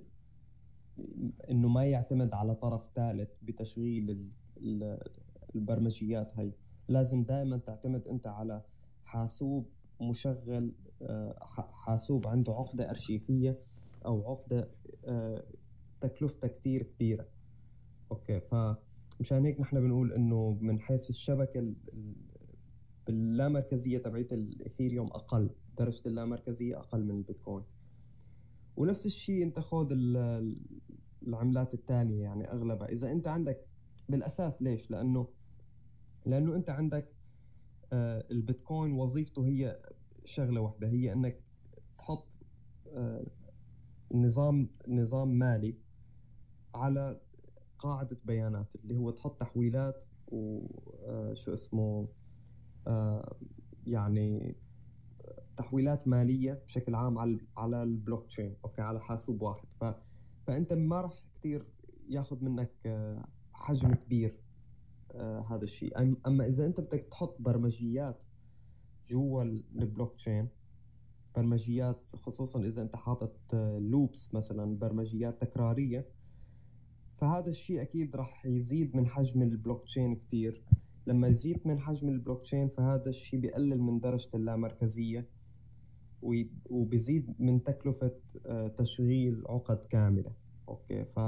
إنه ما يعتمد على طرف ثالث بتشغيل البرمجيات هاي. لازم دائما تعتمد انت على حاسوب مشغل، حاسوب عنده عقدة أرشيفية أو عقدة تكلفتها كتير كبيرة. أوكي، فمشان هيك نحن بنقول إنه من حيث الشبكة باللامركزية تبعت الإثيريوم أقل، درجة اللامركزية أقل من البيتكوين. ونفس الشيء أنت خود العملات الثانية يعني أغلبها. إذا أنت عندك بالأساس، ليش؟ لأنه لأنه أنت عندك آه البيتكوين وظيفته هي شغلة واحدة، هي أنك تحط آه نظام نظام مالي على قاعدة بيانات، اللي هو تحط تحويلات وشو اسمه آه يعني تحويلات مالية بشكل عام على على البلوك تشين، أوكي، على حاسوب واحد. ف فأنت ما راح كتير ياخد منك آه حجم كبير آه هذا الشيء. أما إذا أنت بدك تحط برمجيات جوا البلوك تشين، برمجيات خصوصا إذا أنت حاطط لوبس مثلا، برمجيات تكرارية، فهذا الشيء أكيد راح يزيد من حجم البلوك تشين كتير. لما يزيد من حجم البلوك تشين فهذا الشيء بيقلل من درجة اللامركزية وبيزيد من تكلفة تشغيل عقد كاملة. أوكي، ف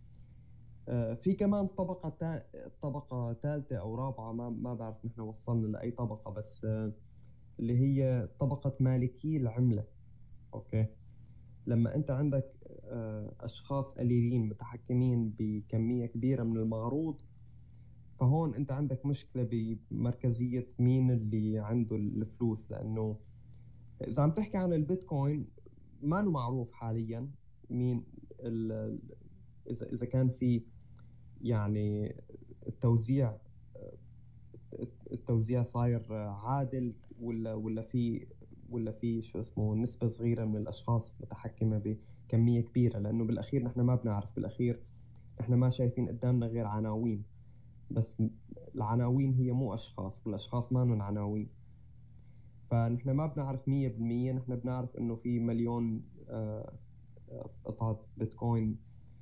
في كمان طبقة تا... طبقة ثالثة أو رابعة، ما ما بعرف نحن وصلنا لأي طبقة، بس اللي هي طبقة مالكي العملة. أوكي، لما أنت عندك أشخاص قليلين متحكمين بكمية كبيرة من المعروض، فهون أنت عندك مشكلة بمركزية مين اللي عنده الفلوس. لأنه إذا عم تحكي عن البيتكوين ما هو معروف حاليا مين إذا إذا كان في يعني التوزيع التوزيع صاير عادل ولا ولا في ولا في شو اسمه نسبة صغيرة من الأشخاص متحكمة بكمية كبيرة. لأنه بالأخير نحن ما بنعرف، بالأخير نحن ما شايفين قدامنا غير عناوين، بس العناوين هي مو أشخاص، والأشخاص ما هن عناوين. فنحن ما بنعرف مية بالمية. نحن بنعرف إنه في مليون قطعة بيتكوين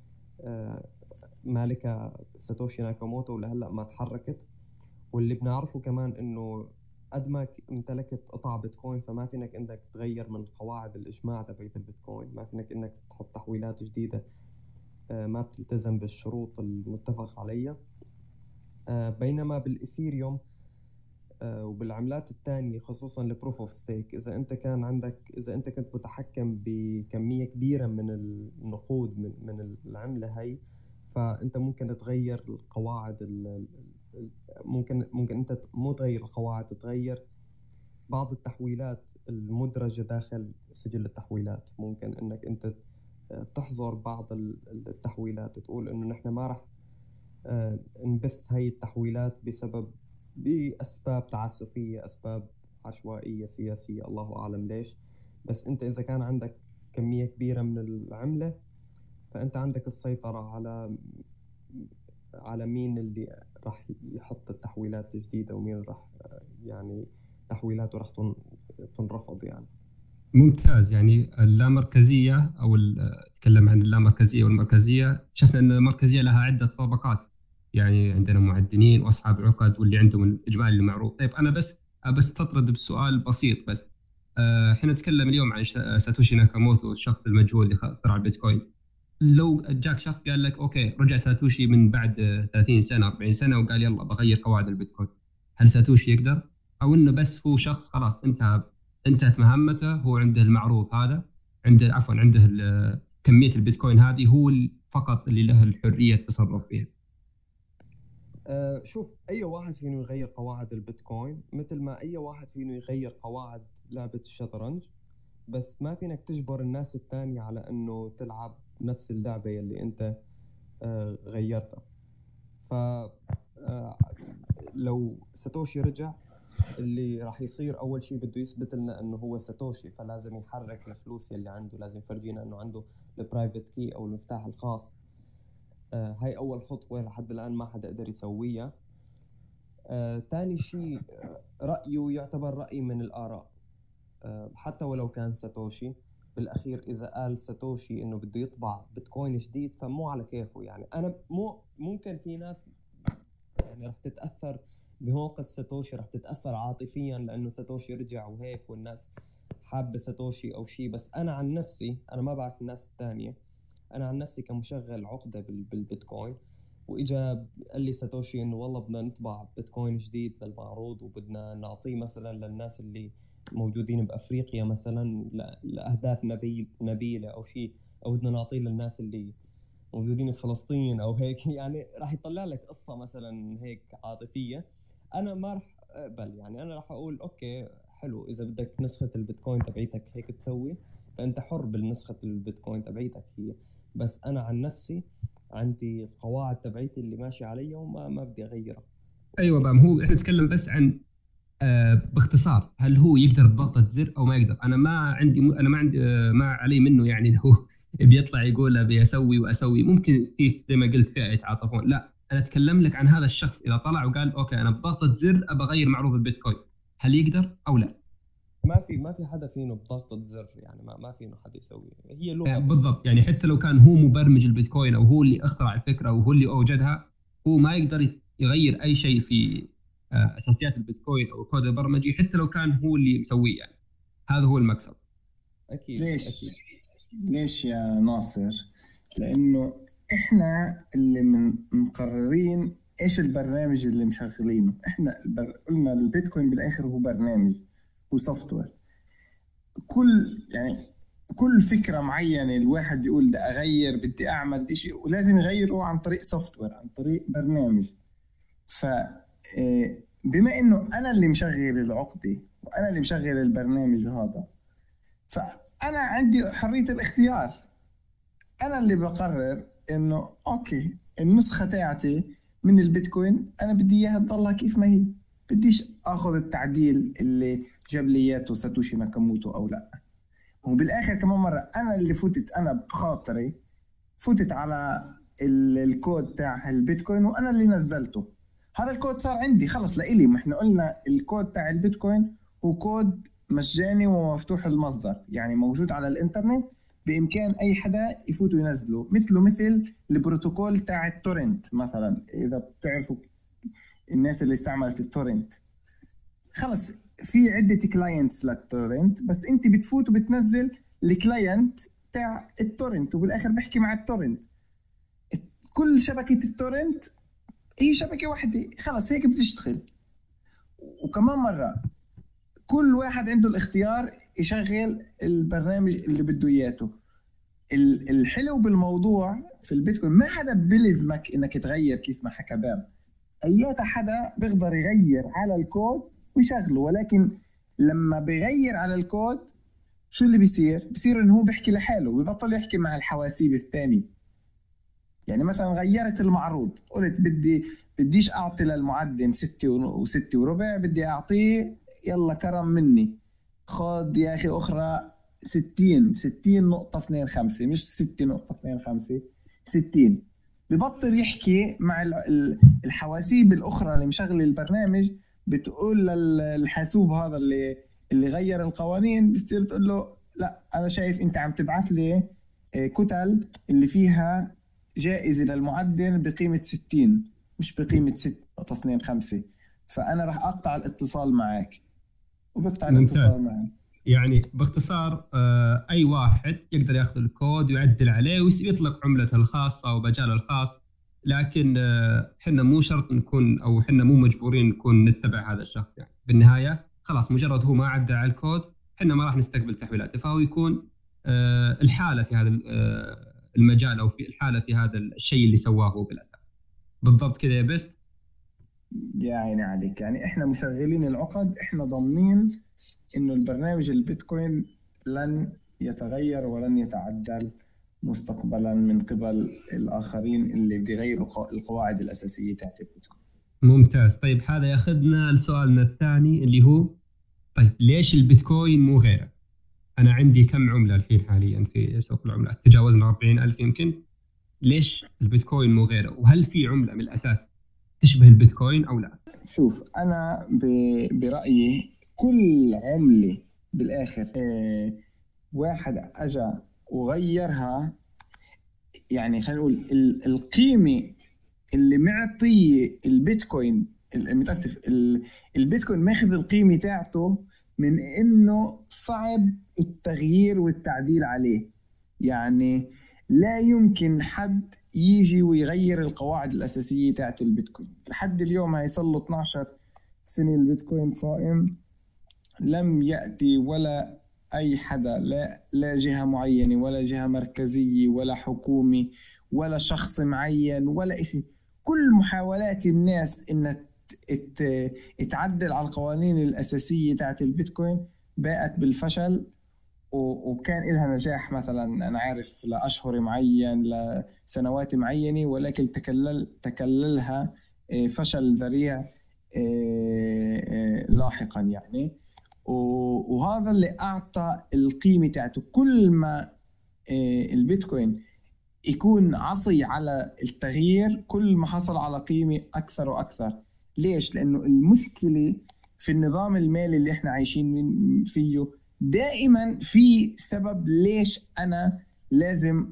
مالكة ساتوشي ناكاموتو ولهلأ ما تحركت. واللي بنعرفه كمان إنه قد ما امتلكت قطع بيتكوين فما فينك إنك تغير من قواعد الإجماع تبعت البيتكوين، ما فينك إنك تحط تحويلات جديدة ما بتلتزم بالشروط المتفق عليها. بينما بالإثيريوم وبالعملات الثانية خصوصا البروف اوف ستيك، إذا أنت كان عندك إذا أنت كنت متحكم بكمية كبيرة من النقود من من العملة هاي، فأنت ممكن تغير القواعد ممكن ممكن أنت مو تغير القواعد، تغير بعض التحويلات المدرجة داخل سجل التحويلات. ممكن إنك أنت تحظر بعض التحويلات، تقول إنه نحن ما رح نبث هاي التحويلات بسبب بأسباب تعسفية، أسباب عشوائية سياسية، الله أعلم ليش. بس أنت إذا كان عندك كمية كبيرة من العملة فأنت عندك السيطرة على على مين اللي راح يحط التحويلات الجديدة ومين راح يعني تحويلاته راح تنرفض يعني. ممتاز. يعني اللامركزية أو تكلم عن اللامركزية والمركزية، شفنا أن المركزية لها عدة طبقات، يعني عندنا معدنين وأصحاب العقد واللي عندهم الإجمالي المعروض. طيب أنا بس بس تطرد بسؤال بسيط بس. احنا نتكلم اليوم عن ساتوشي ناكاموتو، الشخص المجهول اللي اخترع البيتكوين. لو جاك شخص قال لك أوكي رجع ساتوشي من بعد ثلاثين سنة أربعين سنة وقال يلا بغير قواعد البيتكوين، هل ساتوشي يقدر؟ أو إنه بس هو شخص خلاص انتهى انتهت مهمته، هو عنده المعروض هذا، عنده عفوا عنده كمية البيتكوين هذه، هو فقط اللي له الحرية التصرف فيها؟ أه شوف، أي واحد فينه يغير قواعد البيتكوين مثل ما أي واحد فينه يغير قواعد لعبة الشطرنج، بس ما فينك تجبر الناس الثانية على أنه تلعب نفس اللعبة اللي أنت أه غيرتها. ف أه لو ساتوشي رجع، اللي راح يصير أول شيء بده يثبت لنا أنه هو ساتوشي، فلازم يحرك الفلوس اللي عنده، لازم يفرجينا أنه عنده البرايفت كي أو المفتاح الخاص. آه هاي أول خطوة لحد الآن ما حدا قدر يسويها. آه تاني شيء آه رأيه يعتبر رأي من الآراء، آه حتى ولو كان ساتوشي بالأخير إذا قال ساتوشي إنه بده يطبع بيتكوين جديد فمو على كيفه. يعني أنا مو ممكن في ناس يعني رح تتأثر بموقف ساتوشي رح تتأثر عاطفيا لأنه ساتوشي رجع وهيك والناس حابة ساتوشي أو شيء. بس أنا عن نفسي أنا ما بعرف الناس التانية، أنا عن نفسي كمشغل عقدة بالبيتكوين وإجا قال لي ساتوشي إنه والله بدنا نطبع بيتكوين جديد للمعروض وبدنا نعطيه مثلا للناس اللي موجودين بأفريقيا مثلا لأهداف نبيل نبيلة أو شيء، أو بدنا نعطيه للناس اللي موجودين في فلسطين أو هيك، يعني راح يطلع لك قصة مثلا هيك عاطفية. أنا ما راح أقبل، يعني أنا راح أقول أوكي حلو، إذا بدك نسخة البيتكوين تبعيتك هيك تسوي فأنت حر بالنسخة البيتكوين تبعيتك هي. بس أنا عن نفسي عندي قواعد تبعيتي اللي ماشي عليها وما ما بدي أغيرها. أيوة بقى، هو إحنا نتكلم بس عن آه باختصار هل هو يقدر بضغطة زر أو ما يقدر. أنا ما عندي م... أنا ما عندي آه ما علي منه يعني هو بيطلع يقول أبي أسوي وأسوي. ممكن كيف زي ما قلت فئة يتعاطفون، لا أنا أتكلم لك عن هذا الشخص إذا طلع وقال أوكي أنا بضغطة زر أبى أغير معروض البيتكوين، هل يقدر أو لا؟ ما في ما في حدا فينه بضغطة زر، يعني ما ما فينه حدا يسوي، هي لغة آه بالضبط. يعني حتى لو كان هو مبرمج البيتكوين أو هو اللي اخترع الفكرة أو هو اللي أوجدها، هو ما يقدر يغير أي شيء في آه أساسيات البيتكوين أو الكود البرمجي حتى لو كان هو اللي مسويه. يعني هذا هو المقصد. أكيد. ليش أكيد. ليش يا ناصر؟ لأنه إحنا اللي من مقررين إيش البرنامج اللي مشغلينه. إحنا البر... قلنا البيتكوين بالآخر هو برنامج، هو سوفت وير. كل يعني كل فكرة معينة الواحد يقول ده أغير بدي أعمل إشي ولازم يغيره عن طريق سوفت وير، عن طريق برنامج. ف بما إنه أنا اللي مشغل العقدة وأنا اللي مشغل البرنامج هذا، فأنا عندي حرية الاختيار. أنا اللي بقرر إنه أوكي النسخة تاعتي من البيتكوين أنا بدي إياها تضلها كيف ما هي، بديش أخذ التعديل اللي جاب لي إياه ساتوشي ناكاموتو أو لا. وبالآخر كمان مرة أنا اللي فتت، أنا بخاطري فتت على الكود تاع البيتكوين وأنا اللي نزلته. هذا الكود صار عندي خلص لإلي. ما إحنا قلنا الكود تاع البيتكوين هو كود مجاني ومفتوح المصدر، يعني موجود على الإنترنت بإمكان أي حدا يفوت وينزله، مثله مثل البروتوكول تاع التورنت مثلا. إذا بتعرفوا الناس اللي استعملت التورنت، خلص في عدة كلاينتس للتورنت، بس أنت بتفوت وبتنزل الكلاينت تاع التورنت وبالآخر بحكي مع التورنت. كل شبكة التورنت هي شبكة واحدة، خلص هيك بتشتغل. وكمان مرة كل واحد عنده الاختيار يشغل البرنامج اللي بده اياته. الحلو بالموضوع في البيتكوين ما حدا بلزمك انك تغير كيف ما حكى بام، اياتا حدا بيقدر يغير على الكود ويشغله. ولكن لما بيغير على الكود شو اللي بيصير؟ بيصير انه هو بيحكي لحاله وبيبطل يحكي مع الحواسيب الثاني. يعني مثلا غيرت المعروض، قلت بدي بديش اعطي للمعدن ستة وستة وربع، بدي اعطيه يلا كرم مني خد يا اخي اخرى ستين ستين نقطة اثنين خمسة، مش ستة نقطة اثنين خمسة، ستين. ببطل يحكي مع الحواسيب الاخرى اللي مشغل البرنامج، بتقول للحاسوب هذا اللي اللي غير القوانين، بتصير تقول له لا انا شايف انت عم تبعث لي كتل اللي فيها جائزة للمعدن بقيمة ستين مش بقيمة ستة نقطة اثنين خمسة، فأنا رح أقطع الاتصال معك وبقطع الاتصال معك. يعني باختصار أي واحد يقدر يأخذ الكود ويعدل عليه ويطلق عملته الخاصة ومجاله الخاص، لكن حنا مو شرط نكون أو حنا مو مجبورين نكون نتبع هذا الشخص. يعني بالنهاية خلاص مجرد هو ما عدل على الكود حنا ما راح نستقبل تحويلاته، فهو يكون الحالة في هذا المجال أو في الحالة في هذا الشيء اللي سواه هو بالأساس. بالضبط كده يا بست. يا عيني عليك. يعني إحنا مشغلين العقد، إحنا ضامنين إنه البرنامج البيتكوين لن يتغير ولن يتعدل مستقبلا من قبل الآخرين اللي بيغيروا القواعد الأساسية تاعت البيتكوين. ممتاز. طيب هذا ياخذنا لسؤالنا الثاني اللي هو طيب ليش البيتكوين مو غيره؟ أنا عندي كم عملة الحين حاليا في سوق العملات؟ تجاوزنا أربعين ألف يمكن. ليش البيتكوين مو غيره؟ وهل في عملة من الأساس تشبه البيتكوين أو لا؟ شوف أنا برأيي كل عملة بالآخر اه واحد أجا وغيرها، يعني خلينا نقول القيمة اللي معطية البيتكوين متأسف البيتكوين ماخذ القيمة تاعته من إنه صعب التغيير والتعديل عليه. يعني لا يمكن حد يجي ويغير القواعد الأساسية تاعت البيتكوين. لحد اليوم هيصلوا اثنا عشر سنة البيتكوين قائم، لم يأتي ولا أي حدا، لا لا جهة معينة ولا جهة مركزية ولا حكومة ولا شخص معين ولا إشي. كل محاولات الناس إن تعدل على القوانين الأساسية تاعت البيتكوين باءت بالفشل، وكان إلها نجاح مثلا أنا عارف لأشهر معين لسنوات معينة، ولكن تكلل تكللها فشل ذريع لاحقا يعني. وهذا اللي أعطى القيمة تاعته. كل ما البيتكوين يكون عصي على التغيير كل ما حصل على قيمة أكثر وأكثر. ليش؟ لأنه المشكلة في النظام المالي اللي احنا عايشين فيه دائما في سبب ليش أنا لازم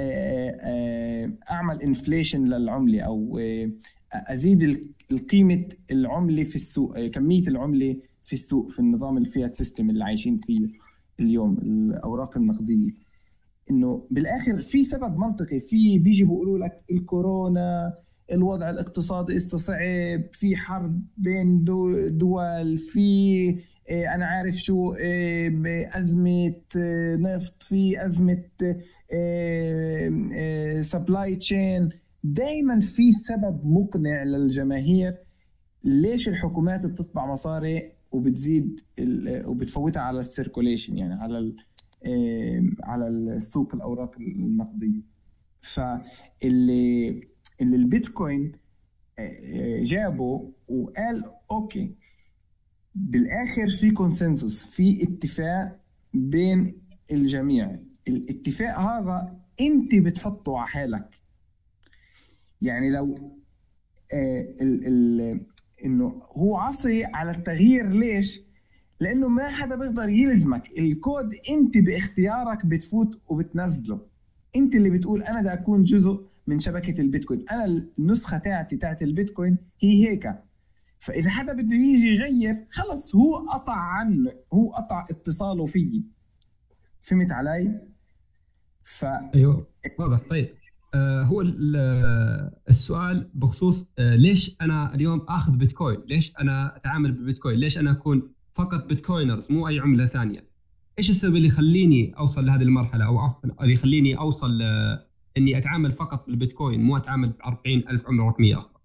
أعمل إنفليشن للعملة أو أزيد القيمة العملة في السوق، كمية العملة في السوق في النظام الفيات سيستم اللي عايشين فيه اليوم الأوراق النقدية. إنه بالآخر في سبب منطقي. في بيجي بيقولوا لك الكورونا، الوضع الاقتصادي استصعب، في حرب بين دول، في أنا عارف شو أزمة نفط، في أزمة سبلاي تشين. دايما في سبب مقنع للجماهير ليش الحكومات بتطبع مصاري وبتزيد وبتفوتها على السيركوليشن، يعني على على السوق الأوراق النقدية. فاللي اللي البيتكوين جابه وقال أوكي بالآخر في كونسنسوس، في اتفاق بين الجميع. الاتفاق هذا أنت بتحطه على حالك. يعني لو ال ال إنه هو عصي على التغيير. ليش؟ لأنه ما حدا بيقدر يلزمك. الكود أنت باختيارك بتفوت وبتنزله. أنت اللي بتقول أنا دا أكون جزء من شبكة البيتكوين، أنا النسخة تاعتي تاعت البيتكوين هي هيك. فإذا حدا بده يجي يغير خلص هو قطع عنه، هو قطع اتصاله فيه. فهمت علي؟ ف أيوه واضح. طيب آه هو السؤال بخصوص آه ليش أنا اليوم أخذ بيتكوين؟ ليش أنا أتعامل بالبيتكوين؟ ليش أنا أكون فقط بيتكوينرز مو أي عملة ثانية؟ إيش السبب اللي يخليني أوصل لهذه المرحلة، أو اللي يخليني أوصل آه إني أتعامل فقط بالبيتكوين مو أتعامل بأربعين ألف عملة رقمية أخرى؟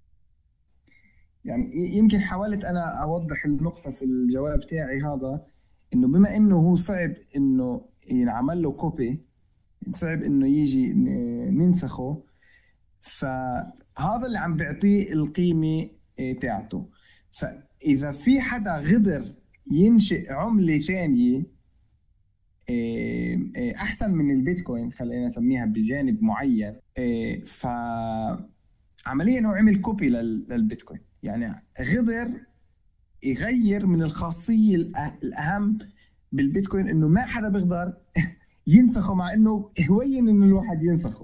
يعني يمكن حاولت أنا أوضح النقطة في الجواب تاعي هذا، إنه بما إنه هو صعب إنه ينعمل له كوبي، صعب إنه يجي ننسخه، فهذا اللي عم بيعطيه القيمة تاعته. فإذا في حدا غدر ينشئ عملة ثانية أحسن من البيتكوين، خلينا نسميها بجانب معين، فعمليا إنه عمل كوبي للبيتكوين. يعني غدر يغير من الخاصية الأهم بالبيتكوين إنه ما حدا بيقدر ينسخه، مع إنه هوين إنه الواحد ينسخه.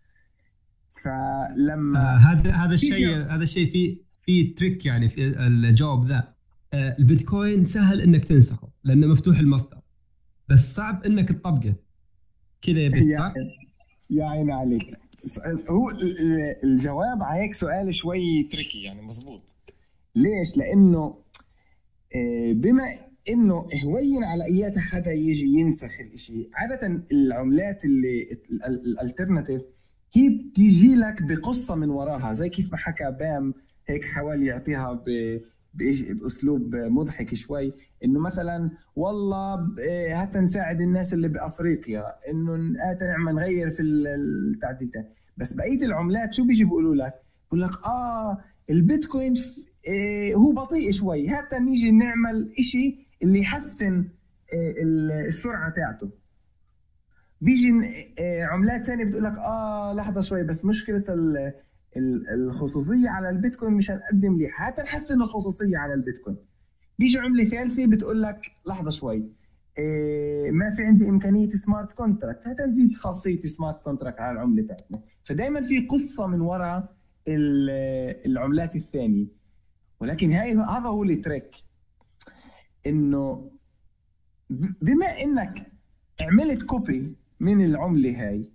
فلما آه هذا هذا الشيء هذا الشيء في في تريك يعني في الجواب ذا. آه البيتكوين سهل إنك تنسخه لأنه مفتوح المصدر، بس صعب إنك تطبقه كذا. يا يا عيني عليك. هو الجواب على هيك سؤال شوي تريكي يعني. مزبوط. ليش؟ لأنه بما إنه هوين على أيات حدا يجي ينسخ الإشي. عادة العملات اللي الالترناتيف هي بتيجي لك بقصة من وراها، زي كيف ما حكى بام هيك حاول يعطيها بأسلوب مضحك شوي، إنه مثلا والله هات نساعد الناس اللي بأفريقيا، إنه هات نعمل نغير في التعديل ده. بس بقية العملات شو بيجي بيقولوا لك؟ بيقول لك آه البيتكوين هو بطيء شوي، هات نيجي نعمل إشي اللي يحسن السرعة تاعته. بيجي عملات ثانية بتقول لك آه لحظة شوي، بس مشكلة الخصوصية على البيتكوين مش هنقدم لي، حتى نحسن الخصوصية على البيتكوين. بيجي عملة ثالثة بتقول لك لحظة شوي، إيه ما في عندي إمكانية سمارت كونتراكت، حتى نزيد خاصية سمارت كونتراكت على العملة تاعتنا. فدايما في قصة من وراء العملات الثانية. ولكن هاي هذا هو التريك، انه بما انك عملت كوبي من العملة هاي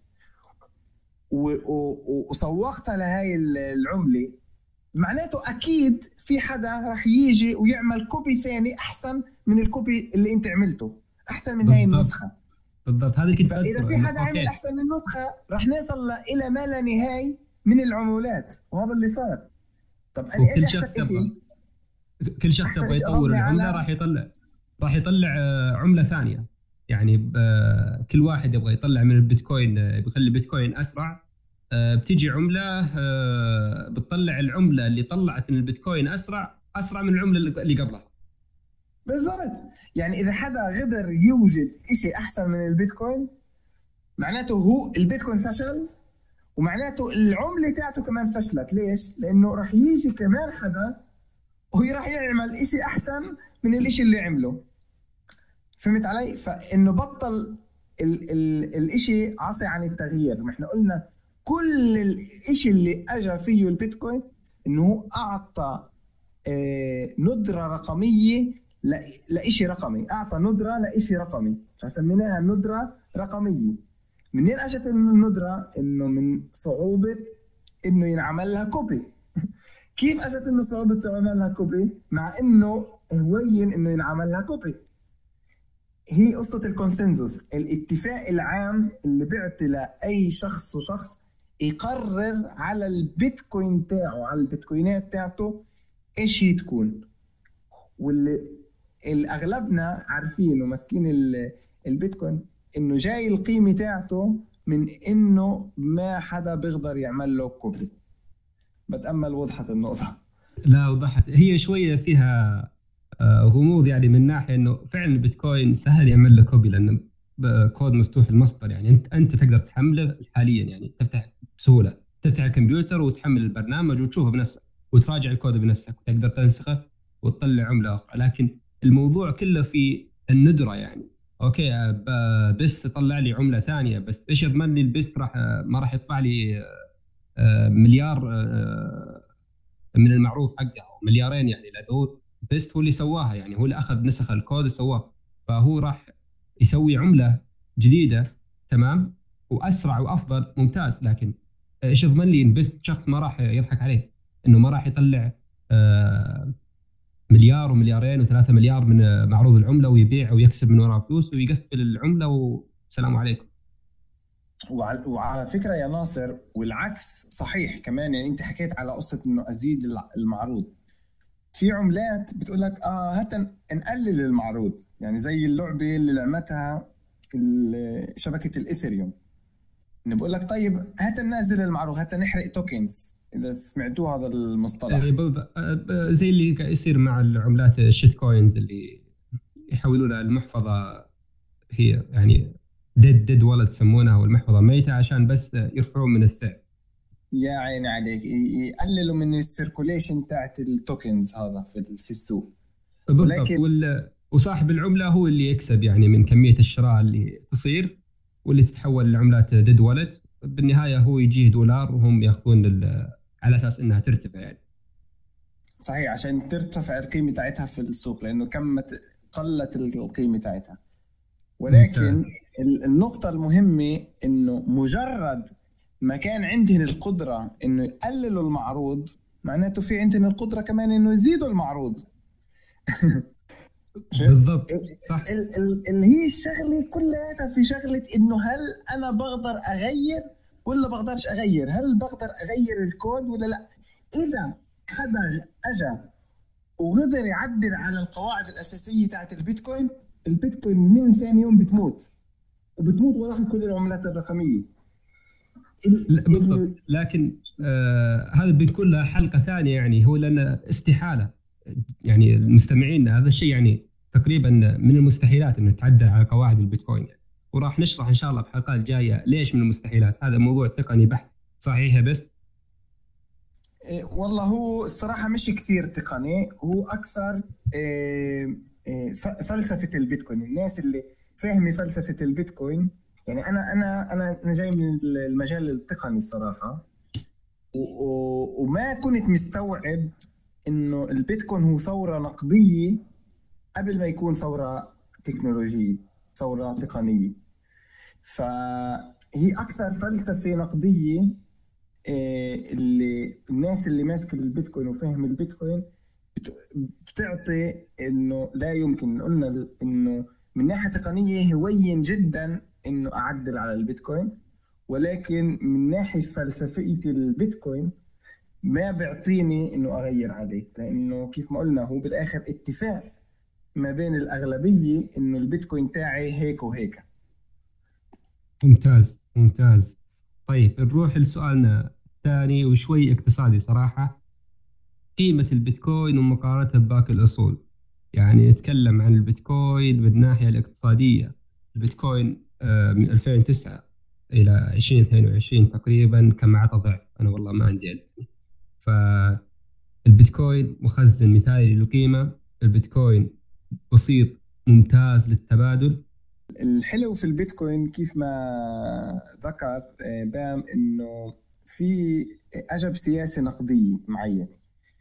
وسوقتها لهاي العملة، معناته اكيد في حدا راح يجي ويعمل كوبي ثاني احسن من الكوبي اللي انت عملته، احسن من هاي النسخة. بالضبط، هذا كنت فاذا في حدا عمل احسن من نسخة راح نوصل الى ما لا نهاية من العمولات، وهذا اللي صار. طب انا ايش احسن شيء؟ كل شخص يبغى يطور العملة راح يطلع راح يطلع عملة ثانية. يعني كل واحد يبغى يطلع من البيتكوين، بيخلي البيتكوين أسرع، بتيجي عملة بتطلع العملة اللي طلعت من البيتكوين أسرع أسرع من العملة اللي قبلها. بالضبط. يعني إذا حدا قدر يوجد إشي أحسن من البيتكوين معناته هو البيتكوين فشل، ومعناته العملة تاعته كمان فشلت. ليش؟ لأنه راح يجي كمان حدا وهي راح يعمل إشي أحسن من الإشي اللي عمله. فهمت علي؟ فإنه بطل ال ال الإشي عصي عن التغيير. ما إحنا قلنا كل الإشي اللي أجا فيه البيتكوين إنه أعطى آه ندرة رقمية لإشي رقمي، أعطى ندرة لإشي رقمي، فسميناها ندرة رقمية. منين أجت الندرة؟ إنه من صعوبة إنه ينعمل لها كوبي. كيف أجت إنه صعوبة ينعمل لها كوبي مع إنه هوين إنه ينعمل لها كوبي؟ هي قصة الكونسنسوس، الاتفاق العام اللي بيعطي لأي شخص وشخص يقرر على البيتكوين تاعه، على البيتكوينات تاعته إيش هي تكون. واللي الأغلبنا عارفين ومسكين البيتكوين إنه جاي القيمة تاعته من إنه ما حدا بيقدر يعمل له كوبي. بتأمل وضحت النقطة؟ لا وضحت، هي شوية فيها غموض يعني، من ناحية إنه فعلا البيتكوين سهل يعمل له كوبي لأنه كود مفتوح المصدر. يعني أنت أنت تقدر تحمله حاليا، يعني تفتح بسهولة، تفتح الكمبيوتر وتحمل البرنامج وتشوفه بنفسك وتراجع الكود بنفسك وتقدر تنسخه وتطلع عملة أخرى. لكن الموضوع كله في الندرة. يعني أوكي بس تطلع لي عملة ثانية، بس إيش يضمن لي البست راح ما راح يطبع لي مليار من المعروض حقه أو مليارين؟ يعني لأنه هو بست هو اللي سواها، يعني هو اللي أخذ نسخ الكود وسواه، فهو راح يسوي عملة جديدة تمام وأسرع وأفضل ممتاز. لكن إيش يضمن لي إن بست شخص ما راح يضحك عليه، إنه ما راح يطلع آه مليار ومليارين وثلاثة مليار من معروض العملة ويبيع ويكسب من وراء فلوس ويقفل العملة والسلام عليكم. وعلى فكرة يا ناصر والعكس صحيح كمان. يعني انت حكيت على قصة انه ازيد المعروض. في عملات بتقول لك اه هات نقلل المعروض، يعني زي اللعبة اللي لعمتها شبكة الايثيريوم، انه بقول لك طيب هات ننزل المعروض، هات نحرق توكنز، اذا سمعتوا هذا المصطلح. زي اللي يصير مع العملات الشيت كوينز اللي يحولونها المحفظة، هي يعني ديد ديد والد يسمونها، والمحفظة ميتة عشان بس يرفعون من السعر. يا عيني عليك، يقللوا من السيركوليشن تاعت التوكنز هذا في في السوق. بالضبط. وال... وصاحب العملة هو اللي يكسب يعني من كمية الشراء اللي تصير واللي تتحول لعملات ديد والد. بالنهاية هو يجيه دولار وهم ياخذون ال... على أساس إنها ترتفع. يعني صحيح، عشان ترتفع القيمة تاعتها في السوق، لأنه كمت قلت القيمة تاعتها. ولكن ممتاز. النقطة المهمة إنه مجرد ما كان عندهم القدرة إنه يقللوا المعروض معناته في عندهم القدرة كمان إنه يزيدوا المعروض. بالضبط صح. اللي هي الشغلة كلها في شغلة إنه هل أنا بقدر أغير ولا بقدرش أغير، هل بقدر أغير الكود ولا لا. إذا حدا أجا وقدر يعدل على القواعد الأساسية تاعت البيتكوين، البيتكوين من ثاني يوم بتموت وبتموت وراح كل العملات الرقمية. بالضبط. لكن آه هذا بيكون له حلقة ثانية، يعني هو لأن استحالة يعني المستمعين هذا الشيء يعني تقريبا من المستحيلات إنه تعدل على قواعد البيتكوين. يعني وراح نشرح إن شاء الله بحلقات جاية ليش من المستحيلات. هذا موضوع تقني بحت. صحيح بس إيه والله هو الصراحة مش كثير تقني، هو أكثر إيه إيه فلسفة البيتكوين. الناس اللي فاهمة فلسفة البيتكوين، يعني أنا أنا أنا أنا جاي من المجال التقني الصراحة، وما كنت مستوعب إنه البيتكوين هو ثورة نقدية قبل ما يكون ثورة تكنولوجية، ثورة تقنية. فهي أكثر فلسفة نقدية اللي الناس اللي ماسكة البيتكوين وفهم البيتكوين بتعطي إنه لا يمكن، قلنا إنه من ناحية تقنية هوين جدا إنه أعدل على البيتكوين، ولكن من ناحية فلسفية البيتكوين ما بيعطيني إنه أغير عليه، لأنه كيف ما قلنا هو بالآخر اتفاق ما بين الأغلبية إنه البيتكوين تاعي هيك وهيك. ممتاز ممتاز. طيب نروح لسؤالنا الثاني وشوي اقتصادي صراحة، قيمة البيتكوين ومقارنتها بباقي الأصول. يعني نتكلم عن البيتكوين من الناحية الاقتصادية. البيتكوين من ألفين وتسعة إلى عشرين اثنين وعشرين تقريبا كم عطى ضعف، أنا والله ما عندي علم. فالبيتكوين مخزن مثالي للقيمة، البيتكوين بسيط ممتاز للتبادل. الحلو في البيتكوين كيف ما ذكر بام إنه في أجب سياسة نقدية معينة،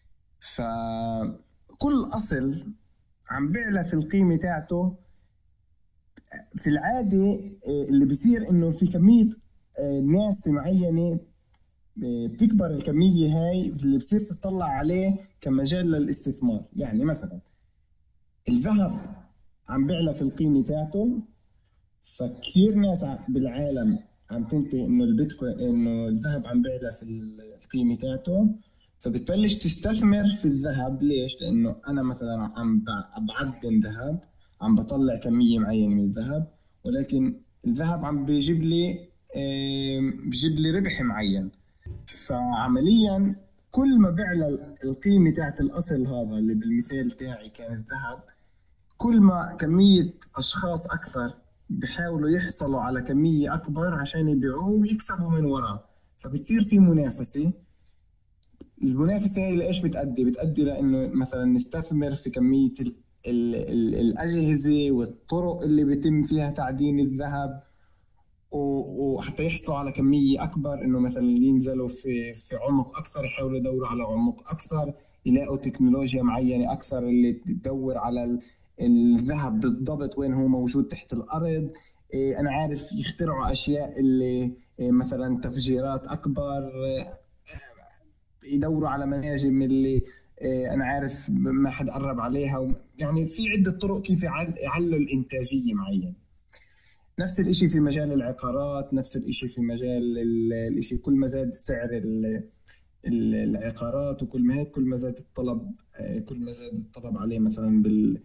فكل أصل عم بيعلى في القيمة تاعته. في العادة اللي بيصير إنه في كمية ناس معينة بتكبر الكمية هاي اللي بصير تطلع عليه كمجال للاستثمار. يعني مثلا الذهب عم بيعلى في القيمة تاعته، فكثير ناس بالعالم عم تنتهي إنه البيتكوين إنه الذهب عم بيعلى في القيمة تاعته، فبتبلش تستثمر في الذهب. ليش؟ لأنه أنا مثلا عم بعدن ذهب، عم بطلع كمية معينة من الذهب، ولكن الذهب عم بيجيب لي بيجيب لي ربح معين. فعمليا كل ما بيعلى القيمة تاعت الأصل هذا اللي بالمثال تاعي كان الذهب، كل ما كمية أشخاص أكثر بيحاولوا يحصلوا على كمية أكبر عشان يبيعوه ويكسبوا من وراه، فبتصير في منافسة. المنافسة هي لإيش بتأدي؟ بتأدي لأنه مثلا نستثمر في كمية ال ال ال الأجهزة والطرق اللي بيتم فيها تعدين الذهب، وحتى يحصلوا على كمية أكبر، إنه مثلا ينزلوا في في عمق أكثر، يحاولوا يدوروا على عمق أكثر، يلاقوا تكنولوجيا معينة أكثر اللي تدور على الذهب بالضبط وين هو موجود تحت الأرض. إيه أنا عارف يخترعوا أشياء اللي إيه مثلا تفجيرات أكبر، يدوروا على مناجم اللي إيه أنا عارف ما حد قرب عليها. يعني في عدة طرق كيف يعلوا الإنتاجية معين. نفس الإشي في مجال العقارات، نفس الإشي في مجال الإشي. كل ما زاد سعر العقارات وكل ما هيك كل ما زاد الطلب، كل ما زاد الطلب عليه. مثلا بال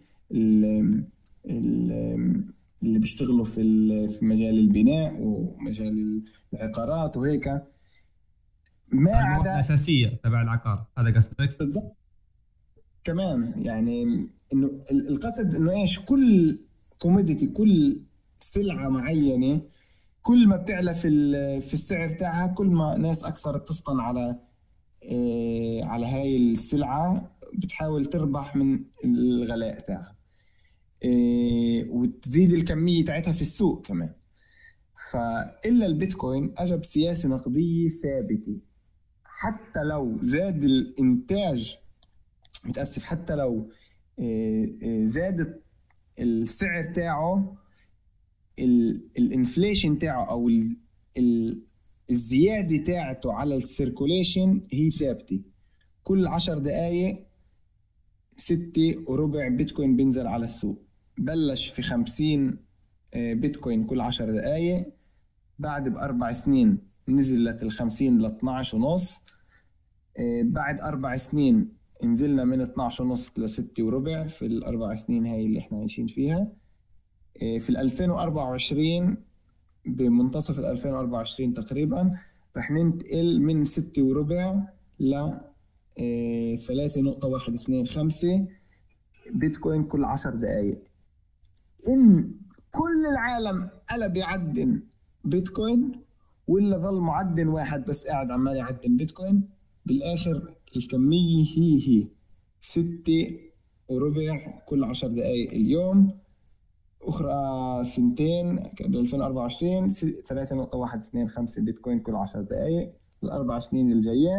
اللي بيشتغلوا في في مجال البناء ومجال العقارات وهيك، ما عدا أساسية تبع العقار. هذا قصدك؟ بالضبط. كمان يعني إنه القصد إنه إيش، كل كوموديتي، كل سلعة معينة كل ما بتعلى في في السعر تاعها، كل ما ناس أكثر بتفطن على إيه على هاي السلعة، بتحاول تربح من الغلاء تاعها إيه وتزيد الكمية تاعتها في السوق كمان. فإلا البيتكوين أجب سياسة نقدية ثابتة، حتى لو زاد الإنتاج، متأسف، حتى لو إيه زاد السعر تاعه، الانفليشن تاعه او ال ال الزياده تاعته على السيركوليشن هي ثابته. كل عشر دقائق ستة وربع بيتكوين بينزل على السوق. بلش في خمسين بيتكوين كل عشر دقائق، بعد بأربع سنين نزلت الخمسين لاثناش ونص، بعد أربع سنين نزلنا من اثناش ونص لستة وربع في الأربع سنين هاي اللي احنا عايشين فيها. في ألفين وأربعة وعشرين بمنتصف ألفين وأربعة وعشرين تقريبا رح ننتقل من ستة وربع ل ثلاثة نقطة واحد اثنين خمسة بيتكوين كل عشر دقائق. إن كل العالم قلب يعدن بيتكوين ولا ظل معدن واحد بس قاعد عمال يعدن بيتكوين، بالآخر الكمية هي هي ستة وربع كل عشر دقائق اليوم. أخرى سنتين ب ألفين وأربعة وعشرين ثلاثة نقطة واحد اثنين خمسة بيتكوين كل عشر دقائق. الأربع سنين الجاية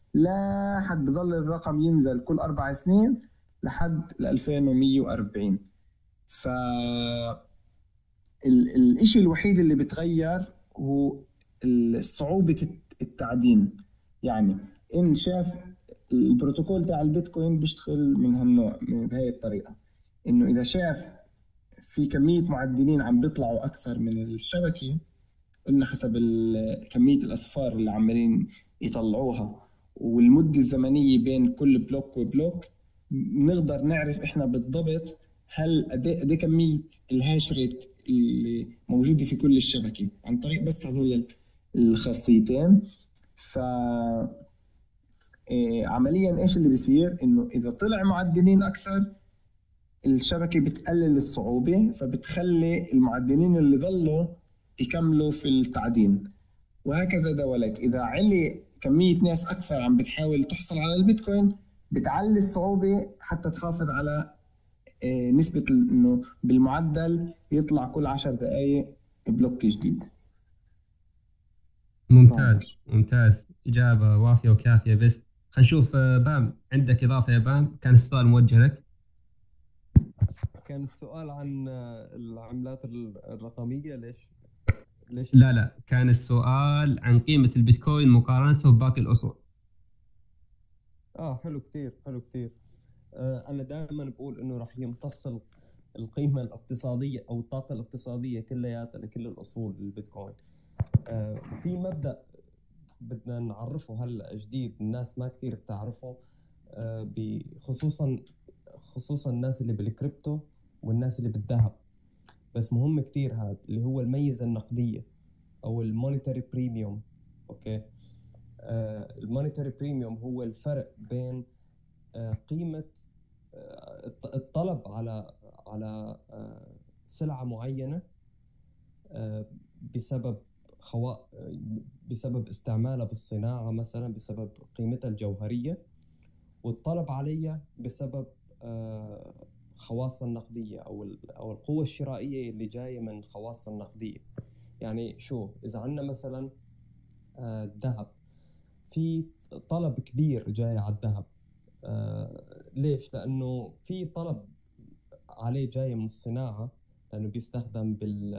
لحد بظل الرقم ينزل كل أربع سنين لحد ألفين ومية وأربعين. ف الاشي الوحيد اللي بتغير هو صعوبة التعدين. يعني إن شاف البروتوكول تاع البيتكوين بيشتغل من هالنوع، من هاي الطريقة، إنه إذا شاف في كمية معدنين عم بيطلعوا أكثر من الشبكة، قلنا حسب كمية الأصفار اللي عمالين يطلعوها والمدة الزمنية بين كل بلوك وبلوك، نقدر نعرف إحنا بالضبط هل قد ايه كمية الهاش ريت اللي موجودة في كل الشبكة عن طريق بس هذول الخاصيتين. ف إيه عمليا ايش اللي بيصير؟ انه اذا طلع معدنين اكثر الشبكة بتقلل الصعوبة، فبتخلي المعدنين اللي ظلوا يكملوا في التعدين، وهكذا دولك. اذا علي كمية ناس اكثر عم بتحاول تحصل على البيتكوين بتعلي الصعوبة حتى تحافظ على نسبة انه بالمعدل يطلع كل عشر دقائق بلوك جديد. ممتاز ممتاز، إجابة وافية وكافية. بس خلينا نشوف بام، عندك إضافة يا بام؟ كان السؤال موجه لك. كان السؤال عن العملات الرقمية. ليش ليش لا لا كان السؤال عن قيمة البيتكوين مقارنته بباقي الأصول. اه حلو كتير حلو كتير. آه أنا دائما بقول إنه راح يمتص القيمة الاقتصادية أو الطاقة الاقتصادية كلياتها لكل الأصول البيتكوين. آه في مبدأ بدنا نعرفه هلا جديد، الناس ما كتير بتعرفه، آه بخصوصا خصوصا الناس اللي بالكريبتو والناس اللي بالذهب، بس مهم كتير هذا اللي هو الميزة النقدية أو المونيتاري بريميوم. أوكي، آه المونيتاري بريميوم هو الفرق بين آه قيمة آه الطلب على على آه سلعة معينة آه بسبب خوا... بسبب استعمالها بالصناعة مثلا، بسبب قيمتها الجوهرية، والطلب عليها بسبب آه خواص النقدية أو أو القوة الشرائية اللي جاية من خواص النقدية. يعني شو إذا عنا مثلا الذهب، آه في طلب كبير جاي على الذهب. آه ليش؟ لأنه في طلب عليه جاي من الصناعة، لأنه بيستخدم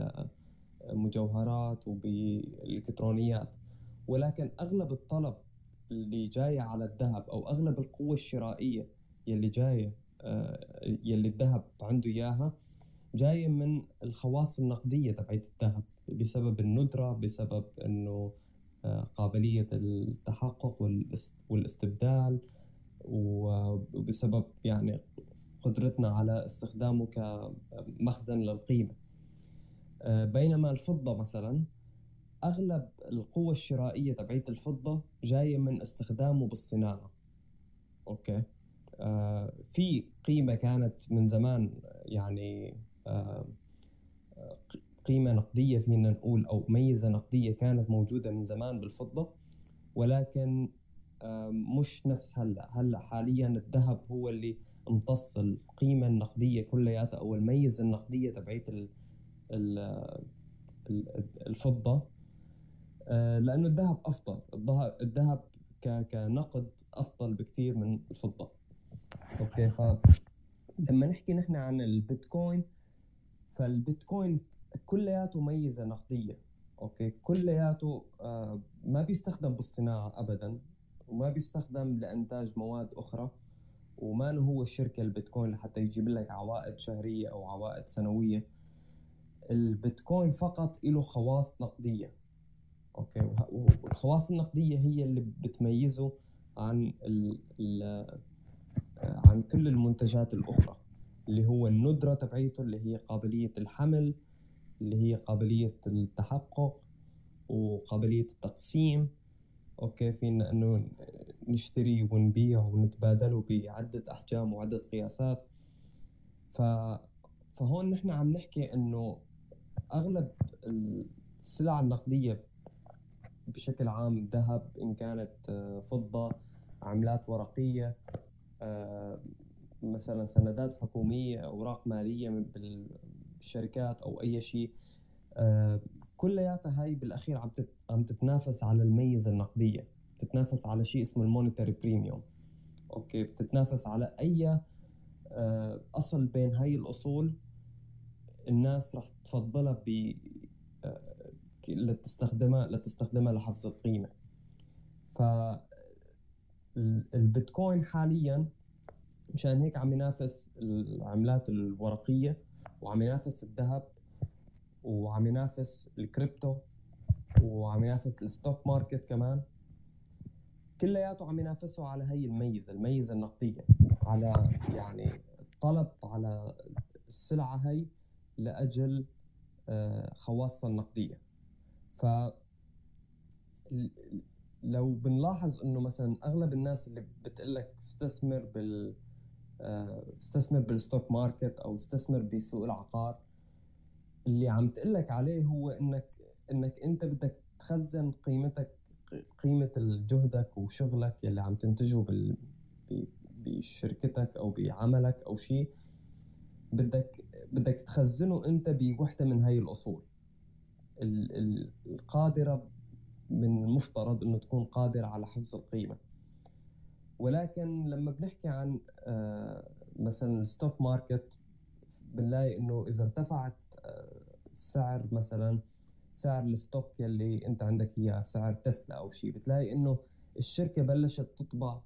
بالمجوهرات وبالإلكترونيات، ولكن أغلب الطلب اللي جاي على الذهب أو أغلب القوة الشرائية يلي جاية يلي الذهب عنده إياها جاية من الخواص النقدية تبعت الذهب، بسبب الندرة، بسبب إنه قابلية التحقق والاستبدال، وبسبب يعني قدرتنا على استخدامه كمخزن للقيمة. بينما الفضة مثلا أغلب القوة الشرائية تبعت الفضة جاية من استخدامه بالصناعة. أوكي، آه في قيمة كانت من زمان، يعني آه قيمة نقدية فينا نقول أو ميزة نقدية كانت موجودة من زمان بالفضة، ولكن آه مش نفس هلأ. هلأ حاليا الذهب هو اللي امتص القيمة النقدية كلياتها أو الميزة النقدية تبعت الفضة، آه لأنه الذهب أفضل. الذهب كنقد أفضل بكتير من الفضة. أوكي، فلما نحكي نحن عن البيتكوين، فالبيتكوين كلياته ميزة نقدية. أوكي، كلياته آه ما بيستخدم بالصناعة أبدا، وما بيستخدم لإنتاج مواد أخرى، وما هو الشركة البيتكوين لحتى يجيب لك عوائد شهرية أو عوائد سنوية. البيتكوين فقط له خواص نقدية. أوكي، والخواص النقدية هي اللي بتميزه عن ال ال عن كل المنتجات الأخرى، اللي هو الندرة تبعيته، اللي هي قابلية الحمل، اللي هي قابلية التحقق وقابلية التقسيم. أوكي، فينا أنه نشتري ونبيع ونتبادله بعدة أحجام وعدة قياسات. ف... فهون نحن عم نحكي أنه أغلب السلع النقدية بشكل عام، ذهب، إن كانت فضة، عملات ورقية، مثلا سندات حكومية، أوراق مالية بالشركات أو أي شيء، كلياتها هاي بالأخير عم عم تتنافس على الميزة النقدية. بتتنافس على شيء اسمه المونيتري بريميوم. اوكي بتتنافس على اي آه، اصل بين هاي الاصول الناس راح تفضلها ب آه، لتستخدمها لتستخدمها لحفظ القيمة. فالبيتكوين حاليا مشان هيك عم ينافس العملات الورقية وعم ينافس الذهب وعم ينافس الكريبتو وعم ينافس الستوك ماركت كمان. كلياته عم ينافسوا على هي الميزة الميزة النقدية، على يعني طلب على السلعة هي لأجل آه، خواصها النقدية. ف لو بنلاحظ انه مثلا اغلب الناس اللي بتقلك استثمر بال آه، استثمر بالستوك ماركت او استثمر بسوق العقار، اللي عم تقلك عليه هو انك انك انت بدك تخزن قيمتك، قيمة جهدك وشغلك يلي عم تنتجه بال بشركتك او بعملك او شيء، بدك بدك تخزنه انت بوحدة من هاي الاصول القادرة، من المفترض انه تكون قادر على حفظ القيمة. ولكن لما بنحكي عن مثلا الستوك ماركت بنلاقي انه اذا ارتفعت السعر، مثلا سعر الستوك يلي انت عندك اياه سعر تسلا او شيء، بتلاقي انه الشركة بلشت تطبع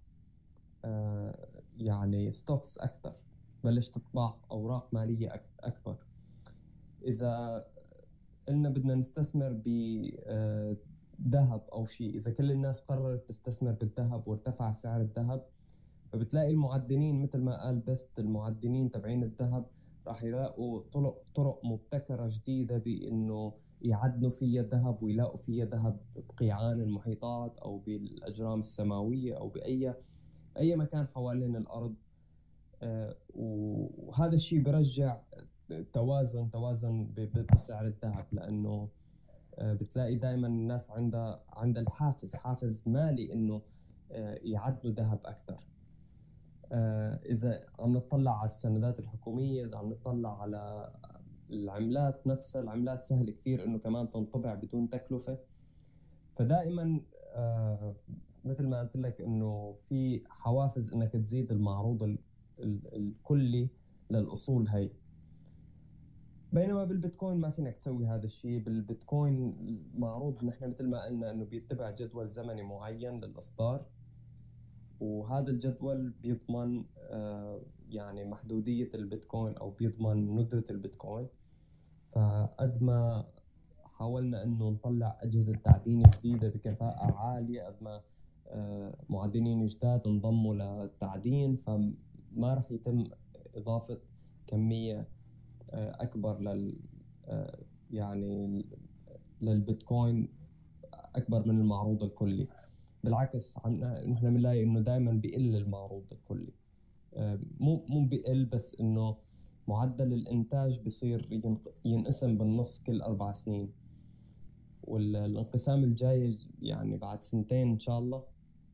يعني ستوكس اكثر، بلشت تطبع اوراق مالية اكبر. اذا قلنا بدنا نستثمر ب ذهب أو شيء، إذا كل الناس قررت تستثمر بالذهب وارتفع سعر الذهب، فبتلاقي المعدنين مثل ما قال بست، المعدنين تبعين الذهب راح يلاقوا طرق طرق مبتكرة جديدة بإنه يعدنوا فيها ذهب ويلاقوا فيها ذهب بقيعان المحيطات أو بالأجرام السماوية أو بأي أي مكان حوالين الأرض. آه وهذا الشيء برجع توازن توازن بسعر الذهب، لأنه بتلاقي دائما الناس عندها عندها الحافز حافز مالي انه يعدلوا ذهب اكثر. اذا عم نطلع على السندات الحكوميه، اذا عم نطلع على العملات نفسها، العملات سهل كثير انه كمان تنطبع بدون تكلفه. فدائما مثل ما قلت لك انه في حوافز انك تزيد المعروض الكلي للاصول هي، بينما بالبيتكوين ما فينك تسوي هذا الشيء. بالبيتكوين معروض نحن مثل ما قلنا انه بيتبع جدول زمني معين للاصدار، وهذا الجدول بيضمن آه يعني محدودية البيتكوين او بيضمن ندرة البيتكوين. فقد ما حاولنا انه نطلع اجهزة تعدين جديدة بكفاءة عالية، قد ما آه معدنين جداد انضموا للتعدين، فما رح يتم اضافة كمية اكبر لل يعني للبيتكوين اكبر من المعروض الكلي. بالعكس نحن بنلاقي انه دائما بيقل المعروض الكلي، مو مو بيقل بس انه معدل الانتاج بيصير ينقسم بالنص كل اربع سنين، والانقسام الجاي يعني بعد سنتين ان شاء الله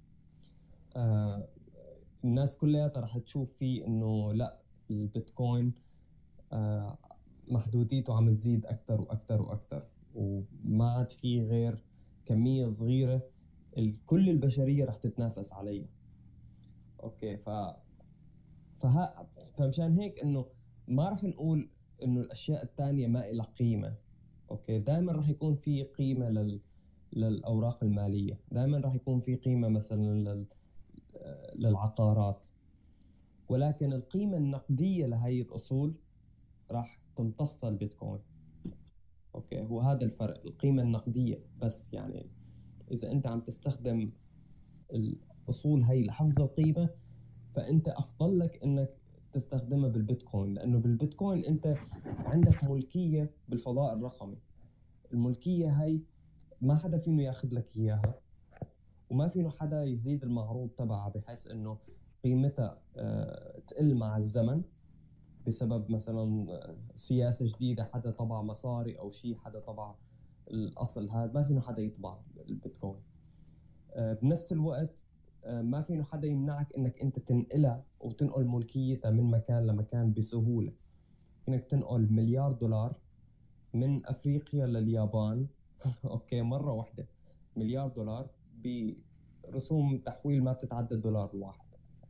الناس كلها رح تشوف فيه انه لا، البيتكوين محدوديته عم تزيد أكتر وأكتر وأكتر، وما عاد فيه غير كمية صغيرة كل البشرية رح تتنافس عليها. أوكي ف فها فمشان هيك إنه ما رح نقول إنه الأشياء التانية ما إلها قيمة. أوكي دائما رح يكون في قيمة لل للأوراق المالية، دائما رح يكون في قيمة مثلا لل... للعقارات، ولكن القيمة النقدية لهي الأصول راح تمتص البيتكوين. اوكي هو هذا الفرق، القيمة النقدية بس. يعني اذا انت عم تستخدم الاصول هي لحفظ القيمة، فانت افضل لك انك تستخدمها بالبيتكوين، لانه بالبيتكوين انت عندك ملكية بالفضاء الرقمي. الملكية هي ما حدا فينه ياخذ لك اياها، وما فينه حدا يزيد المعروض تبعها بحيث انه قيمتها أه تقل مع الزمن بسبب مثلا سياسة جديدة، حدا طبع مصاري أو شيء، حدا طبع الأصل هذا، ما فينه حدا يطبع البيتكوين. بنفس الوقت ما فينه حدا يمنعك إنك أنت تنقلها وتنقل ملكيتها من مكان لمكان بسهولة. إنك تنقل مليار دولار من أفريقيا لليابان أوكي مرة واحدة، مليار دولار رسوم تحويل ما بتتعدى الدولار الواحد.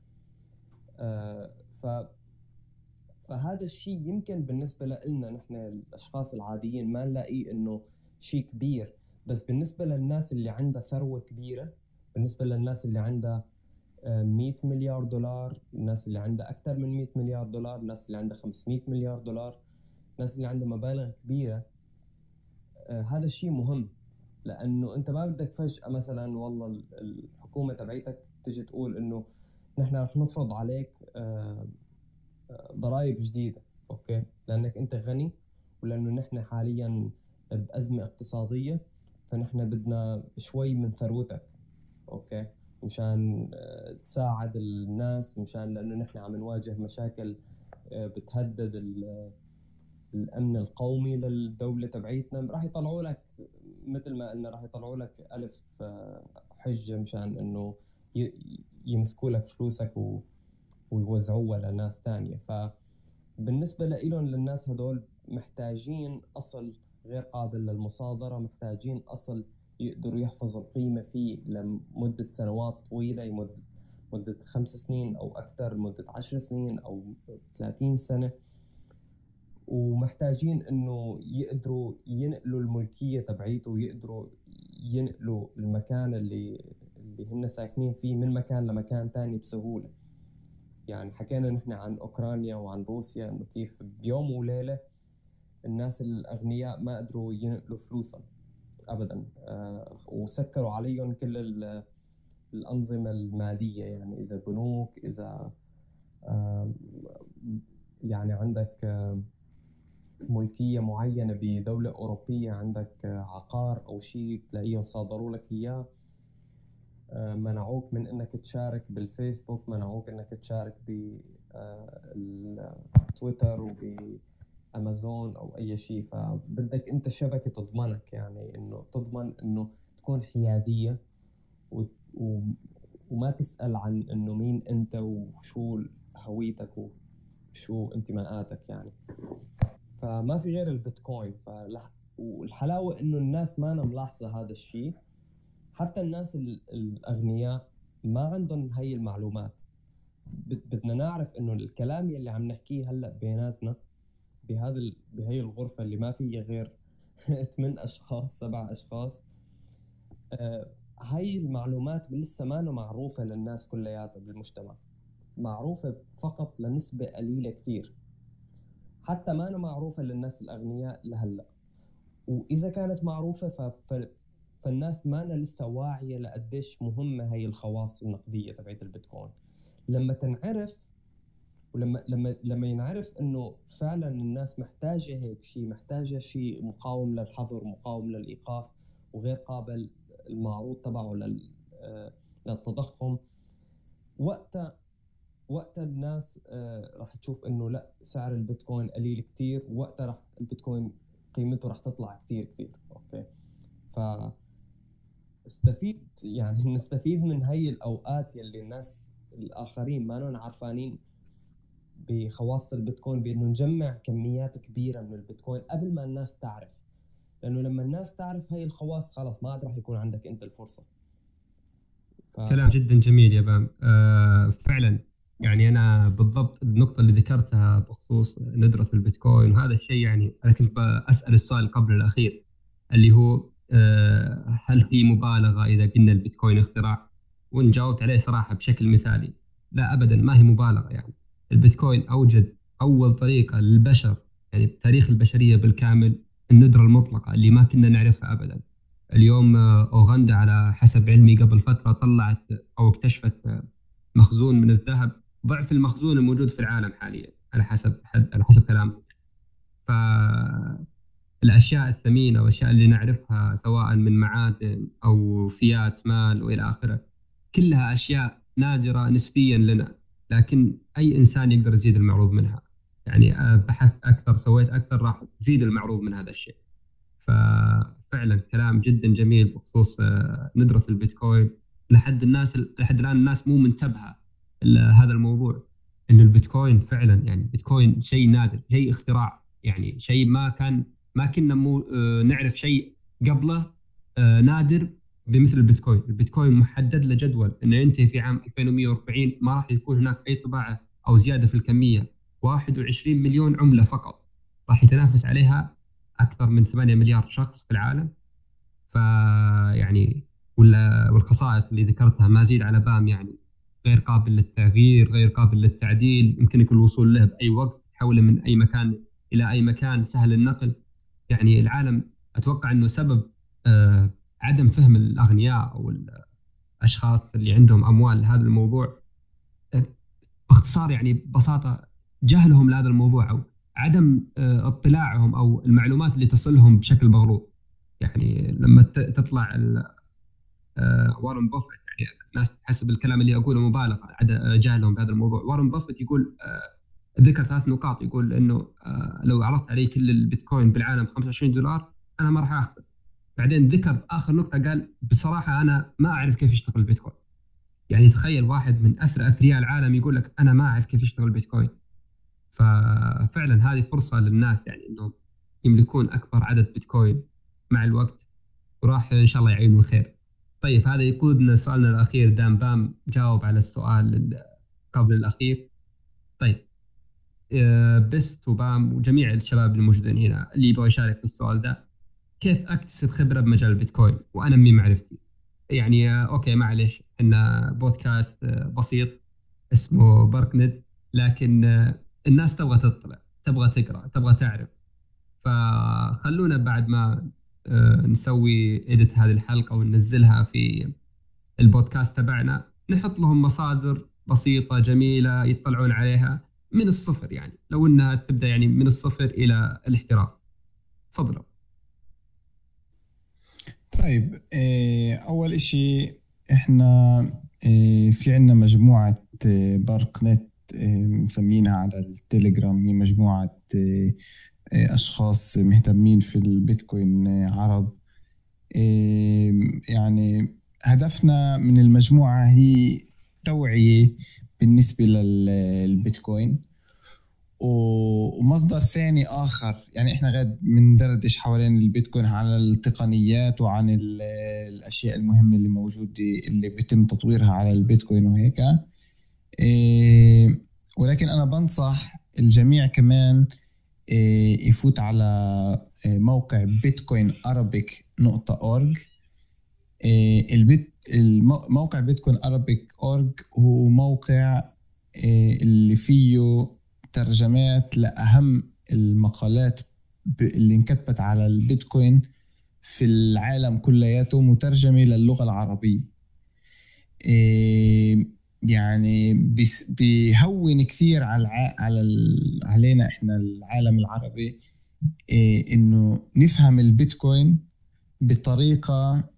آه ف فهذا الشيء يمكن بالنسبة لنا نحن الأشخاص العاديين ما نلاقيه إنه شيء كبير، بس بالنسبة للناس اللي عندها ثروة كبيرة، بالنسبة للناس اللي عندها مئة مليار دولار، الناس اللي عندها أكثر من مئة مليار دولار، الناس اللي عندها خمسمئة مليار دولار، الناس اللي عندها مبالغ كبيرة، آه هذا الشيء مهم. لأنه أنت ما بدك فجأة مثلا والله الحكومة تبعيتك تجي تقول إنه نحن رح نفرض عليك آه ضرائب جديدة، أوكي، لأنك أنت غني ولأنه نحن حاليا بأزمة اقتصادية، فنحن بدنا شوي من ثروتك، أوكي، مشان تساعد الناس، مشان لأنه نحن عم نواجه مشاكل بتهدد الأمن القومي للدولة تبعيتنا. راح يطلعوا لك مثل ما قلنا، راح يطلعوا لك ألف حجة مشان إنه يمسكوا لك فلوسك و ويوزعوها لناس تانية. فبالنسبة لإلهم للناس هدول محتاجين أصل غير قابل للمصادرة، محتاجين أصل يقدروا يحفظوا القيمة فيه لمدة سنوات طويلة، مدة مدة خمس سنين أو أكثر، مدة عشر سنين أو ثلاثين سنة، ومحتاجين إنه يقدروا ينقلوا الملكية تبعيته، ويقدروا ينقلوا المكان اللي اللي هن ساكنين فيه من مكان لمكان تاني بسهولة. يعني حكينا نحن عن أوكرانيا وعن روسيا إنه كيف بيوم وليلة الناس الأغنياء ما قدروا ينقلوا فلوسهم أبداً، آه وسكروا عليهم كل الأنظمة المالية، يعني إذا بنوك، إذا آه يعني عندك آه ملكية معينة بدولة أوروبية، عندك آه عقار أو شيء تلاقيهم صادروا لك إياه، منعوك من انك تشارك بالفيسبوك، منعوك انك تشارك بالتويتر وبامازون او اي شيء. فبدك انت شبكة تضمنك، يعني انه تضمن انه تكون حيادية و... و... وما تسأل عن انه مين انت وشو هويتك وشو انتماءاتك يعني. فما في غير البيتكوين. فلح... والحلاوة انه الناس ما ملاحظة هذا الشيء، حتى الناس الأغنياء ما عندهم هاي المعلومات. بدنا نعرف إنه الكلام يلي عم نحكيه هلأ بيناتنا بهذا ال... بهاي الغرفة اللي ما فيها غير ثمان أشخاص سبع أشخاص، آه هاي المعلومات لسه ما معروفة للناس كلياتها بالمجتمع، معروفة فقط لنسبة قليلة كتير، حتى ما معروفة للناس الأغنياء لهلأ. وإذا كانت معروفة ف... ف... فالناس ما أنا لسه واعية لقديش مهمة هاي الخواص النقدية تبعت البيتكوين. لما تنعرف ولما لما لما ينعرف إنه فعلا الناس محتاجة هيك شيء، محتاجة شيء مقاوم للحظر، مقاوم للإيقاف، وغير قابل المعروض تبعه لل للتضخم، وقتها وقتها الناس راح تشوف إنه لا، سعر البيتكوين قليل كتير، وقتها راح البيتكوين قيمته راح تطلع كتير كتير. أوكي، ف استفيد يعني نستفيد من هاي الأوقات يلي الناس الآخرين ما نون عارفانين بخواص البيتكوين، بأنه نجمع كميات كبيرة من البيتكوين قبل ما الناس تعرف، لأنه لما الناس تعرف هاي الخواص خلاص ما عاد راح يكون عندك أنت الفرصة. ف... كلام جدا جميل يا بام. آه فعلا، يعني أنا بالضبط النقطة اللي ذكرتها بخصوص ندرس البيتكوين وهذا الشيء، يعني أنا كنت بسأل السؤال قبل الأخير اللي هو هل هي مبالغة إذا قلنا البيتكوين اختراع؟ ونجاوبت عليه صراحة بشكل مثالي، لا أبدا ما هي مبالغة. يعني البيتكوين أوجد أول طريقة للبشر، يعني بتاريخ البشرية بالكامل، الندرة المطلقة اللي ما كنا نعرفها أبدا. اليوم أوغندا على حسب علمي قبل فترة طلعت أو اكتشفت مخزون من الذهب ضعف المخزون الموجود في العالم حاليا على حسب على حسب كلامه. ف الأشياء الثمينة والأشياء اللي نعرفها سواء من معادن أو فيات مال وإلى آخره، كلها أشياء نادرة نسبيا لنا، لكن أي إنسان يقدر يزيد المعروض منها. يعني بحثت أكثر، سويت أكثر، راح تزيد المعروض من هذا الشيء. ففعلا كلام جدا جميل بخصوص ندرة البيتكوين. لحد الناس لحد الآن الناس مو منتبهة لهذا الموضوع، إنه البيتكوين فعلا يعني بيتكوين شيء نادر، شيء اختراع، يعني شيء ما كان ما كنا مو آه نعرف شيء قبله آه نادر بمثل البيتكوين. البيتكوين محدد له جدول انه ينتهي في عام ألفين ومئة وأربعين، ما راح يكون هناك اي طباعه او زياده في الكميه. واحد وعشرين مليون عمله فقط راح يتنافس عليها اكثر من ثمانية مليار شخص في العالم. فيعني ولا والخصائص اللي ذكرتها ما زيد على بام، يعني غير قابل للتغيير، غير قابل للتعديل، يمكنك الوصول له باي وقت، تحوله من اي مكان الى اي مكان، سهل النقل. يعني العالم اتوقع انه سبب آه عدم فهم الاغنياء او الاشخاص اللي عندهم اموال لهذا الموضوع، آه باختصار يعني ببساطه جهلهم لهذا الموضوع، او عدم آه اطلاعهم او المعلومات اللي تصلهم بشكل مغلوط. يعني لما تطلع آه وارن بافيت، يعني الناس حسب الكلام اللي اقوله مبالغه جهلهم بهذا الموضوع. وارن بافيت يقول آه ذكر ثلاث نقاط، يقول انه آه لو عرضت علي كل البيتكوين بالعالم خمسة وعشرين دولار انا ما راح اخذه. بعدين ذكر اخر نقطه، قال بصراحه انا ما اعرف كيف يشتغل البيتكوين. يعني تخيل واحد من اثرى اثرياء العالم يقول لك انا ما اعرف كيف يشتغل البيتكوين. ففعلا هذه فرصه للناس يعني انهم يملكون اكبر عدد بيتكوين مع الوقت، وراح ان شاء الله يعينوا خير. طيب هذا يقودنا سؤالنا الاخير. دام بام جاوب على السؤال قبل الاخير. طيب بست وبام وجميع الشباب الموجودين هنا اللي يبغى يشارك في السؤال ده، كيف اكتسب خبره بمجال البيتكوين وانمي معرفتي؟ يعني اوكي معليش ان بودكاست بسيط اسمه باركنت، لكن الناس تبغى تطلع، تبغى تقرا، تبغى تعرف. فخلونا بعد ما نسوي إيديت هذه الحلقه وننزلها في البودكاست تبعنا نحط لهم مصادر بسيطه جميله يطلعون عليها من الصفر، يعني لو انها تبدا يعني من الصفر الى الاحتراف. تفضلوا. طيب اول اشي احنا في عنا مجموعة باركنت مسمينها على التليجرام. هي مجموعة اشخاص مهتمين في البيتكوين عرب. يعني هدفنا من المجموعة هي توعية بالنسبة للبيتكوين، ومصدر ثاني آخر يعني إحنا غاد بندردش حوالين البيتكوين على التقنيات وعن الأشياء المهمة اللي موجودة اللي بيتم تطويرها على البيتكوين وهيك. ولكن أنا بنصح الجميع كمان يفوت على موقع بيتكوين أرابيك دوت أورج. البيت الموقع بيتكوين أرابيك دوت أورج هو موقع اللي فيه ترجمات لأهم المقالات اللي انكتبت على البيتكوين في العالم كلياته مترجمة للغة العربية. يعني بيهون كثير على على علينا احنا العالم العربي انه نفهم البيتكوين بطريقة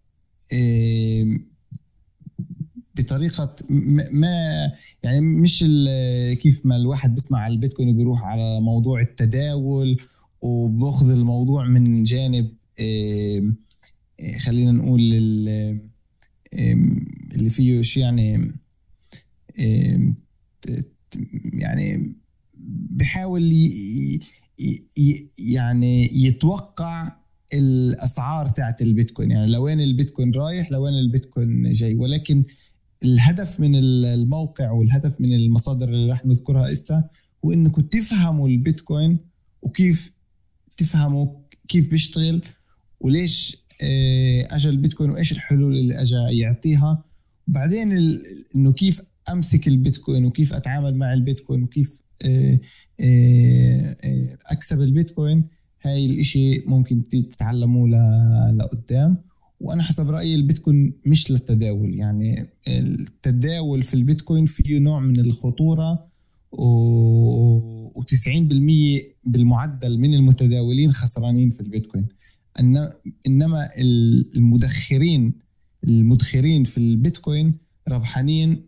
بطريقة ما يعني مش كيف ما الواحد بيسمع على البيتكوين بيروح على موضوع التداول وبأخذ الموضوع من جانب خلينا نقول اللي فيه شيء يعني يعني بحاول يعني يتوقع الأسعار تاعت البيتكوين، يعني لوين البيتكوين رايح لوين البيتكوين جاي. ولكن الهدف من الموقع والهدف من المصادر اللي راح نذكرها إسا هو إنكم تفهموا البيتكوين وكيف تفهموا كيف بيشتغل وليش أجا البيتكوين وإيش الحلول اللي أجا يعطيها. وبعدين إنه كيف أمسك البيتكوين وكيف أتعامل مع البيتكوين وكيف أكسب البيتكوين. هاي الاشي ممكن تتعلموه لقدام. وانا حسب رأيي البيتكوين مش للتداول، يعني التداول في البيتكوين فيه نوع من الخطورة، وتسعين بالمية بالمعدل من المتداولين خسرانين في البيتكوين. انما المدخرين المدخرين في البيتكوين ربحانين.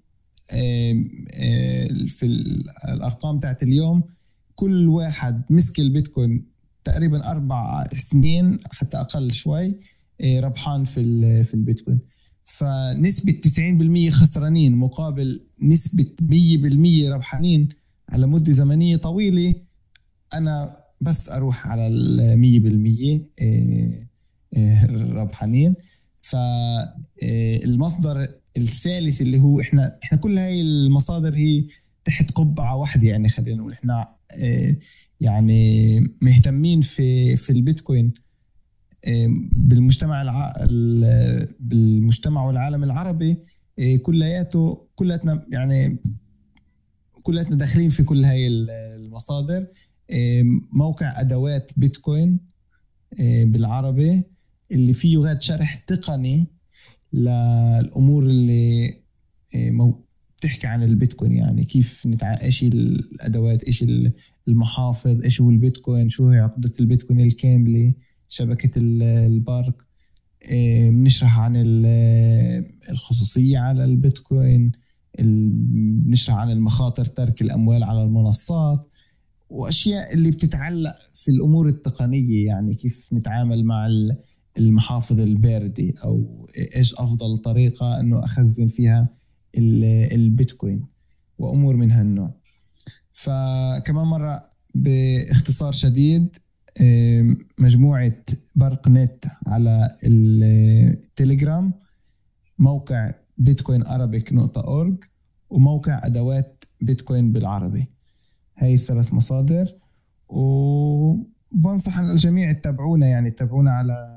في الارقام تاعت اليوم كل واحد مسك البيتكوين تقريبا أربع سنين حتى أقل شوي ربحان في في البيتكوين. فنسبة تسعين بالمية خسرانين مقابل نسبة مية بالمية ربحانين على مدة زمنية طويلة. أنا بس أروح على المية بالمية ربحانين. فالمصدر الثالث اللي هو احنا احنا كل هاي المصادر هي تحت قبعة واحدة، يعني خلينا نقول احنا يعني مهتمين في في البيتكوين بالمجتمع الع... بالمجتمع والعالم العربي كلياته كلاتنا، يعني كلاتنا داخلين في كل هاي المصادر. موقع أدوات بيتكوين بالعربي اللي فيه غاد شرح تقني للأمور اللي بتحكي عن البيتكوين، يعني كيف نتع... إيش الأدوات، إيش المحافظ، إيش هو البيتكوين، شو هي عقدة البيتكوين الكاملة، شبكة البارك. بنشرح عن الخصوصية على البيتكوين، بنشرح عن المخاطر ترك الأموال على المنصات، وأشياء اللي بتتعلق في الأمور التقنية، يعني كيف نتعامل مع المحافظ الباردة، أو إيش أفضل طريقة أنه أخزن فيها البيتكوين وأمور من هالنوع. فكمان مرة باختصار شديد، مجموعة برق نت على التليجرام، موقع بيتكوين أرابيك نقطة أورج، وموقع أدوات بيتكوين بالعربي. هاي الثلاث مصادر، وبنصح الجميع يتابعونا، يعني يتابعونا على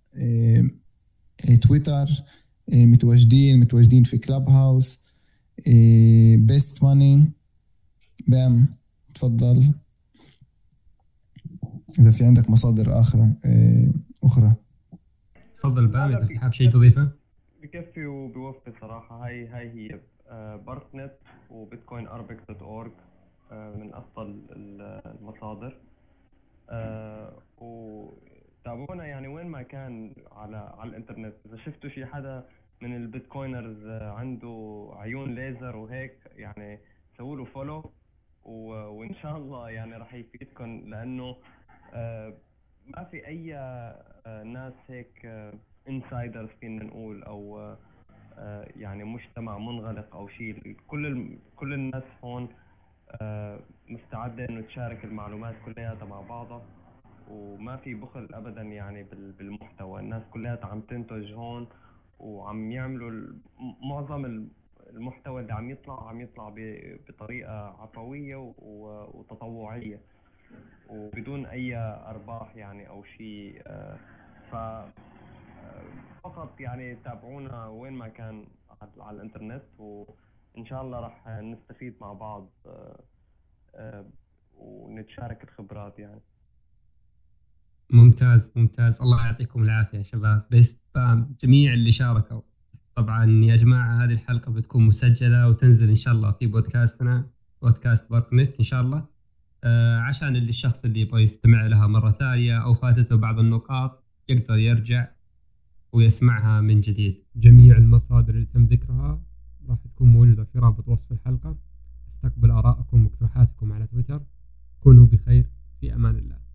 تويتر، متواجدين متواجدين في كلاب هاوس، بيست ماني. بام تفضل إذا في عندك مصادر آخرى أخرى. تفضل بام إذا حاب شيء تضيفه. بكفي وبوفي صراحة. هاي هاي هي بارتنت وبيتكوين أرابيك دوت أورج من أفضل المصادر. وتابعونا يعني وين ما كان على على الإنترنت. إذا شفتوا شي حدا من البيتكوينرز عنده عيون ليزر وهيك، يعني سووا له فولو، وإن شاء الله يعني راح يفيدكم، لأنه ما في أي ناس هيك انسايدرز فينا نقول، أو يعني مجتمع منغلق أو شيء. كل كل الناس هون مستعدة إنه تشارك المعلومات كلها مع بعضها، وما في بخل أبدا يعني بالمحتوى. الناس كلها عم تنتج هون وعم يعملوا معظم المحتوى اللي عم يطلع عم يطلع بطريقة عفوية وتطوعية وبدون أي أرباح يعني أو شيء. ف فقط يعني تابعونا وين ما كان على الإنترنت، وإن شاء الله راح نستفيد مع بعض ونتشارك الخبرات يعني. ممتاز ممتاز، الله يعطيكم العافية يا شباب. بس بام جميع اللي شاركوا. طبعا يا جماعة هذه الحلقة بتكون مسجلة وتنزل إن شاء الله في بودكاستنا، بودكاست برق نت إن شاء الله، آه عشان اللي الشخص اللي يبغى يستمع لها مرة ثانية أو فاتته بعض النقاط يقدر يرجع ويسمعها من جديد. جميع المصادر اللي تم ذكرها راح تكون موجودة في رابط وصف الحلقة. استقبل آراءكم واقتراحاتكم على تويتر. كونوا بخير، في أمان الله.